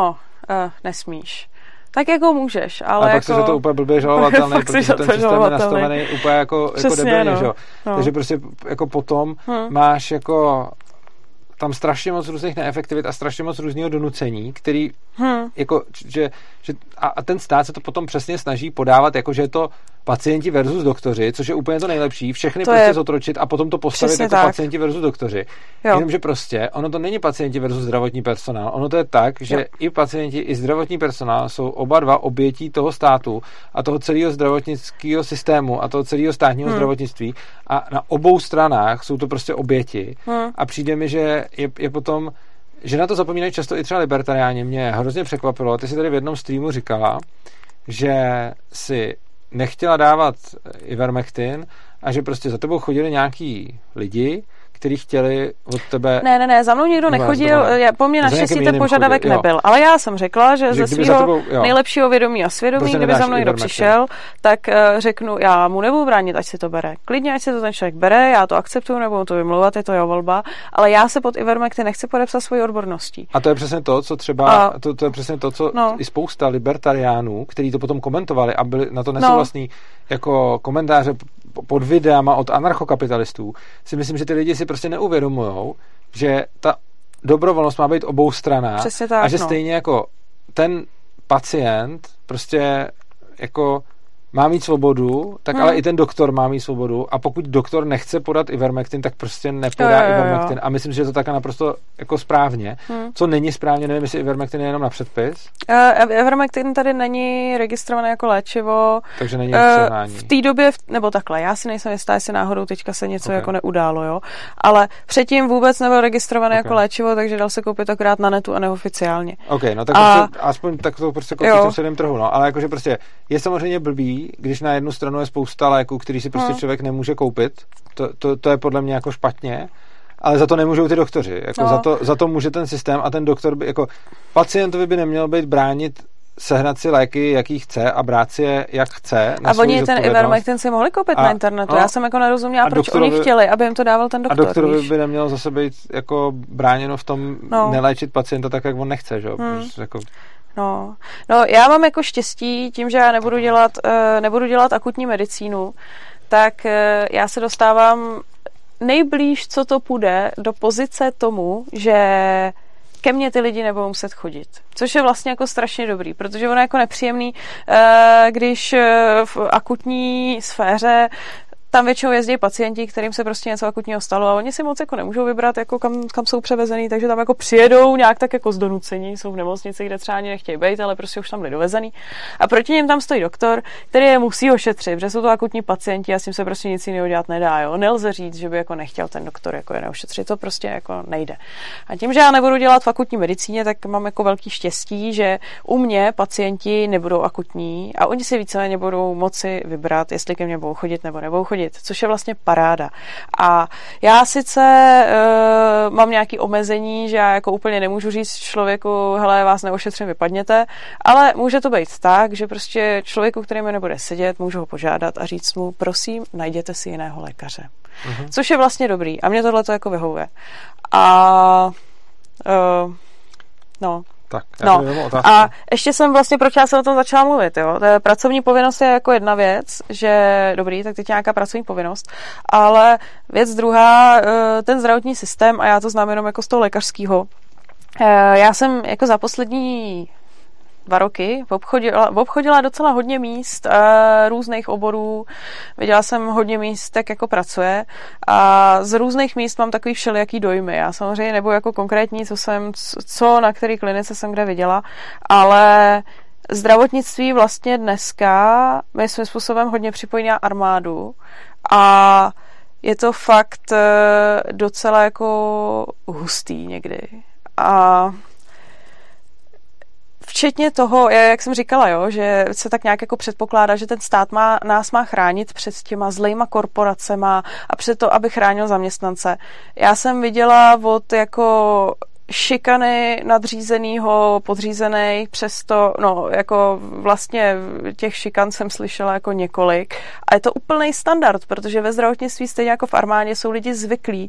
nesmíš. Tak jako můžeš, ale pak jako... se to úplně blbě žalovatelný, protože ten systém je nastavený úplně jako debilně, že jo. Takže prostě jako potom máš jako tam strašně moc různých neefektivit a strašně moc různého donucení, který jako, že a ten stát se to potom přesně snaží podávat, jako že je to pacienti versus doktoři, což je úplně to nejlepší, všechny to prostě zotročit a potom to postavit jako tak. Pacienti versus doktoři. Jenomže prostě, ono to není pacienti versus zdravotní personál, ono to je tak, že i pacienti, i zdravotní personál jsou oba dva obětí toho státu a toho celého zdravotnického systému a toho celého státního zdravotnictví a na obou stranách jsou to prostě oběti a přijde mi, že je potom že na to zapomínají často i třeba libertariáni. Mě hrozně překvapilo, ty si tady v jednom streamu říkala, že si nechtěla dávat Ivermectin a že prostě za tebou chodili nějaký lidi, kteří chtěli od tebe... Ne, za mnou nikdo nechodil, po mně naštěstí ten požadavek nebyl, ale já jsem řekla, že ze svého nejlepšího vědomí a svědomí, prostě kdyby za mnou někdo přišel, tak řeknu, já mu nebudu bránit, ať si to bere. Klidně, ať si to ten člověk bere, já to akceptuju, nebudu to vymlouvat, je to jeho volba, ale já se pod Ivermectin nechci podepsat svojí odborností. A to je přesně to, co třeba, to je přesně to, co i spousta libertariánů, kteří to potom komentovali a byli na to nesouhlasní jako komentáře pod videama od anarchokapitalistů, si myslím, že ty lidi si prostě neuvědomujou, že ta dobrovolnost má být oboustranná a že stejně jako ten pacient prostě jako má mít svobodu, tak ale i ten doktor má mít svobodu a pokud doktor nechce podat Ivermectin, tak prostě nepodá Ivermectin a myslím si, že to také naprosto jako správně. Co není správně, nevím, jestli Ivermectin je jenom na předpis. Ivermectin tady není registrovaný jako léčivo. Takže není registrovaný. V té době, nebo takhle, já si nejsem jistá, jestli náhodou teďka se něco jako neudálo, jo. Ale předtím vůbec nebyl registrovaný jako léčivo, takže dal se koupit akorát na netu a neoficiálně. No tak prostě, aspoň tak to prostě koupit v celém trhu, no. Ale jakože prostě je samozřejmě blbý, když na jednu stranu je spousta léků, který si prostě člověk nemůže koupit, to je podle mě jako špatně, ale za to nemůžou ty doktoři. Jako za to může ten systém a ten doktor by, jako pacientovi by neměl být bránit sehnat si léky, jaký chce a brát si je, jak chce. A oni ten Ivermectin si mohli koupit na internetu. Já jsem jako nerozuměla, proč oni chtěli, aby jim to dával ten doktor. A doktorovi by nemělo zase být jako bráněno v tom neléčit pacienta tak, jak on nechce, že jo? Jako... No, já mám jako štěstí tím, že já nebudu dělat akutní medicínu, tak já se dostávám nejblíž, co to půjde, do pozice tomu, že ke mně ty lidi nebudou muset chodit. Což je vlastně jako strašně dobrý, protože ono je jako nepříjemný, když v akutní sféře tam většinou jezdí pacienti, kterým se prostě něco akutního stalo a oni si moc jako nemůžou vybrat, jako kam jsou převezený, takže tam jako přijedou nějak tak jako z donucení, jsou v nemocnici, kde třeba ani nechtějí být, ale prostě už tam byli dovezený. A proti nim tam stojí doktor, který je musí ošetřit, protože jsou to akutní pacienti a s tím se prostě nic jiného dělat nedá. Jo? Nelze říct, že by jako nechtěl ten doktor jako je neošetřit, to prostě jako nejde. A tím, že já nebudu dělat v akutní medicíně, tak mám jako velký štěstí, že u mě pacienti nebudou akutní a oni si víceméně budou moci vybrat, jestli ke mně budou chodit nebo nebudou chodit, což je vlastně paráda. A já sice mám nějaké omezení, že já jako úplně nemůžu říct člověku, hele, vás neošetřím, vypadněte, ale může to být tak, že prostě člověku, který mi nebude sedět, můžu ho požádat a říct mu, prosím, najděte si jiného lékaře. Což je vlastně dobrý. A mě tohle to jako vyhovuje. A Tak, a ještě jsem vlastně, proč já jsem o tom začala mluvit, jo. Pracovní povinnost je jako jedna věc, že dobrý, tak teď nějaká pracovní povinnost, ale věc druhá, ten zdravotní systém, a já to znám jenom jako z toho lékařského. Já jsem jako za poslední 2 roky obchodila docela hodně míst různých oborů. Viděla jsem hodně míst, jak jako pracuje a z různých míst mám takový všelijaký dojmy. Já samozřejmě nebudu jako konkrétní, co na který klinice jsem kde viděla, ale zdravotnictví vlastně dneska je svým způsobem hodně připojený na armádu a je to fakt docela jako hustý někdy. A včetně toho, jak jsem říkala, jo, že se tak nějak jako předpokládá, že ten stát nás má chránit před těma zlejma korporacema a před to, aby chránil zaměstnance. Já jsem viděla od jako šikany nadřízenýho, podřízených, přesto, jako vlastně těch šikan jsem slyšela jako několik. A je to úplný standard, protože ve zdravotnictví stejně jako v armádě jsou lidi zvyklí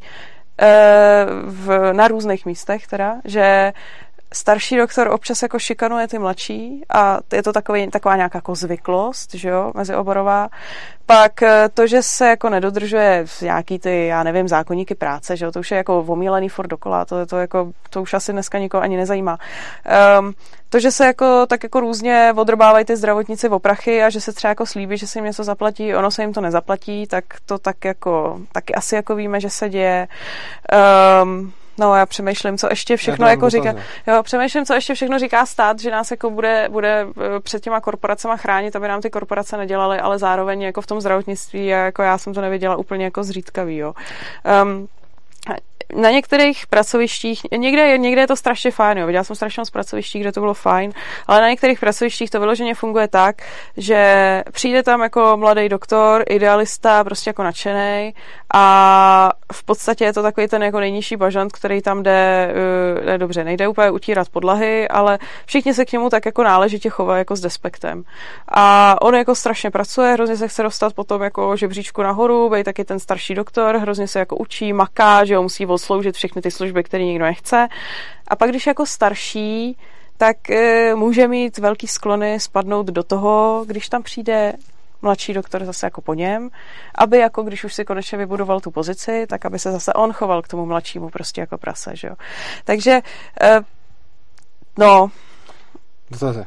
na různých místech teda, že starší doktor občas jako šikanuje ty mladší a je to taková nějaká jako zvyklost, že jo, mezioborová. Pak to, že se jako nedodržuje nějaký ty, já nevím, zákoníky práce, že jo, to už je jako omílený furt dokola, to už asi dneska nikoho ani nezajímá. To, že se jako tak jako různě odrbávají ty zdravotníci o prachy a že se třeba jako slíbí, že se jim něco zaplatí, ono se jim to nezaplatí, tak to tak jako, taky asi jako víme, že se děje. Já přemýšlím, co ještě všechno jako říká. Jo, přemýšlím, co ještě všechno říká stát, že nás jako bude před těma korporacema chránit, aby nám ty korporace nedělaly, ale zároveň jako v tom zdravotnictví, jako já jsem to neviděla úplně jako zřídkavý, jo. na některých pracovištích, někde je to strašně fajn, jo. Viděla jsem strašně moc pracoviští, kde to bylo fajn, ale na některých pracovištích to vyloženě funguje tak, že přijde tam jako mladý doktor, idealista, prostě jako nadšenej a v podstatě je to takový ten jako nejnižší bažant, který tam jde dobře, nejde úplně utírat podlahy, ale všichni se k němu tak jako náležitě chovají jako s despektem. A on jako strašně pracuje, hrozně se chce dostat potom jako žebříčku nahoru, bej taky ten starší doktor, hrozně se jako učí, maká, že ho musí odsloužit všechny ty služby, které nikdo nechce. A pak, když jako starší, tak může mít velký sklony spadnout do toho, když tam přijde mladší doktor zase jako po něm, aby jako když už si konečně vybudoval tu pozici, tak aby se zase on choval k tomu mladšímu prostě jako prase, že jo. Takže no. Dotazy.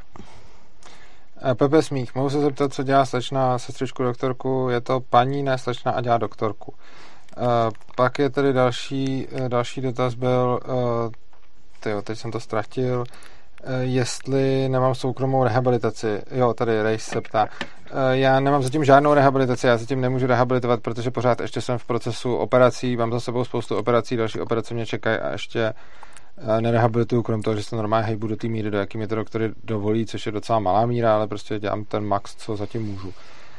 Pepe Smích, mohu se zeptat, co dělá slečna sestřičku doktorku? Je to paní, ne slečna a dělá doktorku. Pak je tady další dotaz byl, teď jsem to ztratil, jestli nemám soukromou rehabilitaci. Jo, tady Rejs se ptá. Já nemám zatím žádnou rehabilitaci, já zatím nemůžu rehabilitovat, protože pořád ještě jsem v procesu operací, mám za sebou spoustu operací, další operace mě čekají a ještě nerehabilituju, krom toho, že se normálně hejbu do té míry, do jaký mi to doktory dovolí, což je docela malá míra, ale prostě dělám ten max, co zatím můžu.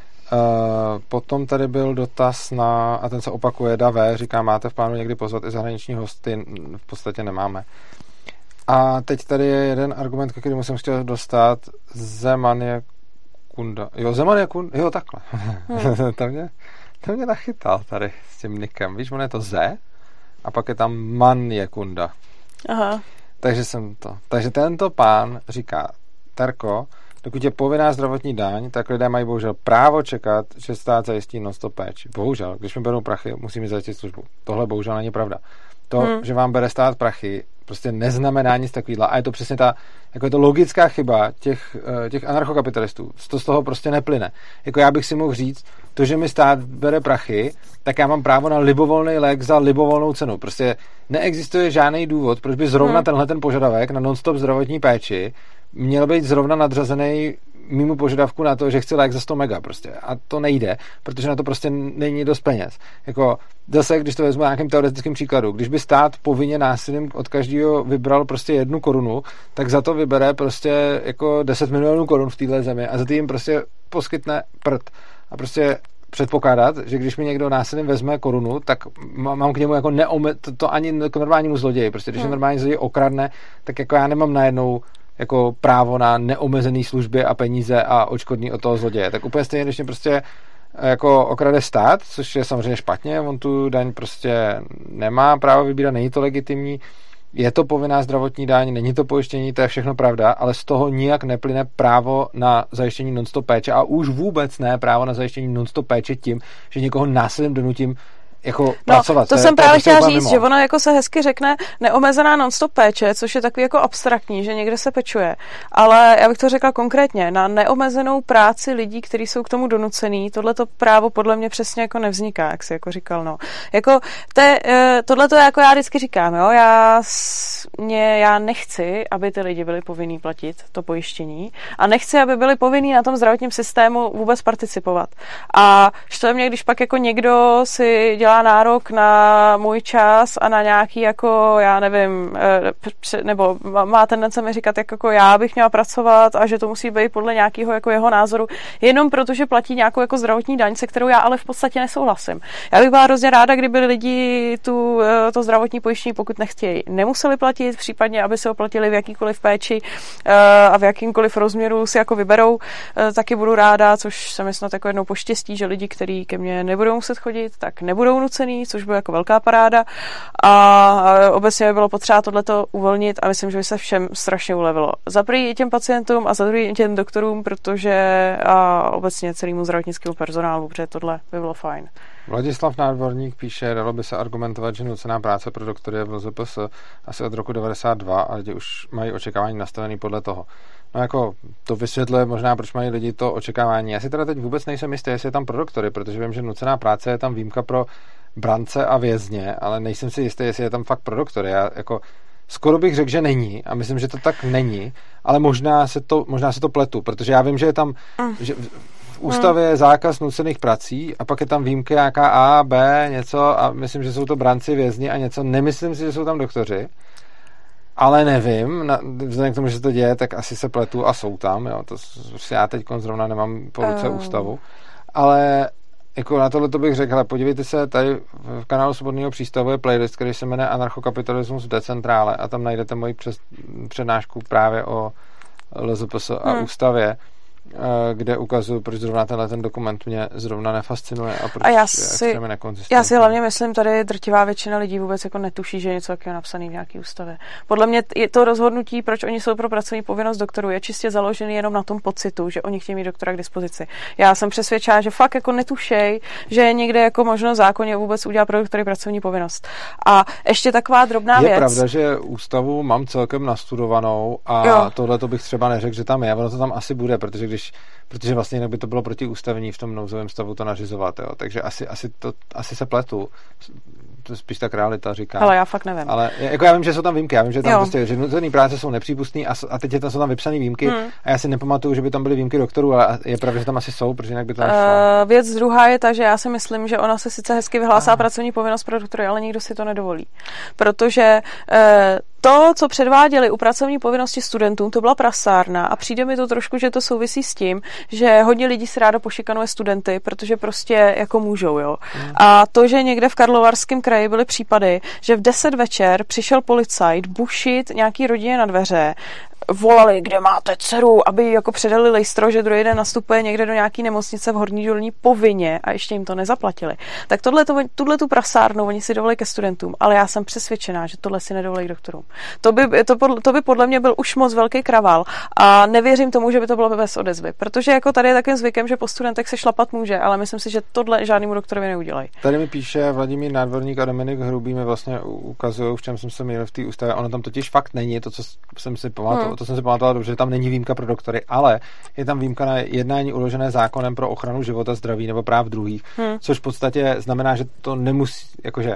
Potom tady byl dotaz a ten se opakuje, Davé, říká, máte v plánu někdy pozvat i zahraniční hosty? V podstatě nemáme. A teď tady je jeden argument, ke kterému jsem chtěl dostat. Zeman je kunda. Jo, takhle. to mě nachytal tady s tím nikem. Víš, on je to Ze a pak je tam Man je kunda. Aha. Takže tento pán říká, Terko, dokud je povinná zdravotní daň, tak lidé mají bohužel právo čekat, že stát zajistí non-stop péči. Bohužel, když mi berou prachy, musí mi zajistit službu. Tohle bohužel není pravda. To, že vám bere stát prachy, prostě neznamená nic takovýhle. A je to přesně jako je to logická chyba těch anarchokapitalistů. To z toho prostě neplyne. Jako já bych si mohl říct, to, že mi stát bere prachy, tak já mám právo na libovolný lék za libovolnou cenu. Prostě neexistuje žádný důvod, proč by zrovna tenhle ten požadavek na non-stop zdravotní péči měl být zrovna nadřazený mimo požadavku na to, že chci lék za 100 mega prostě. A to nejde, protože na to prostě není dost peněz. Jako zase, když to vezmu nějakým teoretickým příkladu, když by stát povinně násilím od každého vybral prostě 1 korunu, tak za to vybere prostě jako 10 milionů korun v téhle zemi a za to jim prostě poskytne prd. A prostě předpokládat, že když mi někdo násilím vezme korunu, tak mám k němu jako to ani k normálnímu zloději. Prostě když normální zloděj okradne, tak jako já nemám najednou jako právo na neomezený služby a peníze a odškodný od toho zloděje. Tak úplně stejně, když mě prostě jako okrade stát, což je samozřejmě špatně, on tu daň prostě nemá právo vybírat, není to legitimní, je to povinná zdravotní daň, není to pojištění, to je všechno pravda, ale z toho nijak neplyne právo na zajištění non-stop péče a už vůbec ne právo na zajištění non-stop péče tím, že někoho násilím donutím jako pracovat. To jsem právě chtěla říct, že ono jako se hezky řekne neomezená non-stop péče, což je takový jako abstraktní, že někde se pečuje. Ale já bych to řekla konkrétně, na neomezenou práci lidí, kteří jsou k tomu donucený, tohleto právo podle mě přesně jako nevzniká, jak jsi jako říkal, no. Jako tohleto jako já vždycky říkám, jo, já nechci, aby ty lidi byli povinní platit to pojištění a nechci, aby byli povinní na tom zdravotním systému vůbec participovat. A štve mě, když pak jako někdo si dělá nárok na můj čas a na nějaký jako, já nevím, nebo má tendence mi říkat, jako já bych měla pracovat a že to musí být podle nějakého jako jeho názoru, jenom protože platí nějakou jako zdravotní daň, se kterou já ale v podstatě nesouhlasím. Já bych byla hrozně ráda, kdyby lidi to zdravotní pojištění, pokud nechtějí, nemuseli platit, případně, aby se ho platili v jakýkoliv péči a v jakýmkoliv rozměru si jako vyberou, taky budu ráda, což se mi snad jako jednou poštěstí, že lidi, kteří ke mně nebudou muset chodit, tak nebudou nucený, což bude jako velká paráda a obecně by bylo potřeba tohleto uvolnit a myslím, že by se všem strašně ulevilo. Za první i těm pacientům a za druhý i těm doktorům, protože a obecně celému zdravotnickému personálu, protože tohle by bylo fajn. Vladislav Nádvorník píše, dalo by se argumentovat, že nucená práce pro doktory je v LZPS asi od roku 92 a lidi už mají očekávání nastavený podle toho. No jako to vysvětluje možná, proč mají lidi to očekávání. Já si teda teď vůbec nejsem jistý, jestli je tam pro doktory, protože vím, že nucená práce je tam výjimka pro brance a vězně, ale nejsem si jistý, jestli je tam fakt pro doktory. Já jako skoro bych řekl, že není a myslím, že to tak není, ale možná se to pletu, protože já vím, že je tam že ústavě je zákaz nucených prací a pak je tam výjimky nějaká A, B, něco a myslím, že jsou to branci, vězni a něco. Nemyslím si, že jsou tam doktoři, ale nevím. Vzhledem k tomu, že se to děje, tak asi se pletu a jsou tam. Jo. To já teď zrovna nemám po ruce ústavu. Ale jako na tohle to bych řekl, hele, podívejte se, tady v kanálu Svobodného přístavu je playlist, který se jmenuje Anarchokapitalismus v decentrále a tam najdete moji přednášku právě o LZPS a ústavě, kde ukazuju, proč zrovna ten dokument mě zrovna nefascinuje a proč je extrémně nekonzistentní. Já si hlavně myslím, tady drtivá většina lidí vůbec jako netuší, že je něco takového napsané v nějaký ústavě. Podle mě je to rozhodnutí, proč oni jsou pro pracovní povinnost doktorů, je čistě založený jenom na tom pocitu, že oni chtějí mít doktora k dispozici. Já jsem přesvědčená, že fakt jako netušej, že je někde jako možno zákonně vůbec udělat pro doktory pracovní povinnost. A ještě taková drobná věc. Je pravda, že ústavu mám celkem nastudovanou a tohle to bych třeba neřekl, že tam je, ono to tam asi bude, protože vlastně jinak by to bylo protiústavní v tom nouzovém stavu to nařizovat, jo. Takže asi se pletu. To spíš tak realita říká. Ale já fakt nevím. Ale jako já vím, že jsou tam výjimky, já vím, že tam prostě, že nucené práce jsou nepřípustné a teď jsou tam vypsané výjimky a já si nepamatuju, že by tam byly výjimky doktorů, ale je pravda, že tam asi jsou, protože jinak by to nešlo. Věc druhá je ta, že já si myslím, že ona se sice hezky vyhlásá pracovní povinnost pro doktory, ale nikdo si to nedovolí. Protože to, co předváděli u pracovní povinnosti studentům, to byla prasárna a přijde mi to trošku, že to souvisí s tím, že hodně lidí si rádo pošikanuje studenty, protože prostě jako můžou, jo. A to, že někde v Karlovarském kraji byly případy, že v 10 večer přišel policajt bušit nějaký rodině na dveře, volali, kde máte dceru, aby jako předali lejstro, že druhý den nastupuje někde do nějaký nemocnice v Horní Dolní povinně a ještě jim to nezaplatili. Tak tuhle tu prasárnu oni si dovolí ke studentům, ale já jsem přesvědčená, že tohle si nedovolí doktorům. To by podle mě byl už moc velký kraval a nevěřím tomu, že by to bylo bez odezvy, protože jako tady je takovým zvykem, že po studentech se šlapat může, ale myslím si, že tohle žádnému doktorovi neudělají. Tady mi píše Vladimír Nádvorník a Dominik Hrubý mi vlastně ukazují, v čem jsem se měl v té ústavě. Ono tam totiž fakt není, to, co jsem si pamatoval, to jsem si pamatoval dobře, že tam není výjimka pro doktory, ale je tam výjimka na jednání uložené zákonem pro ochranu života, zdraví nebo práv druhých, což v podstatě znamená, že to nemusí, jakože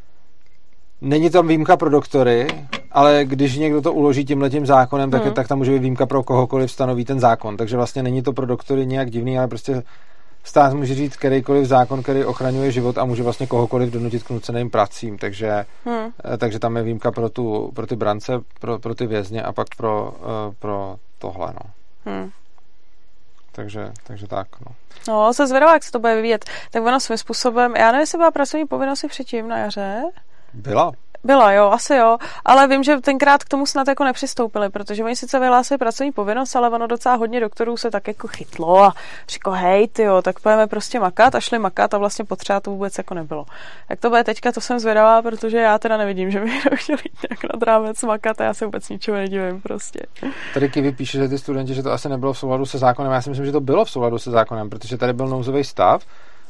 není tam výjimka pro doktory, ale když někdo to uloží tímhletím zákonem, tak tam může být výjimka pro kohokoliv stanoví ten zákon. Takže vlastně není to pro doktory nějak divný, ale prostě stát může říct kterýkoliv zákon, který ochraňuje život a může vlastně kohokoliv donutit k nuceným pracím. Takže tam je výjimka pro ty brance, pro ty vězně a pak pro tohle. No. Takže tak. No, se zvědavá, jak se to bude vyvíjet. Tak ono svým způsobem, já nevím, jestli byla pracovní povinnost předtím na jaře. Byla, jo, asi jo, ale vím, že tenkrát k tomu snad jako nepřistoupili, protože oni sice vyhlásili pracovní povinnost, ale ono docela hodně doktorů se tak jako chytlo a říkalo, hej, tyjo, tak pojďme prostě makat a šli makat a vlastně potřeba to vůbec jako nebylo. Jak to bude teďka, to jsem zvědavá, protože já teda nevidím, že by chtěli nějak nad rámec makat a já se vůbec ničeho nedivím prostě. Tady Kivy píše, že ty studenti, že to asi nebylo v souladu se zákonem, já si myslím, že to bylo v souladu se zákonem, protože tady byl nouzový stav,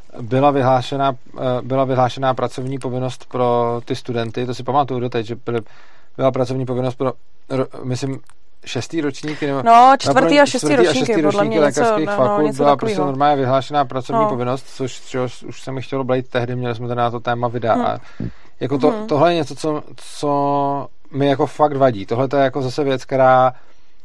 byla vyhlášená pracovní povinnost pro ty studenty, to si pamatuju doteď, že byla pracovní povinnost pro, myslím, 6. ročníky, nebo 4. a 6. ročníky, podle mě lékařských fakult něco byla prostě normálně vyhlášená pracovní povinnost, což už se mi chtělo blejt tehdy, měli jsme tady na to téma videa a jako tohle je něco, co mi jako fakt vadí. Tohle to je jako zase věc, která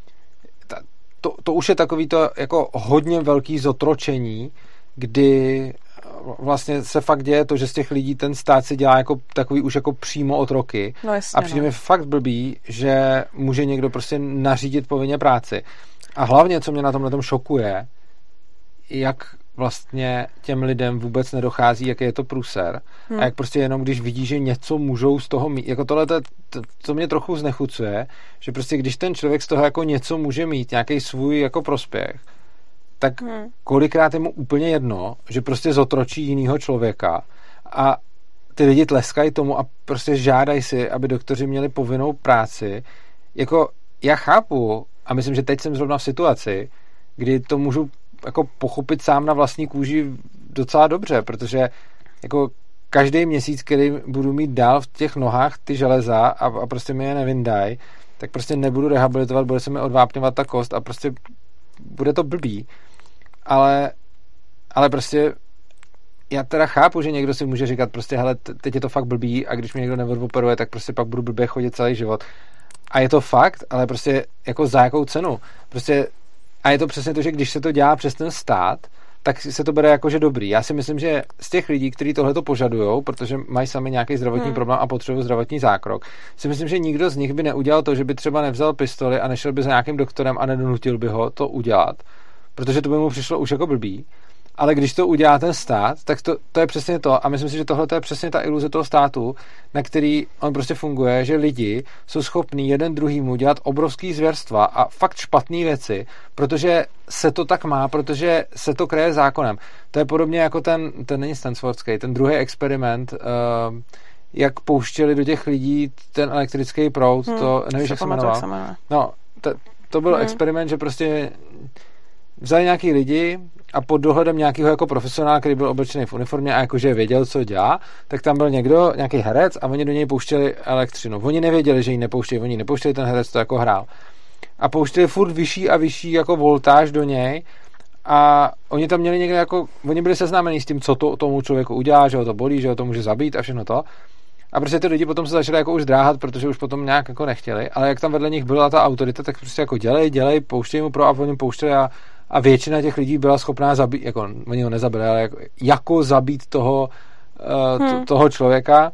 to už je takový to jako hodně velký zotročení, kdy vlastně se fakt děje to, že z těch lidí ten stát si dělá jako takový už jako přímo otroky. No jasně, a přijde mi fakt blbý, že může někdo prostě nařídit povinně práci. A hlavně, co mě na tomhletom šokuje, jak vlastně těm lidem vůbec nedochází, jaký je to průser. A jak prostě jenom, když vidí, že něco můžou z toho mít, jako tohle to mě trochu znechucuje, že prostě když ten člověk z toho jako něco může mít, nějaký svůj jako prospěch, tak kolikrát je mu úplně jedno, že prostě zotročí jinýho člověka a ty lidi tleskají tomu a prostě žádají si, aby doktoři měli povinnou práci. Jako já chápu a myslím, že teď jsem zrovna v situaci, kdy to můžu jako pochopit sám na vlastní kůži docela dobře, protože jako každý měsíc, který budu mít dál v těch nohách ty železa a prostě mi je nevyndají, tak prostě nebudu rehabilitovat, bude se mi odvápňovat ta kost a prostě bude to blbý. Ale prostě já teda chápu, že někdo si může říkat prostě, hele, teď je to fakt blbý a když mě někdo neodoperuje, tak prostě pak budu blbě chodit celý život. A je to fakt, ale prostě jako za jakou cenu? Prostě a je to přesně to, že když se to dělá přes ten stát, tak se to bere jako, že dobrý. Já si myslím, že z těch lidí, kteří tohleto požadujou, protože mají sami nějaký zdravotní problém a potřebují zdravotní zákrok, si myslím, že nikdo z nich by neudělal to, že by třeba nevzal pistoli a nešel by za nějakým doktorem a nedonutil by ho to udělat, protože to by mu přišlo už jako blbý. Ale když to udělá ten stát, tak to je přesně to. A myslím si, že tohle je přesně ta iluze toho státu, na který on prostě funguje, že lidi jsou schopní jeden druhýmu dělat obrovský zvěrstva a fakt špatné věci, protože se to tak má, protože se to kreje zákonem. To je podobně jako ten není Stanfordský, ten druhý experiment, jak pouštěli do těch lidí ten elektrický proud, to nevíš, jak se jmenoval. No, to byl experiment, že prostě vzali nějaký lidi a pod dohledem nějakého jako profesionála, který byl oblečený v uniformě a jakože věděl, co dělá, tak tam byl někdo, nějaký herec a oni do něj pouštěli elektřinu. Oni nevěděli, že ji nepouštějí, oni nepouštěli, ten herec to jako hrál. A pouštěli furt vyšší a vyšší jako voltáž do něj a oni tam měli někde jako, oni byli seznámení s tím, co to tomu člověku udělá, že ho to bolí, že ho to může zabít a všechno to. A prostě ty lidi potom se začali jako už zdráhat, protože už potom nějak jako nechtěli, ale jak tam vedle nich byla ta autorita, tak prostě jako dělej, pouštěj mu pro a oni pouštěli a většina těch lidí byla schopná zabít, jako oni ho nezabili, ale jako zabít toho člověka,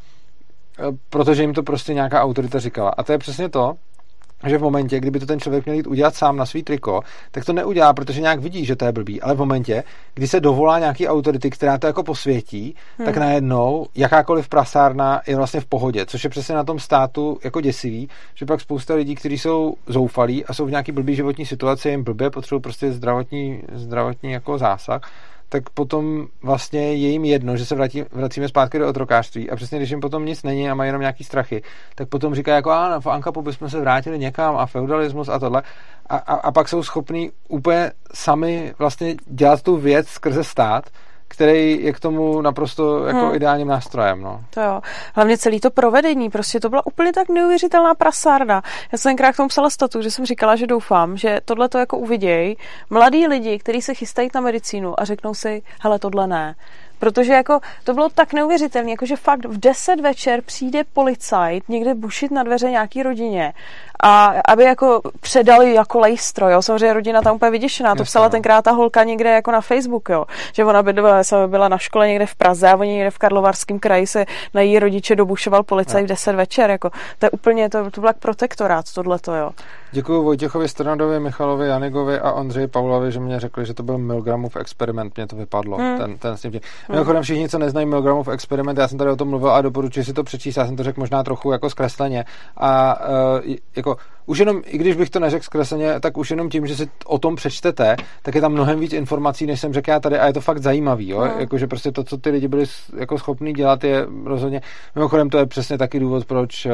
protože jim to prostě nějaká autorita říkala. A to je přesně to, že v momentě, kdyby to ten člověk měl jít udělat sám na svý triko, tak to neudělá, protože nějak vidí, že to je blbý. Ale v momentě, kdy se dovolá nějaký autority, která to jako posvětí, tak najednou jakákoliv prasárna je vlastně v pohodě, což je přesně na tom státu jako děsivý, že pak spousta lidí, kteří jsou zoufalí a jsou v nějaký blbý životní situaci, jim blbě, potřebují prostě zdravotní jako zásah, tak potom vlastně je jim jedno, že se vracíme zpátky do otrokářství a přesně když jim potom nic není a mají jenom nějaký strachy, tak potom říkají jako v Ankapu bychom se vrátili někam a feudalismus a tohle a pak jsou schopní úplně sami vlastně dělat tu věc skrze stát, který je k tomu naprosto jako ideálním nástrojem. No. To jo. Hlavně celý to provedení, prostě to byla úplně tak neuvěřitelná prasárna. Já jsem tenkrát k tomu psala statu, že jsem říkala, že doufám, že tohle to jako uvidějí mladí lidi, kteří se chystají na medicínu a řeknou si, hele, tohle ne. Protože jako to bylo tak neuvěřitelné, jako že fakt v 10 večer přijde policajt někde bušit na dveře nějaký rodině a aby jako předali jako lejstro, jo. Samozřejmě rodina tam úplně vyděšená, to psala tenkrát ta holka někde jako na Facebook, jo. Že ona byla na škole někde v Praze a oni někde v Karlovarském kraji se na její rodiče dobušoval policajt v 10 večer, jako. To je úplně, to byl jak protektorát, tohleto, jo. Děkuju Vojtěchovi Strnadovi, Michalovi Janigovi a Ondřeji Paulovi, že mě řekli, že to byl Milgramův experiment, mě to vypadlo. Ten s tím. Mimochodem všichni, co neznají Milgramův experiment, já jsem tady o tom mluvil a doporučuji si to přečíst, já jsem to řekl možná trochu jako zkresleně a jako už jenom, i když bych to neřekl zkresleně, tak už jenom tím, že si o tom přečtete, tak je tam mnohem víc informací, než jsem řekl já tady a je to fakt zajímavý, jo? Jakože prostě to, co ty lidi byli jako schopní dělat, je rozhodně, mimochodem to je přesně taky důvod, proč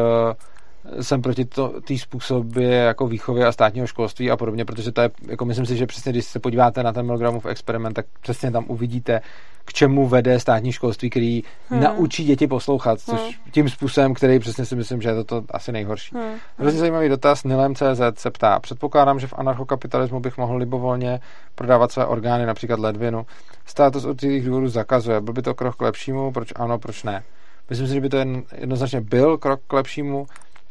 jsem proti té způsobě jako výchovy a státního školství a podobně, protože to je, jako myslím si, že přesně když se podíváte na ten Milgramův experiment, tak přesně tam uvidíte, k čemu vede státní školství, který naučí děti poslouchat, což tím způsobem, který přesně si myslím, že je to asi nejhorší. Hrozně zajímavý dotaz. Nilem.cz se ptá, předpokládám, že v anarchokapitalismu bych mohl libovolně prodávat své orgány, například ledvinu. Stát to z určitých důvodů zakazuje. Byl by to krok k lepšímu? Proč ano, proč ne? Myslím si, že by to jednoznačně byl krok k lepšímu.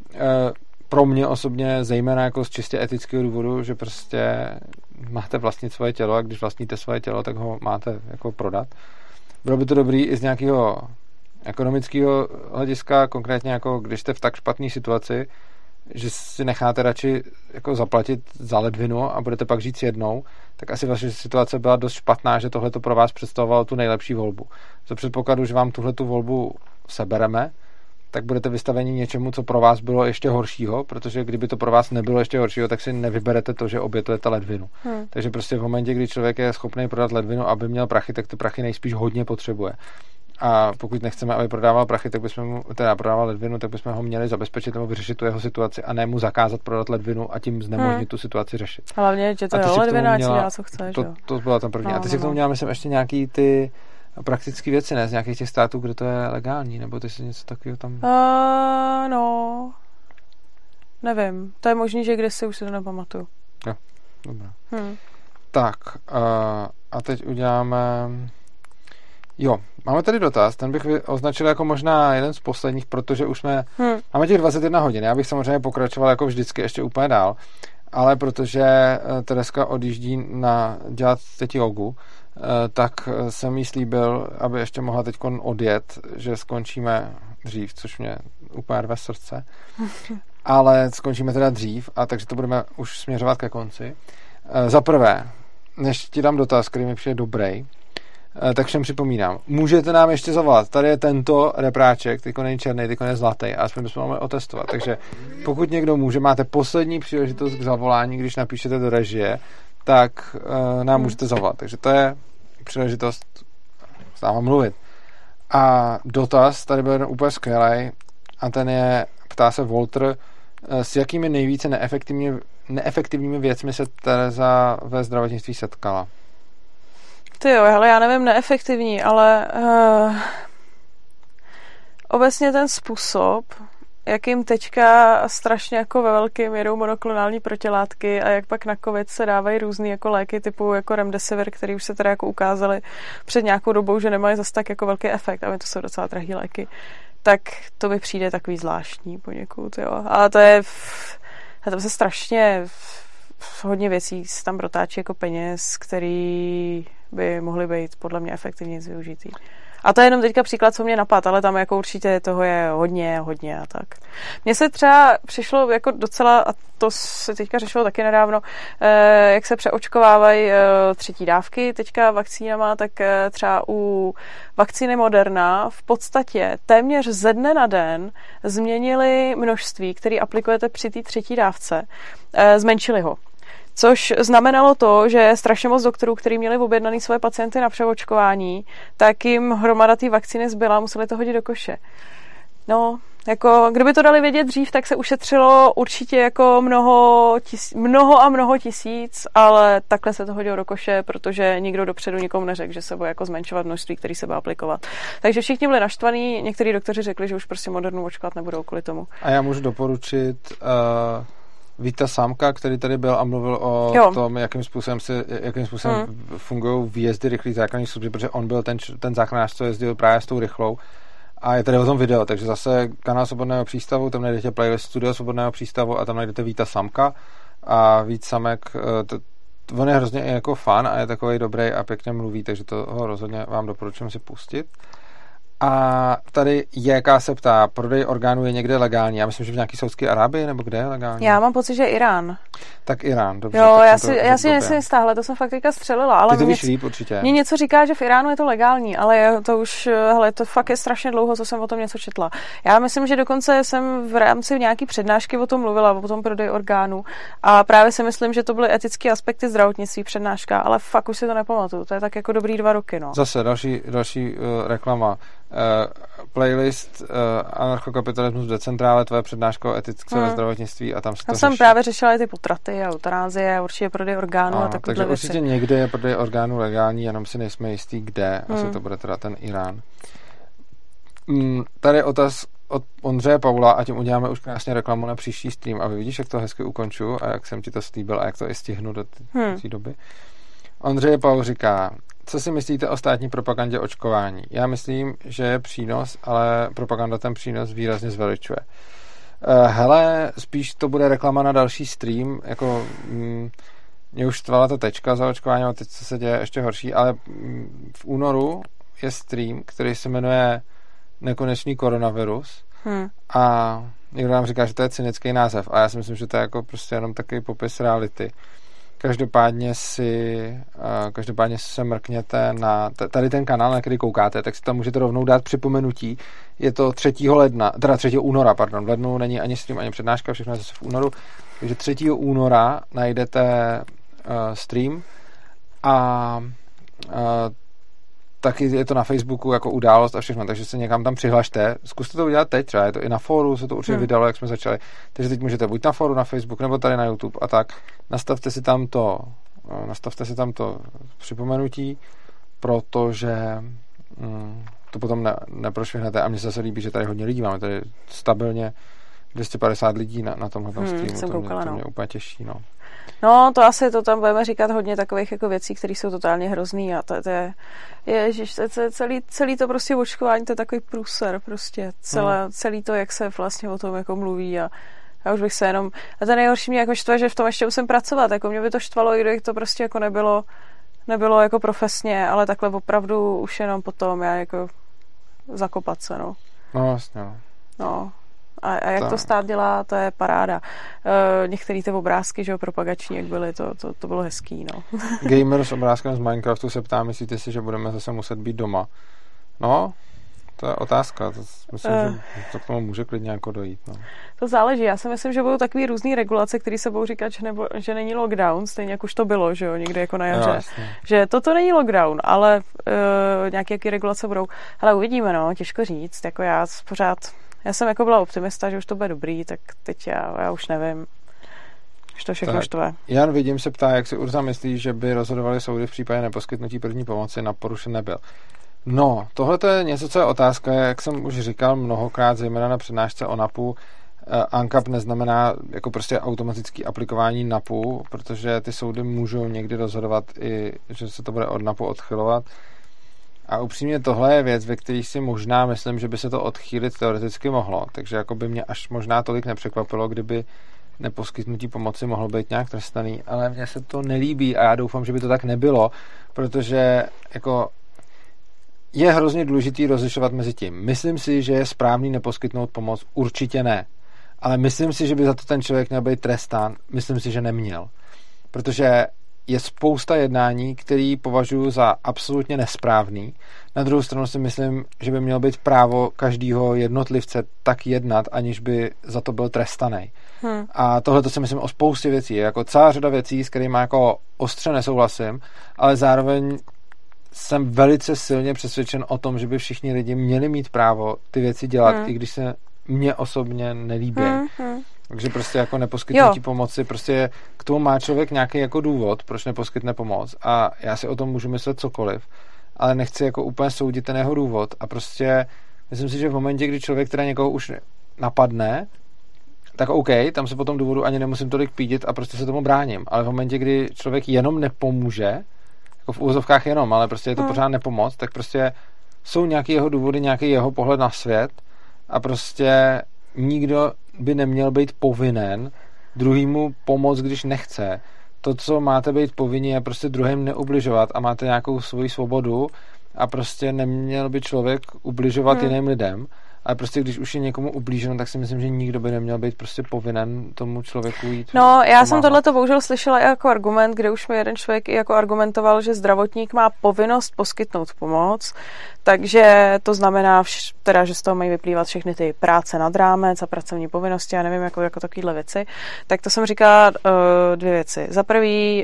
Pro mě osobně zejména jako z čistě etického důvodu, že prostě máte vlastnit svoje tělo a když vlastníte svoje tělo, tak ho máte jako prodat. Bylo by to dobrý i z nějakého ekonomického hlediska, konkrétně jako když jste v tak špatné situaci, že si necháte radši jako zaplatit za ledvinu a budete pak žít s jednou, tak asi vaše situace byla dost špatná, že tohle to pro vás představovalo tu nejlepší volbu. Za předpokladu, že vám tuhletu volbu sebereme, tak budete vystaveni něčemu, co pro vás bylo ještě horšího, protože kdyby to pro vás nebylo ještě horšího, tak si nevyberete to, že obětujete ledvinu. Takže prostě v momentě, kdy člověk je schopný prodat ledvinu, aby měl prachy, tak ty prachy nejspíš hodně potřebuje. A pokud nechceme, aby prodával prachy, tak bychom mu, teda prodával ledvinu, tak bychom ho měli zabezpečit nebo vyřešit tu jeho situaci a ne mu zakázat prodat ledvinu a tím znemožnit tu situaci řešit. Hlavně, že to je ledvina, ať si dělá, co chceš. To byla tam první. A ty si k tomu měla, myslím, ještě nějaký ty praktické věci, ne? Z nějakých těch států, kde to je legální, nebo ty si něco takového tam... No, nevím. To je možný, že kde si už si to nepamatuju. Jo, dobrá. Tak, a teď uděláme... Jo, máme tady dotaz, ten bych označil jako možná jeden z posledních, protože už jsme... Máme těch 21 hodin, já bych samozřejmě pokračoval jako vždycky ještě úplně dál, ale protože Tereska odjíždí dělat teď jogu, tak jsem jí slíbil, aby ještě mohla teď odjet, že skončíme dřív, což mě úplně rve srdce. Ale skončíme teda dřív, a takže to budeme už směřovat ke konci. Za prvé, než ti dám dotaz, který mi přijde dobrý, tak všem připomínám, můžete nám ještě zavolat. Tady je tento repráček, teďko není černý, teďko je zlatý, a aspoň bychom mohli otestovat. Takže pokud někdo může, máte poslední příležitost k zavolání, když napíšete do režie, tak nám můžete zavolat. Takže to je příležitost s náma mluvit. A dotaz, tady byl jeden úplně skvělej, a ten je, ptá se Walter, s jakými nejvíce neefektivními věcmi se Tereza ve zdravotnictví setkala? Ty jo, hele, já nevím, neefektivní, ale obecně ten způsob, jakým teďka strašně jako ve velkým jedou monoklonální protilátky a jak pak na covid se dávají různý jako léky typu jako Remdesivir, který už se teda jako ukázaly před nějakou dobou, že nemají zase tak jako velký efekt, a to jsou docela drahý léky, tak to mi přijde takový zvláštní poněkud, jo. Ale to je tam se strašně hodně věcí se tam protáčí jako peněz, který by mohly být podle mě efektivně využitý. A to je jenom teďka příklad, co mě napadl, ale tam jako určitě toho je hodně a tak. Mně se třeba přišlo jako docela, a to se teďka řešilo taky nedávno, jak se přeočkovávají třetí dávky teďka vakcínama, tak třeba u vakcíny Moderna v podstatě téměř ze dne na den změnili množství, který aplikujete při té třetí dávce, zmenšili ho. Což znamenalo to, že strašně moc doktorů, kteří měli objednaný svoje pacienty na přeočkování, tak jim hromada té vakcíny zbyla, museli to hodit do koše. No, jako kdyby to dali vědět dřív, tak se ušetřilo určitě jako mnoho tisíc, ale takhle se to hodilo do koše, protože nikdo dopředu nikomu neřekl, že se bude jako zmenšovat množství, který se bude aplikovat. Takže všichni byli naštvaní, některý doktoři řekli, že už prostě Modernu očkovat nebudou kvůli tomu. A já můžu doporučit Víta Sámka, který tady byl a mluvil o tom, jakým způsobem fungují výjezdy rychlých záchranných služeb, protože on byl ten záchranář, co jezdil právě s tou rychlou. A je tady o tom video, takže zase kanál Svobodného přístavu, tam najdete playlist Studio Svobodného přístavu a tam najdete Víta Sámka. A Vít Samek, on je hrozně jako fan a je takovej dobrý a pěkně mluví, takže to ho rozhodně vám doporučuji si pustit. A tady JK se ptá, prodej orgánů je někde legální? Já myslím, že v nějaký Saúdské Arábii, nebo kde je legální? Já mám pocit, že Irán. Tak Irán, dobře. Jo, já si nejsem jistá, to jsem fakt teďka střelila. Ale ty to víš líp určitě. Mně něco říká, že v Iránu je to legální, ale to už, to fakt je strašně dlouho, co jsem o tom něco četla. Já myslím, že dokonce jsem v rámci nějaký přednášky o tom mluvila, o tom prodej orgánů. A právě si myslím, že to byly etické aspekty zdravotnictví přednáška, ale fakt už si to nepamatuju. To je tak jako dobrý 2 roky, no. Zase další reklama. Playlist Anarchokapitalismus v decentrále, tvoje přednáška o etice ve zdravotnictví a tam se to řeší. Jsem právě řešila i ty potraty a eutanázie a určitě prodej orgánů a takovéhle takže věci. určitě někde je prodej orgánů legální, jenom si nejsme jistý kde, asi to bude teda ten Irán. Tady je otaz od Ondřeje Paula a tím uděláme už krásně reklamu na příští stream a vy vidíš, jak to hezky ukončuju a jak jsem ti to slíbil a jak to i stihnu do té doby. Ondřej Paul říká, co si myslíte o státní propagandě očkování? Já myslím, že je přínos, ale propaganda ten přínos výrazně zveličuje. Hele, spíš to bude reklama na další stream, jako mě už štvala ta tečka za očkování, a teď se děje ještě horší, ale v únoru je stream, který se jmenuje Nekonečný koronavirus a někdo nám říká, že to je cynický název a já si myslím, že to je jako prostě jenom takový popis reality. Každopádně se mrkněte na tady ten kanál, na který koukáte, tak si tam můžete rovnou dát připomenutí. Je to 3. února, pardon. V lednu není ani stream, ani přednáška, všechno je zase v únoru. Takže 3. února najdete stream a taky je to na Facebooku jako událost a všechno, takže se někam tam přihlašte. Zkuste to udělat teď, třeba je to i na fóru, se to určitě vydalo, jak jsme začali. Takže teď můžete buď na fóru, na Facebook, nebo tady na YouTube a tak. Nastavte si tam to připomenutí, protože to potom neprošvihnete a mně se zase líbí, že tady hodně lidí máme, tady stabilně 250 lidí na tomhle streamu, to mě úplně těší, no. No, to asi to tam budeme říkat hodně takových jako věcí, které jsou totálně hrozný a to je celý to prostě očkování, to je takový průser prostě, celý to, jak se vlastně o tom jako mluví a já už bych se jenom, a to nejhorší mě jako štve, že v tom ještě musím pracovat, jako mě by to štvalo, i kdyby to prostě jako nebylo nebylo jako profesně, ale takhle opravdu už jenom potom já jako zakopat se, no. No vlastně, no. No. A jak to stát dělá, to je paráda. Některé ty obrázky, že jo, propagační, jak byly, to bylo hezký, no. Gamer s obrázkem z Minecraftu se ptá, myslíte si, že budeme zase muset být doma? No, to je otázka. Myslím, že to k tomu může klidně jako dojít. No. To záleží. Já si myslím, že budou takový různý regulace, které se budou říkat, že není lockdown, stejně jak už to bylo, že jo, někde jako na jaře. Jo, že toto není lockdown, ale nějaké jaký regulace budou. Ale uvidíme, no, těžko říct. Jako já jsem jako byla optimista, že už to bude dobrý, tak teď já už nevím. Už to všechno štve. Jan Vidím se ptá, jak si Urza myslí, že by rozhodovali soudy v případě neposkytnutí první pomoci, naporušen nebyl. No, tohle je něco, co je otázka, jak jsem už říkal mnohokrát, zejména na přednášce o NAPu. ANCAP neznamená jako prostě automatické aplikování NAPu, protože ty soudy můžou někdy rozhodovat i, že se to bude od NAPu odchylovat. A upřímně tohle je věc, ve které si možná myslím, že by se to odchýlit teoreticky mohlo, takže jako by mě až možná tolik nepřekvapilo, kdyby neposkytnutí pomoci mohlo být nějak trestaný, ale mně se to nelíbí a já doufám, že by to tak nebylo, protože jako je hrozně důležitý rozlišovat mezi tím. Myslím si, že je správný neposkytnout pomoc? Určitě ne. Ale myslím si, že by za to ten člověk měl být trestán? Myslím si, že neměl. Protože je spousta jednání, který považuji za absolutně nesprávný. Na druhou stranu si myslím, že by mělo být právo každého jednotlivce tak jednat, aniž by za to byl trestaný. A tohle to si myslím o spoustě věcí. Je jako celá řada věcí, s kterými jako ostře nesouhlasím, ale zároveň jsem velice silně přesvědčen o tom, že by všichni lidi měli mít právo ty věci dělat, i když se mně osobně nelíbí. Takže prostě jako neposkytnutí pomoci, prostě k tomu má člověk nějaký jako důvod, proč neposkytne pomoc a já si o tom můžu myslet cokoliv, ale nechci jako úplně soudit ten jeho důvod a prostě myslím si, že v momentě, kdy člověk teda někoho už napadne, tak OK, tam se po tom důvodu ani nemusím tolik pídit a prostě se tomu bráním, ale v momentě, kdy člověk jenom nepomůže, jako v úvozovkách jenom, ale prostě je to pořád nepomoc, tak prostě jsou nějaký jeho důvody, nějaký jeho pohled na svět a prostě nikdo by neměl být povinen druhýmu pomoct, když nechce. To, co máte být povinni, je prostě druhým neubližovat a máte nějakou svoji svobodu a prostě neměl by člověk ubližovat jiným lidem. Ale prostě když už je někomu ublíženo, tak si myslím, že nikdo by neměl být prostě povinen tomu člověku jít. No, já jsem tohleto bohužel slyšela jako argument, kde už mi jeden člověk i jako argumentoval, že zdravotník má povinnost poskytnout pomoc, takže to znamená, teda, že z toho mají vyplývat všechny ty práce nad rámec a pracovní povinnosti, já nevím, jako takovýhle věci. Tak to jsem říkala dvě věci. Za prvý,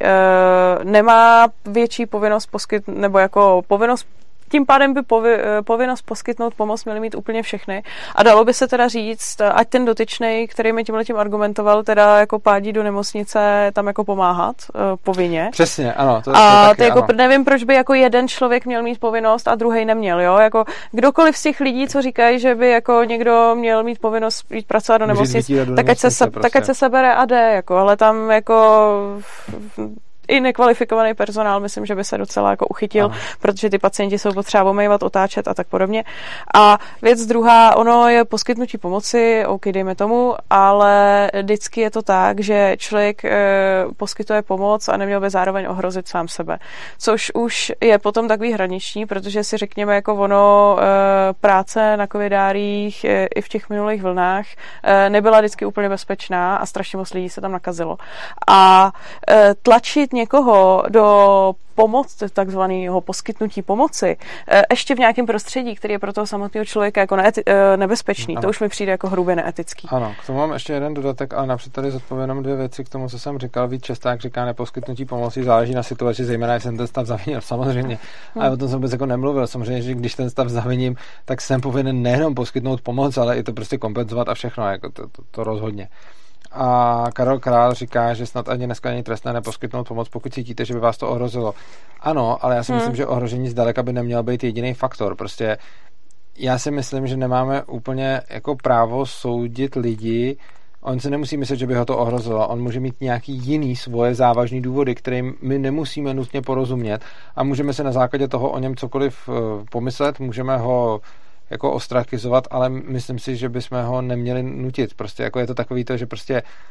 nemá větší povinnost nebo jako povinnost. Tím pádem by povinnost poskytnout pomoc měly mít úplně všechny. A dalo by se teda říct, ať ten dotyčnej, který mi tímhletím argumentoval, teda jako pádí do nemocnice tam jako pomáhat povinně. Přesně, ano. To taky, jako ano. Nevím, proč by jako jeden člověk měl mít povinnost a druhý neměl, jo? Jako kdokoliv z těch lidí, co říkají, že by jako někdo měl mít povinnost jít pracovat do nemocnice, tak ať se sebere a jde, jako, ale tam jako i nekvalifikovaný personál, myslím, že by se docela jako uchytil, protože ty pacienti jsou potřeba omývat, otáčet a tak podobně. A věc druhá, ono je poskytnutí pomoci, OK, dejme tomu, ale vždycky je to tak, že člověk poskytuje pomoc a neměl by zároveň ohrozit sám sebe. Což už je potom takový hraniční, protože si řekněme, jako ono práce na covidárích i v těch minulých vlnách nebyla vždycky úplně bezpečná a strašně moc lidí se tam nakazilo. A tlačit někoho do pomoci, takzvaného poskytnutí pomoci, ještě v nějakém prostředí, který je pro toho samotného člověka jako nebezpečný. Ano. To už mi přijde jako hrubě neetický. Ano, k tomu mám ještě jeden dodatek, ale napřed tady zodpovědám dvě věci k tomu, co jsem říkal. Vít Česták říká, neposkytnutí pomoci záleží na situaci, zejména jsem ten stav zavinil, samozřejmě. Ale o tom jsem vůbec jako nemluvil. Samozřejmě, že když ten stav zaviním, tak jsem povinen nejenom poskytnout pomoc, ale i to prostě kompenzovat a všechno, jako to rozhodně. A Karel Král říká, že snad ani dneska není trestné neposkytnout pomoc, pokud cítíte, že by vás to ohrozilo. Ano, ale já si myslím, že ohrožení zdaleka by neměl být jediný faktor. Prostě já si myslím, že nemáme úplně jako právo soudit lidi. On si nemusí myslet, že by ho to ohrozilo. On může mít nějaký jiný svoje závažný důvody, kterým my nemusíme nutně porozumět a můžeme se na základě toho o něm cokoliv pomyslet, můžeme ho jako ostrakizovat, ale myslím si, že bychom ho neměli nutit. Prostě jako je to takový to, že prostě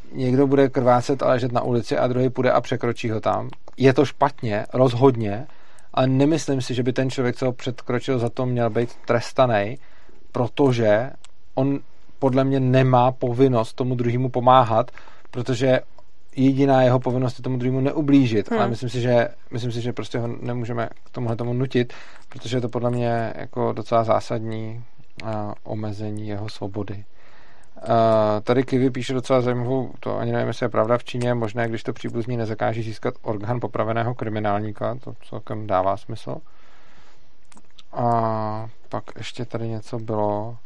někdo bude krvácet a ležet na ulici a druhý půjde a překročí ho tam. Je to špatně, rozhodně, ale nemyslím si, že by ten člověk, co ho překročil, za to měl být trestaný, protože on podle mě nemá povinnost tomu druhému pomáhat, protože jediná jeho povinnost je tomu druhému neublížit, ale myslím si, že prostě ho nemůžeme k tomu nutit, protože je to podle mě jako docela zásadní omezení jeho svobody. Tady Kiwi píše docela zajímavou, to ani nevím, jestli je pravda, v Číně je možné, když to příbuzní nezakáží získat orgán popraveného kriminálníka, to celkem dává smysl. A pak ještě tady něco bylo,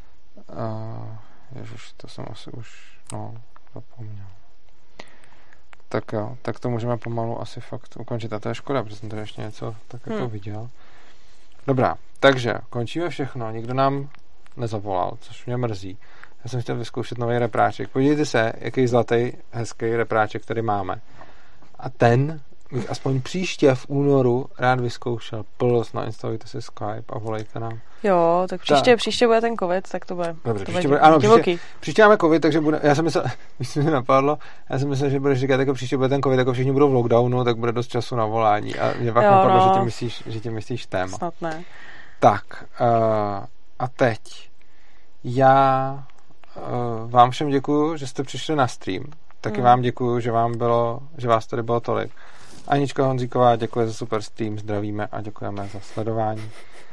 ježiš, to jsem asi už zapomněl. Tak jo, tak to můžeme pomalu asi fakt ukončit. A to je škoda, protože jsem tady ještě něco tak jako viděl. Dobrá, takže končíme všechno. Nikdo nám nezavolal, což mě mrzí. Já jsem chtěl vyzkoušet nový repráček. Podívejte se, jaký zlatý, hezký repráček tady máme. A ten bych aspoň příště v únoru rád vyzkoušel. Plus nainstalujte si Skype a volejte nám. Jo, tak příště bude ten covid, tak to bude. Dobře, to příště máme covid, takže bude, já jsem myslel, víš, co mi napadlo, já jsem myslel, že budeš říkat, jako příště bude ten covid, jako všichni budou v lockdownu, tak bude dost času na volání. A mě pak napadlo, že tím myslíš téma. Snad ne. Tak, a teď já vám všem děkuju, že jste přišli na stream. Taky vám děkuju, že vás tady bylo tolik. Anička Honzíková děkuje za super stream, zdravíme a děkujeme za sledování.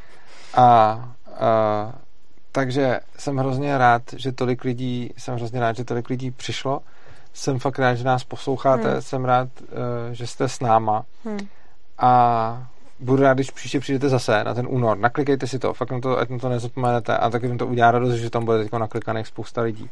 Takže jsem hrozně rád, že tolik lidí přišlo. Jsem fakt rád, že nás posloucháte. Jsem rád, že jste s náma. A budu rád, když příště přijdete zase na ten únor. Naklikejte si to, fakt ať na to nezapomenete. A taky mi to udělá radost, že tam bude teď naklikaných spousta lidí.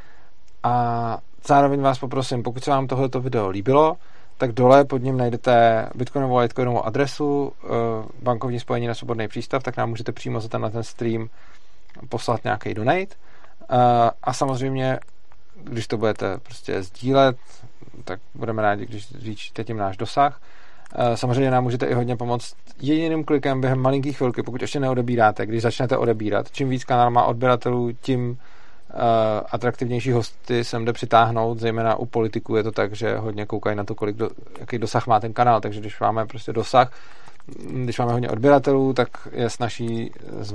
A zároveň vás poprosím, pokud se vám tohleto video líbilo, tak dole pod ním najdete bitcoinovou a litecoinovou adresu, bankovní spojení na Svobodný přístav, tak nám můžete přímo za ten stream poslat nějaký donate. A samozřejmě, když to budete prostě sdílet, tak budeme rádi, když zvýšíte tím náš dosah. Samozřejmě nám můžete i hodně pomoct jediným klikem během malinký chvilky, pokud ještě neodebíráte, když začnete odebírat. Čím víc kanál má odběratelů, tím atraktivnější hosty sem jde přitáhnout, zejména u politiků je to tak, že hodně koukají na to, jaký dosah má ten kanál, takže když máme prostě dosah, když máme hodně odběratelů, tak je snazší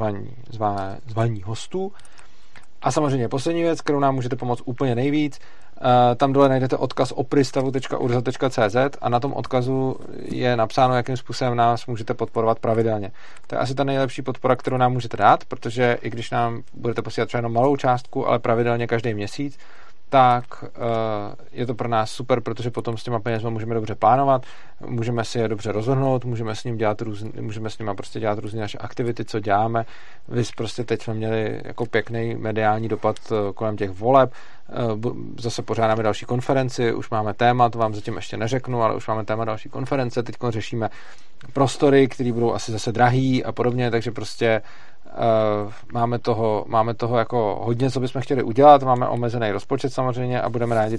zvaní hostů. A samozřejmě poslední věc, kterou nám můžete pomoct úplně nejvíc, tam dole najdete odkaz opristavu.urza.cz a na tom odkazu je napsáno, jakým způsobem nás můžete podporovat pravidelně. To je asi ta nejlepší podpora, kterou nám můžete dát, protože i když nám budete posílat třeba jenom malou částku, ale pravidelně každý měsíc, tak je to pro nás super, protože potom s těma penězma můžeme dobře plánovat, můžeme si je dobře rozhodnout, můžeme s nimi prostě dělat různé naše aktivity, co děláme. Vy prostě teď jsme měli jako pěkný mediální dopad kolem těch voleb, zase pořádáme další konferenci, už máme téma, to vám zatím ještě neřeknu, ale už máme téma další konference, teď řešíme prostory, které budou asi zase drahý a podobně, takže prostě máme toho jako hodně, co bychom chtěli udělat, máme omezený rozpočet samozřejmě a budeme rádi,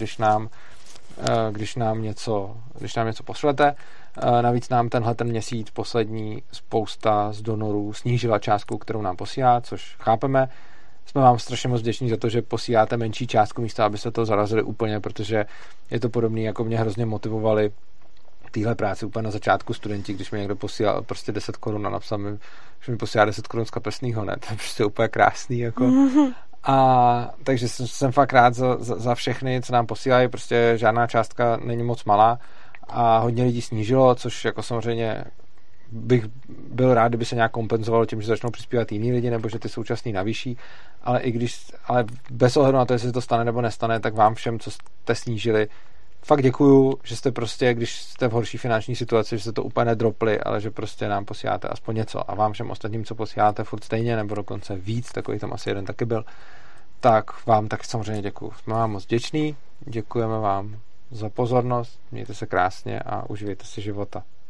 když nám něco pošlete. Navíc nám ten měsíc poslední spousta z donorů snížila částku, kterou nám posílá, což chápeme. Jsme vám strašně moc vděční za to, že posíláte menší částku místo, abyste to zarazili úplně, protože je to podobné, jako mě hrozně motivovali téhle práci úplně na začátku studenti, když mi někdo posílal prostě 10 korun a napsal mi, že mi posílá 10 korun z kapesného, ne? To je prostě úplně krásný, jako. A takže jsem fakt rád za všechny, co nám posílají, prostě žádná částka není moc malá a hodně lidí snížilo, což jako samozřejmě bych byl rád, kdyby se nějak kompenzovalo tím, že začnou přispívat jiní lidi, nebo že ty současný navýší, ale bez ohledu na to, jestli se to stane nebo nestane, tak vám všem, co jste snížili, fakt děkuju, že jste prostě, když jste v horší finanční situaci, že jste to úplně nedropli, ale že prostě nám posíláte aspoň něco a vám všem ostatním, co posíláte furt stejně, nebo dokonce víc, takový tam asi jeden taky byl, tak vám taky samozřejmě děkuju. Jsme vám moc vděční, děkujeme vám za pozornost, mějte se krásně a uživejte si života.